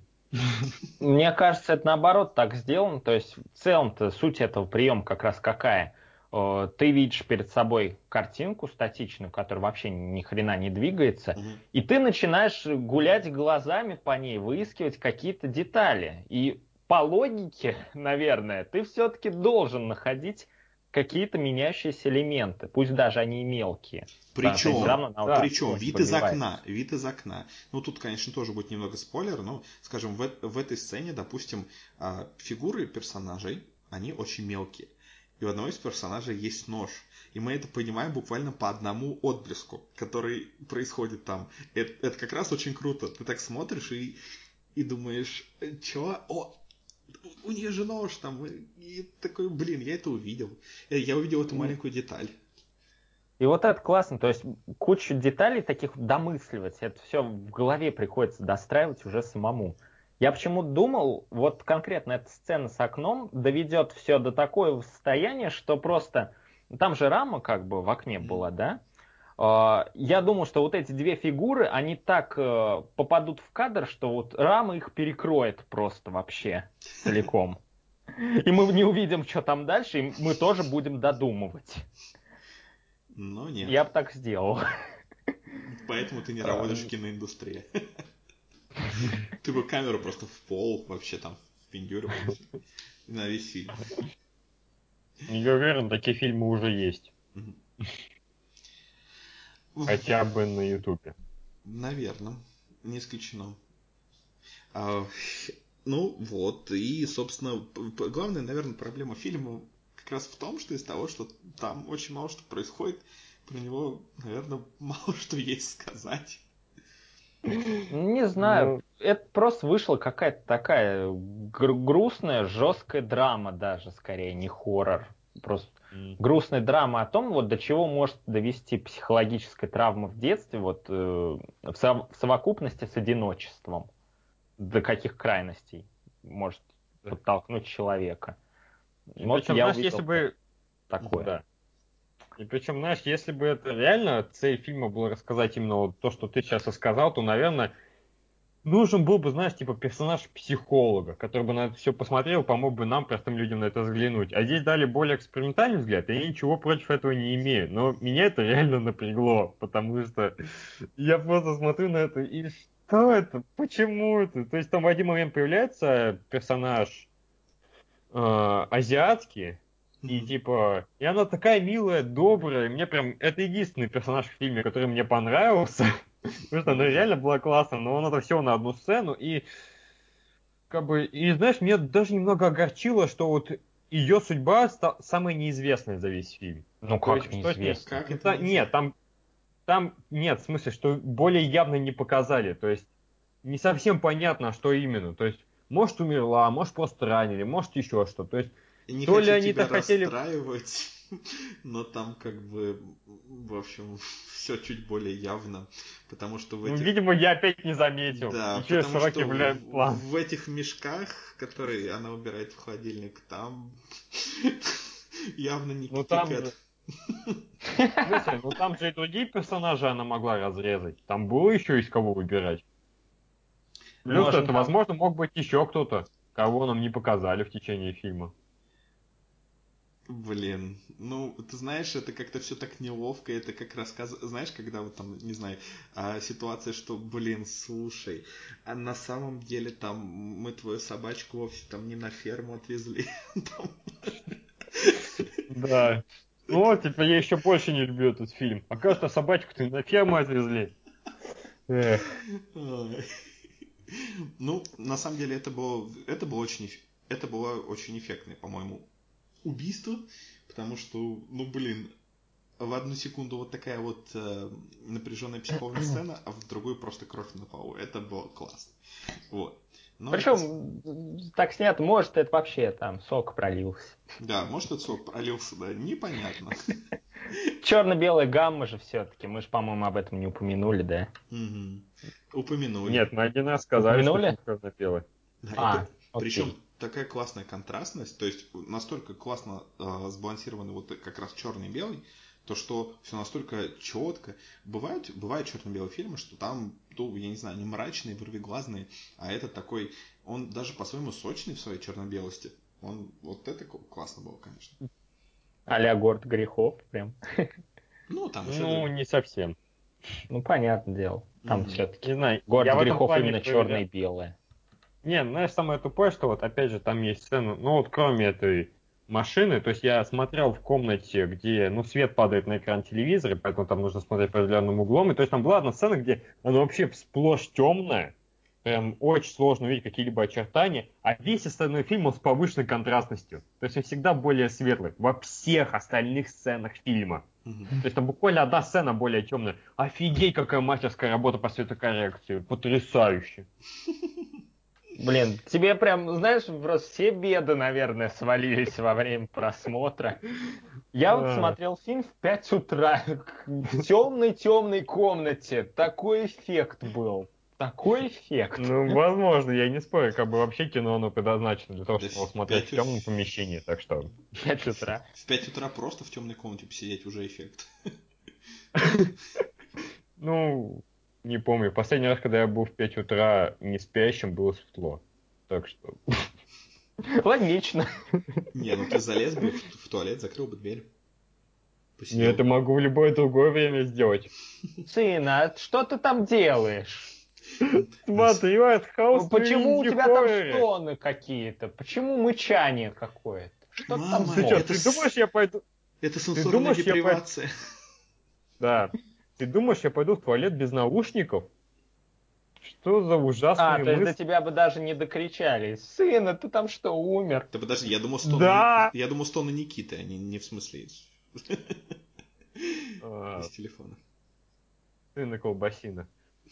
[SPEAKER 3] Мне кажется, это наоборот так сделано. То есть в целом-то суть этого приема как раз какая? Э, Ты видишь перед собой картинку статичную, которая вообще ни хрена не двигается,
[SPEAKER 1] Угу.
[SPEAKER 3] и ты начинаешь гулять глазами по ней, выискивать какие-то детали. И по логике, наверное, ты все-таки должен находить какие-то меняющиеся элементы, пусть даже они и мелкие. Потому что они все
[SPEAKER 1] Причем,
[SPEAKER 3] равно на
[SPEAKER 2] Да,
[SPEAKER 1] причем
[SPEAKER 3] очень
[SPEAKER 1] вид из
[SPEAKER 3] пробивают.
[SPEAKER 1] окна, вид из окна. Ну, тут, конечно, тоже будет немного спойлер, но, скажем, в, в этой сцене, допустим, а, фигуры персонажей, они очень мелкие. И у одного из персонажей есть нож. И мы это понимаем буквально по одному отблеску, который происходит там. Это, это как раз очень круто. Ты так смотришь и, и думаешь, чё? О, у нее же нож там, и, и такой, блин, я это увидел. Я увидел эту маленькую деталь.
[SPEAKER 3] И вот это классно, то есть кучу деталей таких домысливать, это все в голове приходится достраивать уже самому. Я почему думал, вот конкретно эта сцена с окном доведет все до такого состояния, что просто, там же рама как бы в окне была, да? Я думал, что вот эти две фигуры, они так попадут в кадр, что вот рама их перекроет просто вообще целиком. И мы не увидим, что там дальше, и мы тоже будем додумывать.
[SPEAKER 1] Но нет.
[SPEAKER 3] Я бы так сделал.
[SPEAKER 1] Поэтому ты не работаешь в киноиндустрии. Ты бы камеру просто в пол вообще там впендюрил на весь фильм.
[SPEAKER 2] Я уверен, такие фильмы уже есть. Хотя бы на Ютубе.
[SPEAKER 1] Наверное, не исключено. А, ну вот, и, собственно, главная, наверное, проблема фильма как раз в том, что из того, что там очень мало что происходит, про него, наверное, мало что есть сказать.
[SPEAKER 3] Не знаю, ну, это просто вышла какая-то такая гру- грустная, жесткая драма даже, скорее, не хоррор. Просто mm. грустная драма о том, вот до чего может довести психологическая травма в детстве, вот э, в, со- в совокупности с одиночеством. До каких крайностей может да. подтолкнуть человека.
[SPEAKER 2] И
[SPEAKER 3] вот
[SPEAKER 2] причем,
[SPEAKER 3] я
[SPEAKER 2] знаешь,
[SPEAKER 3] увидел
[SPEAKER 2] если бы...
[SPEAKER 3] такое.
[SPEAKER 2] Да. И причем, знаешь, если бы это реально цель фильма была рассказать именно вот то, что ты сейчас рассказал, то, наверное, нужен был бы, знаешь, типа персонаж психолога, который бы на это все посмотрел, помог бы нам, простым людям, на это взглянуть. А здесь дали более экспериментальный взгляд, и я ничего против этого не имею. Но меня это реально напрягло, потому что я просто смотрю на это и что это? Почему это? То есть там в один момент появляется персонаж э, азиатский, и типа, и она такая милая, добрая. Мне прям, это единственный персонаж в фильме, который мне понравился. Потому что она реально была классная, но он это все на одну сцену. И как бы, и знаешь, меня даже немного огорчило, что вот ее судьба стала самой неизвестной за весь фильм.
[SPEAKER 3] Ну
[SPEAKER 2] То
[SPEAKER 3] как
[SPEAKER 2] есть, что
[SPEAKER 3] неизвестно?
[SPEAKER 1] Как
[SPEAKER 2] ну,
[SPEAKER 1] это
[SPEAKER 2] та,
[SPEAKER 1] неизвестно?
[SPEAKER 2] нет, там, там нет, в смысле, что более явно не показали. То есть не совсем понятно, что именно. То есть, может умерла, может просто ранили, может еще что. То есть,
[SPEAKER 1] не
[SPEAKER 2] то
[SPEAKER 1] хочу
[SPEAKER 2] ли они
[SPEAKER 1] тебя
[SPEAKER 2] так хотели...
[SPEAKER 1] расстраивать, но там как бы, в общем, все чуть более явно, потому что в
[SPEAKER 2] Ну,
[SPEAKER 1] этих...
[SPEAKER 2] видимо, я опять не заметил.
[SPEAKER 1] Да,
[SPEAKER 2] И через
[SPEAKER 1] потому
[SPEAKER 2] широкий
[SPEAKER 1] что
[SPEAKER 2] бля,
[SPEAKER 1] в,
[SPEAKER 2] план.
[SPEAKER 1] в этих мешках, которые она убирает в холодильник, там явно не
[SPEAKER 2] Ну там
[SPEAKER 1] китикет.
[SPEAKER 2] же... В смысле, ну там же и другие персонажи она могла разрезать. Там было еще из кого выбирать. Плюс
[SPEAKER 3] Может,
[SPEAKER 2] это,
[SPEAKER 3] там...
[SPEAKER 2] возможно, мог быть еще кто-то, кого нам не показали в течение фильма.
[SPEAKER 1] Блин, ну, ты знаешь, это как-то все так неловко, это как рассказ... Знаешь, когда вот там, не знаю, ситуация, что, блин, слушай, а на самом деле там мы твою собачку вовсе там не на ферму отвезли.
[SPEAKER 2] Да. Ну, типа, я еще больше не люблю этот фильм. Оказывается, собачку-то на ферму отвезли. Эх.
[SPEAKER 1] Ну, на самом деле, это было, это было очень, это было очень эффектное, по-моему, убийство, потому что, ну, блин, в одну секунду вот такая вот э, напряженная психованная сцена, а в другую просто кровь на полу. Это было классно. Вот. Но
[SPEAKER 3] Причем это... так снято, может, это вообще там сок пролился.
[SPEAKER 1] Да, может, это сок пролился, да, непонятно.
[SPEAKER 3] Черно-белая гамма же все-таки. Мы же, по-моему, об этом не упомянули, да?
[SPEAKER 1] Угу. Упомянули.
[SPEAKER 2] Нет, мы один раз сказали,
[SPEAKER 3] Упомянули?
[SPEAKER 2] что фильм черно-белый.
[SPEAKER 1] Да,
[SPEAKER 3] а,
[SPEAKER 1] и, причем такая классная контрастность, то есть настолько классно э, сбалансированы вот как раз черный и белый, то что все настолько четко. Бывают, бывают черно-белые фильмы, что там, ну, я не знаю, не мрачные, вырвиглазные, а этот такой, он даже по-своему сочный в своей черно-белости. Он, вот это классно было, конечно.
[SPEAKER 3] А-ля город грехов прям.
[SPEAKER 1] Ну, там еще...
[SPEAKER 2] Ну, не совсем.
[SPEAKER 3] Ну, понятное дело. Там
[SPEAKER 1] Угу.
[SPEAKER 3] все-таки
[SPEAKER 2] Не знаю,
[SPEAKER 3] город
[SPEAKER 2] я в этом
[SPEAKER 3] грехов
[SPEAKER 2] плане
[SPEAKER 3] именно
[SPEAKER 2] проверял.
[SPEAKER 3] черное и белое.
[SPEAKER 2] Не, ну, знаешь, самое тупое, что вот опять же там есть сцена, ну вот кроме этой машины, то есть я смотрел в комнате, где, ну, свет падает на экран телевизора, поэтому там нужно смотреть по определенным углом, и то есть там была одна сцена, где она вообще сплошь темная, прям очень сложно увидеть какие-либо очертания, а весь остальной фильм он с повышенной контрастностью, то есть он всегда более светлый во всех остальных сценах фильма.
[SPEAKER 1] Угу.
[SPEAKER 2] То есть там буквально одна сцена более темная. Офигеть, какая мастерская работа по светокоррекции, потрясающе.
[SPEAKER 3] Блин, тебе прям, знаешь, просто все беды, наверное, свалились во время просмотра. Я вот смотрел фильм в пять утра в темной-темной комнате. Такой эффект был. Такой эффект.
[SPEAKER 2] Ну, возможно, я не спорю, как бы вообще кино оно предназначено для того,
[SPEAKER 1] Да
[SPEAKER 2] чтобы его
[SPEAKER 1] в
[SPEAKER 2] смотреть
[SPEAKER 1] пять
[SPEAKER 2] в темном помещении, так что...
[SPEAKER 3] пять утра.
[SPEAKER 1] В пять утра просто в темной комнате посидеть уже эффект.
[SPEAKER 2] Ну, не помню. Последний раз, когда я был в пять утра не спящим, было светло. Так что...
[SPEAKER 3] Логично.
[SPEAKER 1] Не, ну ты залез бы в, в туалет, закрыл бы дверь.
[SPEAKER 2] Я
[SPEAKER 1] Посидел.
[SPEAKER 2] это могу в любое другое время сделать.
[SPEAKER 3] Сын, а что ты там делаешь?
[SPEAKER 2] Смотри, Хаус
[SPEAKER 3] Почему у тебя там стоны какие-то? Почему мычание какое-то? Что ты там
[SPEAKER 1] Мама,
[SPEAKER 2] Ты что,
[SPEAKER 3] смотришь?
[SPEAKER 1] это
[SPEAKER 2] ты
[SPEAKER 1] с-
[SPEAKER 2] думаешь, я пойду...
[SPEAKER 1] Это
[SPEAKER 2] Ты
[SPEAKER 1] сенсорная
[SPEAKER 2] думаешь, я пойду...
[SPEAKER 1] депривация.
[SPEAKER 2] Да. Ты думаешь, я пойду в туалет без наушников? Что за
[SPEAKER 3] А,
[SPEAKER 2] ужасные
[SPEAKER 3] то есть до
[SPEAKER 2] мысли?
[SPEAKER 3] тебя бы даже не докричали. Сын, ты там что, умер?
[SPEAKER 1] Да подожди, я думал, стоны,
[SPEAKER 2] Да!
[SPEAKER 1] я думал, стоны Никиты, а не, не в смысле
[SPEAKER 2] А,
[SPEAKER 1] из телефона.
[SPEAKER 2] сына колбасина.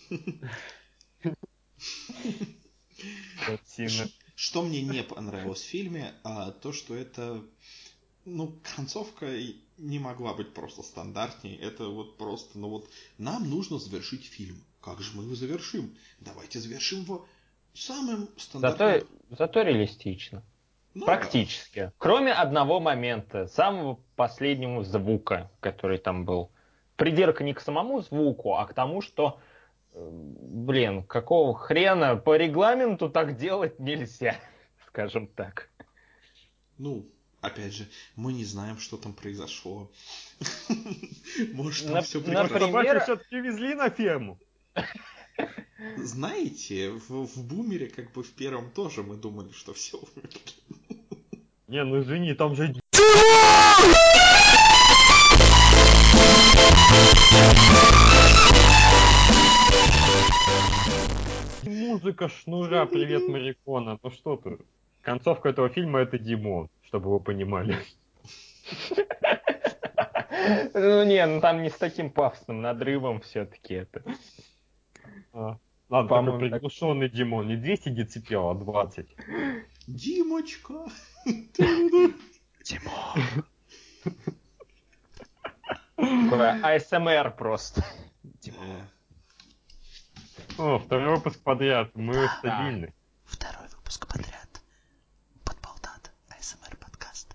[SPEAKER 2] Колбасина.
[SPEAKER 1] Что мне не понравилось в фильме, а то, что это, ну, концовка не могла быть просто стандартней. Это вот просто, ну вот, нам нужно завершить фильм. Как же мы его завершим? Давайте завершим его самым стандартным...
[SPEAKER 3] Зато, зато реалистично.
[SPEAKER 1] Ну,
[SPEAKER 3] Практически.
[SPEAKER 1] да.
[SPEAKER 3] Кроме одного момента, самого последнего звука, который там был. Придирка не к самому звуку, а к тому, что, э, блин, какого хрена по регламенту так делать нельзя, скажем так.
[SPEAKER 1] Ну, опять же, мы не знаем, что там произошло. Может, там
[SPEAKER 3] На-
[SPEAKER 1] все
[SPEAKER 2] Может,
[SPEAKER 1] прекрасно.
[SPEAKER 2] собаки
[SPEAKER 3] например,
[SPEAKER 2] все-таки везли на ферму?
[SPEAKER 1] Знаете, в, в Бумере, как бы в первом тоже мы думали, что все умерли.
[SPEAKER 2] Не, ну извини, там же... Музыка Шнура, привет, Марикона. Ну что ты? Концовка этого фильма — это Димон, чтобы вы понимали.
[SPEAKER 3] ну не, ну там не с таким пафосным надрывом все-таки это.
[SPEAKER 2] А, ладно, такой
[SPEAKER 3] По-моему, так.
[SPEAKER 2] приглушенный Димон. Не двести децибел, а двадцать.
[SPEAKER 1] Димочка!
[SPEAKER 3] Тимон. Такое а эс эм эр просто.
[SPEAKER 1] Э,
[SPEAKER 2] О, второй выпуск подряд. Мы
[SPEAKER 1] Да.
[SPEAKER 2] стабильны.
[SPEAKER 1] Второй выпуск подряд. Подболтат. а эс эм эр подкаст.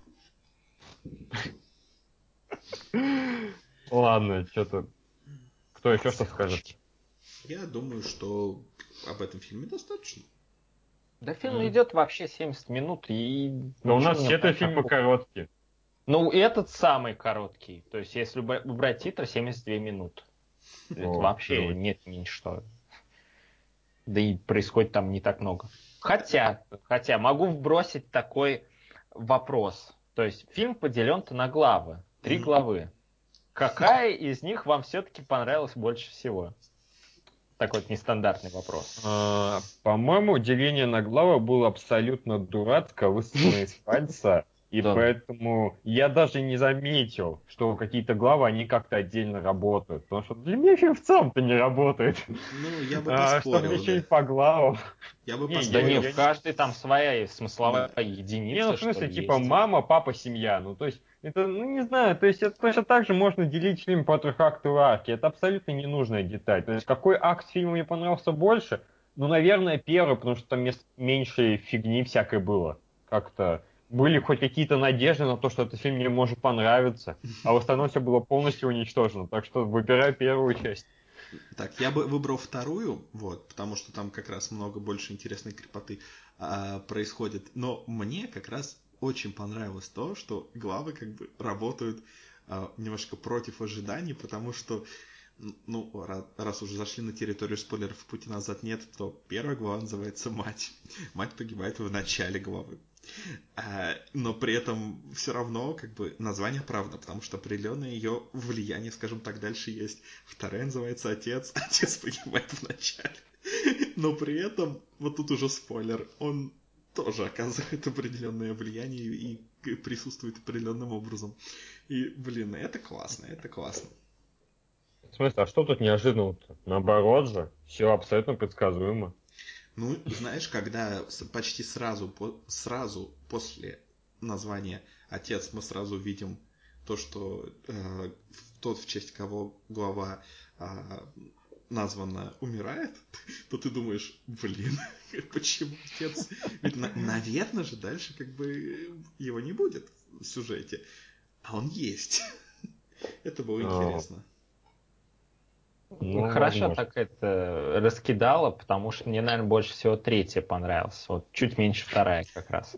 [SPEAKER 2] Ладно, что-то... Кто еще что скажет?
[SPEAKER 1] Я думаю, что об этом фильме достаточно.
[SPEAKER 3] Да фильм идет вообще семьдесят минут и
[SPEAKER 2] Но у
[SPEAKER 3] ничего
[SPEAKER 2] нас
[SPEAKER 3] мне
[SPEAKER 2] все это
[SPEAKER 3] прям
[SPEAKER 2] фильмы
[SPEAKER 3] такого-
[SPEAKER 2] короткие.
[SPEAKER 3] Ну, этот самый короткий. То есть, если убра- убрать титры, семьдесят две минуты. Это
[SPEAKER 2] О,
[SPEAKER 3] вообще
[SPEAKER 2] круто.
[SPEAKER 3] нет ничего. Да и происходит там не так много. Хотя, хотя могу вбросить такой вопрос. То есть фильм поделен-то на главы. Три
[SPEAKER 1] Мгм.
[SPEAKER 3] главы. Какая из них вам все-таки понравилась больше всего? Такой вот нестандартный вопрос.
[SPEAKER 2] А, по-моему, деление на главы было абсолютно дурацко, высосано из пальца. И
[SPEAKER 3] Да.
[SPEAKER 2] поэтому я даже не заметил, что какие-то главы, они как-то отдельно работают. Потому что для меня фильм в целом-то не работает.
[SPEAKER 1] Ну, я бы
[SPEAKER 2] А, чтобы
[SPEAKER 1] поспорил,
[SPEAKER 2] еще и
[SPEAKER 1] да.
[SPEAKER 2] по главам.
[SPEAKER 1] Я бы
[SPEAKER 2] Не,
[SPEAKER 3] Да
[SPEAKER 2] я,
[SPEAKER 3] не,
[SPEAKER 1] поспорил.
[SPEAKER 3] в
[SPEAKER 2] я,
[SPEAKER 3] каждой там своя смысловая
[SPEAKER 1] Да.
[SPEAKER 2] Не, ну
[SPEAKER 3] единица,
[SPEAKER 2] в
[SPEAKER 3] что
[SPEAKER 2] смысле,
[SPEAKER 3] ли,
[SPEAKER 2] типа
[SPEAKER 3] есть.
[SPEAKER 2] мама, папа, семья. Ну, то есть, это, ну, не знаю, то есть, это точно так же можно делить фильм по трехактовой арке. Это абсолютно ненужная деталь. То есть, какой акт фильма мне понравился больше? Ну, наверное, первый, потому что там мес- меньше фигни всякой было. Как-то были хоть какие-то надежды на то, что этот фильм мне может понравиться, а в остальном все было полностью уничтожено. Так что выбирай первую часть.
[SPEAKER 1] Так, я бы выбрал вторую, вот, потому что там как раз много больше интересной крепоты а, происходит. Но мне как раз очень понравилось то, что главы как бы работают а, немножко против ожиданий, потому что, ну, раз, раз уже зашли на территорию спойлеров, пути назад нет, то первая глава называется «Мать». Мать погибает в начале главы. А, но при этом все равно как бы название правда, потому что определенное ее влияние, скажем так, дальше есть. Вторая называется «Отец». Отец погибает в начале. Но при этом, вот тут уже спойлер, он тоже оказывает определенное влияние и присутствует определенным образом. И, блин, это классно, это классно.
[SPEAKER 2] В смысле, а что тут неожиданного-то? Наоборот же, все абсолютно предсказуемо.
[SPEAKER 1] Ну, знаешь, когда почти сразу, сразу после названия «Отец» мы сразу видим то, что э, тот, в честь кого глава э, названа, умирает, то ты думаешь, блин, почему отец? Ведь, на- наверное же, дальше как бы его не будет в сюжете. А он есть. Это было интересно.
[SPEAKER 2] Ну,
[SPEAKER 3] Хорошо
[SPEAKER 2] возможно.
[SPEAKER 3] так это раскидало, потому что мне, наверное, больше всего третья понравилась. Вот чуть меньше вторая как раз.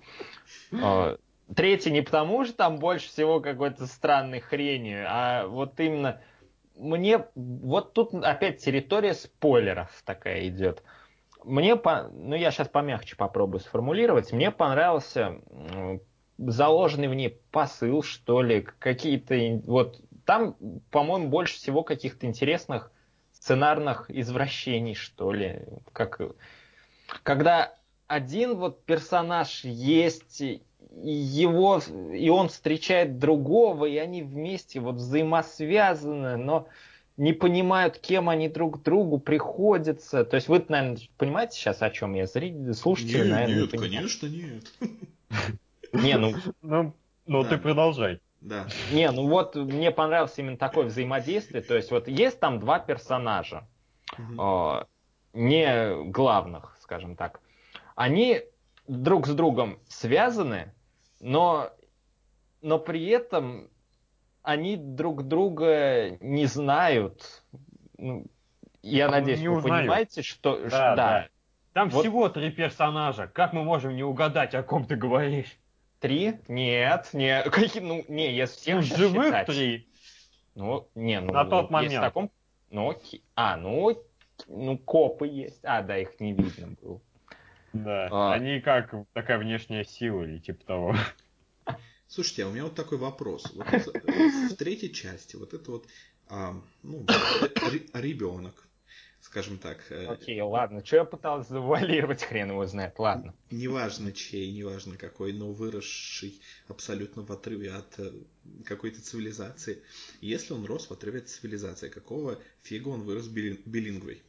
[SPEAKER 3] О, Третья не потому, что там больше всего какой-то странной хрени, а вот именно мне... Вот тут опять территория спойлеров такая идет. Мне, по, ну я сейчас помягче попробую сформулировать, мне понравился м, заложенный в ней посыл, что ли, какие-то, ин- вот там, по-моему, больше всего каких-то интересных сценарных извращений, что ли, как, когда один вот персонаж есть, и его, и он встречает другого, и они вместе вот взаимосвязаны, но не понимают, кем они друг другу приходятся. То есть вы, наверное, понимаете сейчас, о чем я? Зрители, слушатели,
[SPEAKER 1] Нет,
[SPEAKER 3] наверное, не
[SPEAKER 1] нет,
[SPEAKER 3] понимают.
[SPEAKER 1] конечно, нет.
[SPEAKER 3] Не, ну,
[SPEAKER 2] Ну, ну
[SPEAKER 1] Да,
[SPEAKER 2] ты
[SPEAKER 1] да.
[SPEAKER 2] продолжай.
[SPEAKER 1] Да.
[SPEAKER 3] не, ну вот мне понравилось именно такое взаимодействие. То есть вот есть там два персонажа,
[SPEAKER 1] Мгм.
[SPEAKER 3] э, не главных, скажем так. Они друг с другом связаны, но, но при этом они друг друга не знают. Ну, я надеюсь,
[SPEAKER 2] Не
[SPEAKER 3] вы
[SPEAKER 2] узнаю.
[SPEAKER 3] понимаете, что... ш-
[SPEAKER 2] Да,
[SPEAKER 3] Да,
[SPEAKER 2] да. Там
[SPEAKER 3] вот
[SPEAKER 2] всего три персонажа. Как мы можем не угадать, о ком ты говоришь?
[SPEAKER 3] три? Нет, не, какие, ну, не, если всех
[SPEAKER 2] Ну,
[SPEAKER 3] сейчас
[SPEAKER 2] живых
[SPEAKER 3] считать.
[SPEAKER 2] три
[SPEAKER 3] Ну, не,
[SPEAKER 2] на
[SPEAKER 3] ну,
[SPEAKER 2] тот
[SPEAKER 3] вот если в
[SPEAKER 2] момент.
[SPEAKER 3] таком... Ну, окей. А, ну, ну, копы есть. А, да, их не видно было.
[SPEAKER 2] Да.
[SPEAKER 3] А,
[SPEAKER 2] Они как такая внешняя сила или типа того.
[SPEAKER 1] Слушайте, а у меня вот такой вопрос. Вот э, в третьей части вот это вот а, ну, э, ре- ребенок, скажем так, э,
[SPEAKER 3] окей, ладно. Что я пытался завуалировать, хрен его знает. Ладно.
[SPEAKER 1] неважно чей, неважно какой, но выросший абсолютно в отрыве от э, какой-то цивилизации. Если он рос в отрыве от цивилизации, какого фига он вырос били- билингвой?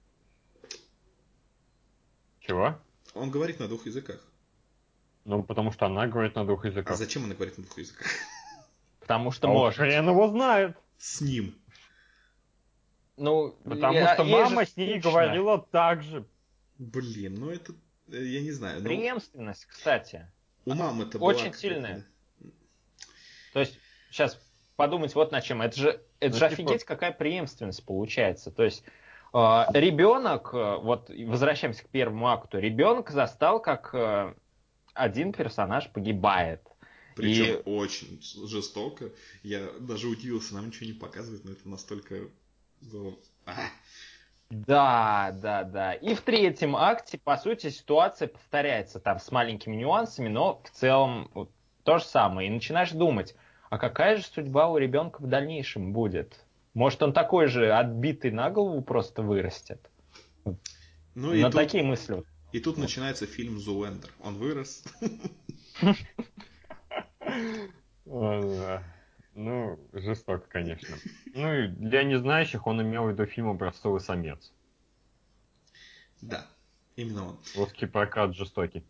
[SPEAKER 2] Чего?
[SPEAKER 1] Он говорит на двух языках.
[SPEAKER 2] Ну, потому что она говорит на двух
[SPEAKER 1] А
[SPEAKER 2] языках.
[SPEAKER 1] зачем она говорит на двух языках?
[SPEAKER 3] Потому что
[SPEAKER 2] А вот
[SPEAKER 3] может.
[SPEAKER 2] хрен его знает.
[SPEAKER 1] С ним.
[SPEAKER 3] Ну,
[SPEAKER 2] Потому
[SPEAKER 3] я-
[SPEAKER 2] что
[SPEAKER 3] ей же
[SPEAKER 2] мама с ней
[SPEAKER 3] скучно.
[SPEAKER 2] говорила так же.
[SPEAKER 1] Блин, ну это, э, я не знаю, ну
[SPEAKER 3] Преемственность, кстати,
[SPEAKER 1] у мамы-то была
[SPEAKER 3] очень
[SPEAKER 1] какая-то...
[SPEAKER 3] сильная. То есть, сейчас подумать вот над чем. Это же, это
[SPEAKER 2] Ну,
[SPEAKER 3] же
[SPEAKER 2] типа,
[SPEAKER 3] офигеть, какая преемственность получается. То есть, э, ребенок, э, вот возвращаемся к первому акту, ребенок застал, как э, один персонаж погибает.
[SPEAKER 1] Причем
[SPEAKER 3] И
[SPEAKER 1] очень жестоко. Я даже удивился, нам ничего не показывают, но это настолько было... А,
[SPEAKER 3] да, да, да. И в третьем акте, по сути, ситуация повторяется там с маленькими нюансами, но в целом вот то же самое. И начинаешь думать, а какая же судьба у ребенка в дальнейшем будет? Может, он такой же отбитый на голову просто вырастет?
[SPEAKER 1] ну и
[SPEAKER 3] На
[SPEAKER 1] тут,
[SPEAKER 3] такие мысли. вот.
[SPEAKER 1] и тут начинается фильм Зулендер. Он вырос.
[SPEAKER 2] Ладно. Ну, жестоко, конечно. Ну, и для незнающих он имел в виду фильм «Образцовый самец».
[SPEAKER 1] Да, именно он.
[SPEAKER 2] Русский прокат жестокий.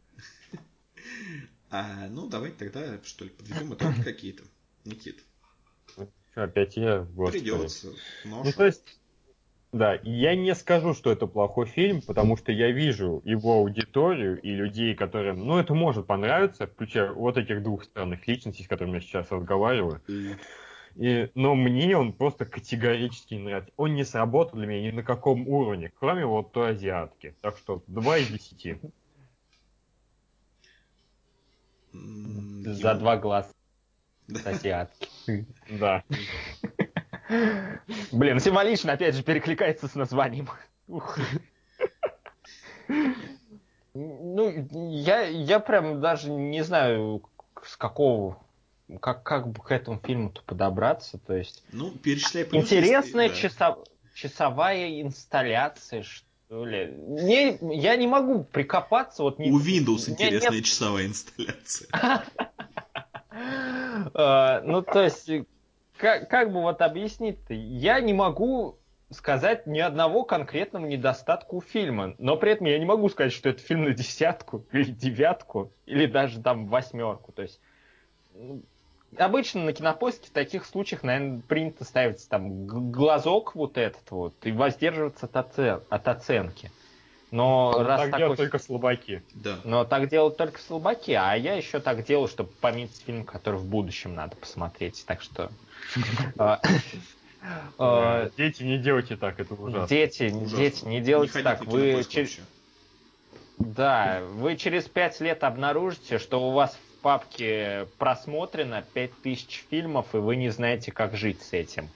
[SPEAKER 1] А, ну, давайте тогда, что ли, подведем итоги какие-то. Никит,
[SPEAKER 2] Ну, чё, опять я, господи.
[SPEAKER 1] придется.
[SPEAKER 2] Ну,
[SPEAKER 1] Ношу.
[SPEAKER 2] то есть, да, я не скажу, что это плохой фильм, потому что я вижу его аудиторию и людей, которым, ну, это может понравиться, включая вот этих двух странных личностей, с которыми я сейчас разговариваю.
[SPEAKER 1] И-
[SPEAKER 2] И, но мне он просто категорически не нравится. Он не сработал для меня ни на каком уровне, кроме вот той азиатки. Так что два из десяти.
[SPEAKER 1] м,
[SPEAKER 3] За
[SPEAKER 1] Дима?
[SPEAKER 3] два глаза
[SPEAKER 1] Да.
[SPEAKER 3] азиатки.
[SPEAKER 2] Да.
[SPEAKER 3] Блин, символично, опять же, перекликается с названием. Ух. Ну, я, я прям даже не знаю, с какого, как, как бы к этому фильму-то подобраться. То есть,
[SPEAKER 1] Ну, перечисляй плюсы. и-
[SPEAKER 3] интересная
[SPEAKER 1] Да.
[SPEAKER 3] часов, часовая инсталляция, что ли. Не, я не могу прикопаться. Вот не,
[SPEAKER 1] У Windows
[SPEAKER 3] у меня нет.
[SPEAKER 1] интересная часовая инсталляция.
[SPEAKER 3] Э, Ну, то есть, как, как бы вот объяснить-то? Я не могу сказать ни одного конкретного недостатка у фильма. Но при этом я не могу сказать, что это фильм на десятку или девятку, или даже там восьмерку. То есть обычно на Кинопоиске в таких случаях, наверное, принято ставить там глазок вот этот вот и воздерживаться от, оцен... от оценки. Но
[SPEAKER 2] Но
[SPEAKER 3] раз
[SPEAKER 2] так
[SPEAKER 3] такой...
[SPEAKER 2] делают только слабаки.
[SPEAKER 1] Да.
[SPEAKER 3] Но так делают только слабаки, а я еще так делаю, чтобы пометить фильм, который в будущем надо посмотреть. Так что...
[SPEAKER 2] Дети, не делайте так, это ужасно.
[SPEAKER 3] Дети, дети, не делайте так. Вы Да, вы через пять лет обнаружите, что у вас в папке просмотрено пять тысяч фильмов, и вы не знаете, как жить с этим.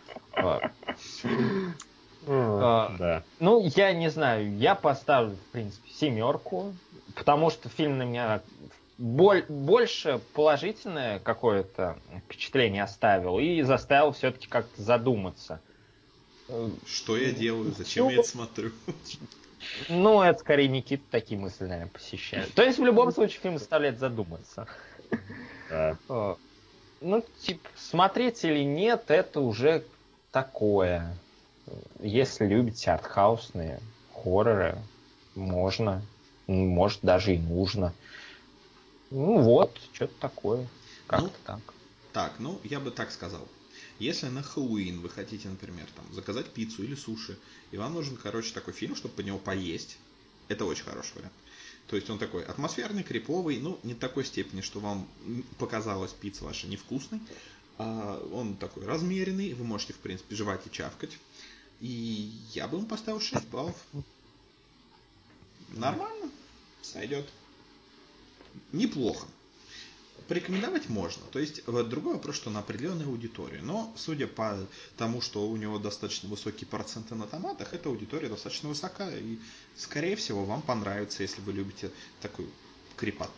[SPEAKER 2] Да.
[SPEAKER 3] Ну, я не знаю, я поставлю, в принципе, семерку, потому что фильм на меня больше положительное какое-то впечатление оставил и заставил все-таки как-то задуматься.
[SPEAKER 1] Что я делаю? Зачем я это смотрю?
[SPEAKER 3] Ну, это скорее Никита такие мысли, наверное, посещают. То есть, в любом случае, фильм заставляет задуматься.
[SPEAKER 2] Да.
[SPEAKER 3] Ну, типа, смотреть или нет, это уже такое. Если любите артхаусные хорроры, можно. Может, даже и нужно. Ну вот, что-то такое. Как-то
[SPEAKER 1] ну,
[SPEAKER 3] так.
[SPEAKER 1] Так, ну, я бы так сказал. Если на Хэллоуин вы хотите, например, там, заказать пиццу или суши, и вам нужен, короче, такой фильм, чтобы под него поесть, это очень хороший вариант. То есть он такой атмосферный, криповый, ну, не в такой степени, что вам показалась пицца ваша невкусной. А он такой размеренный, вы можете, в принципе, жевать и чавкать. И я бы ему поставил шесть баллов. Нормально, сойдет. Неплохо. Порекомендовать можно. То есть другой вопрос, что на определенную аудиторию. Но судя по тому, что у него достаточно высокие проценты на томатах, эта аудитория достаточно высокая. И, скорее всего, вам понравится, если вы любите такую крепоту.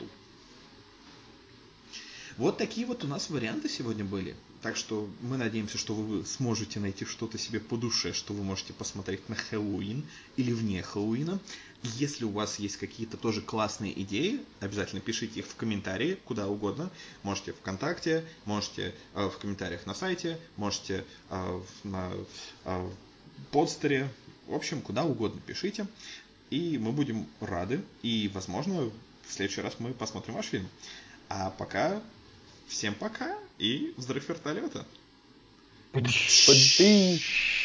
[SPEAKER 1] Вот такие вот у нас варианты сегодня были. Так что мы надеемся, что вы сможете найти что-то себе по душе, что вы можете посмотреть на Хэллоуин или вне Хэллоуина. Если у вас есть какие-то тоже классные идеи, обязательно пишите их в комментарии, куда угодно. Можете ВКонтакте, можете э, в комментариях на сайте, можете э, на э, подстере. В общем, куда угодно пишите. И мы будем рады. И, возможно, в следующий раз мы посмотрим ваш фильм. А пока... Всем пока и взрыв вертолета.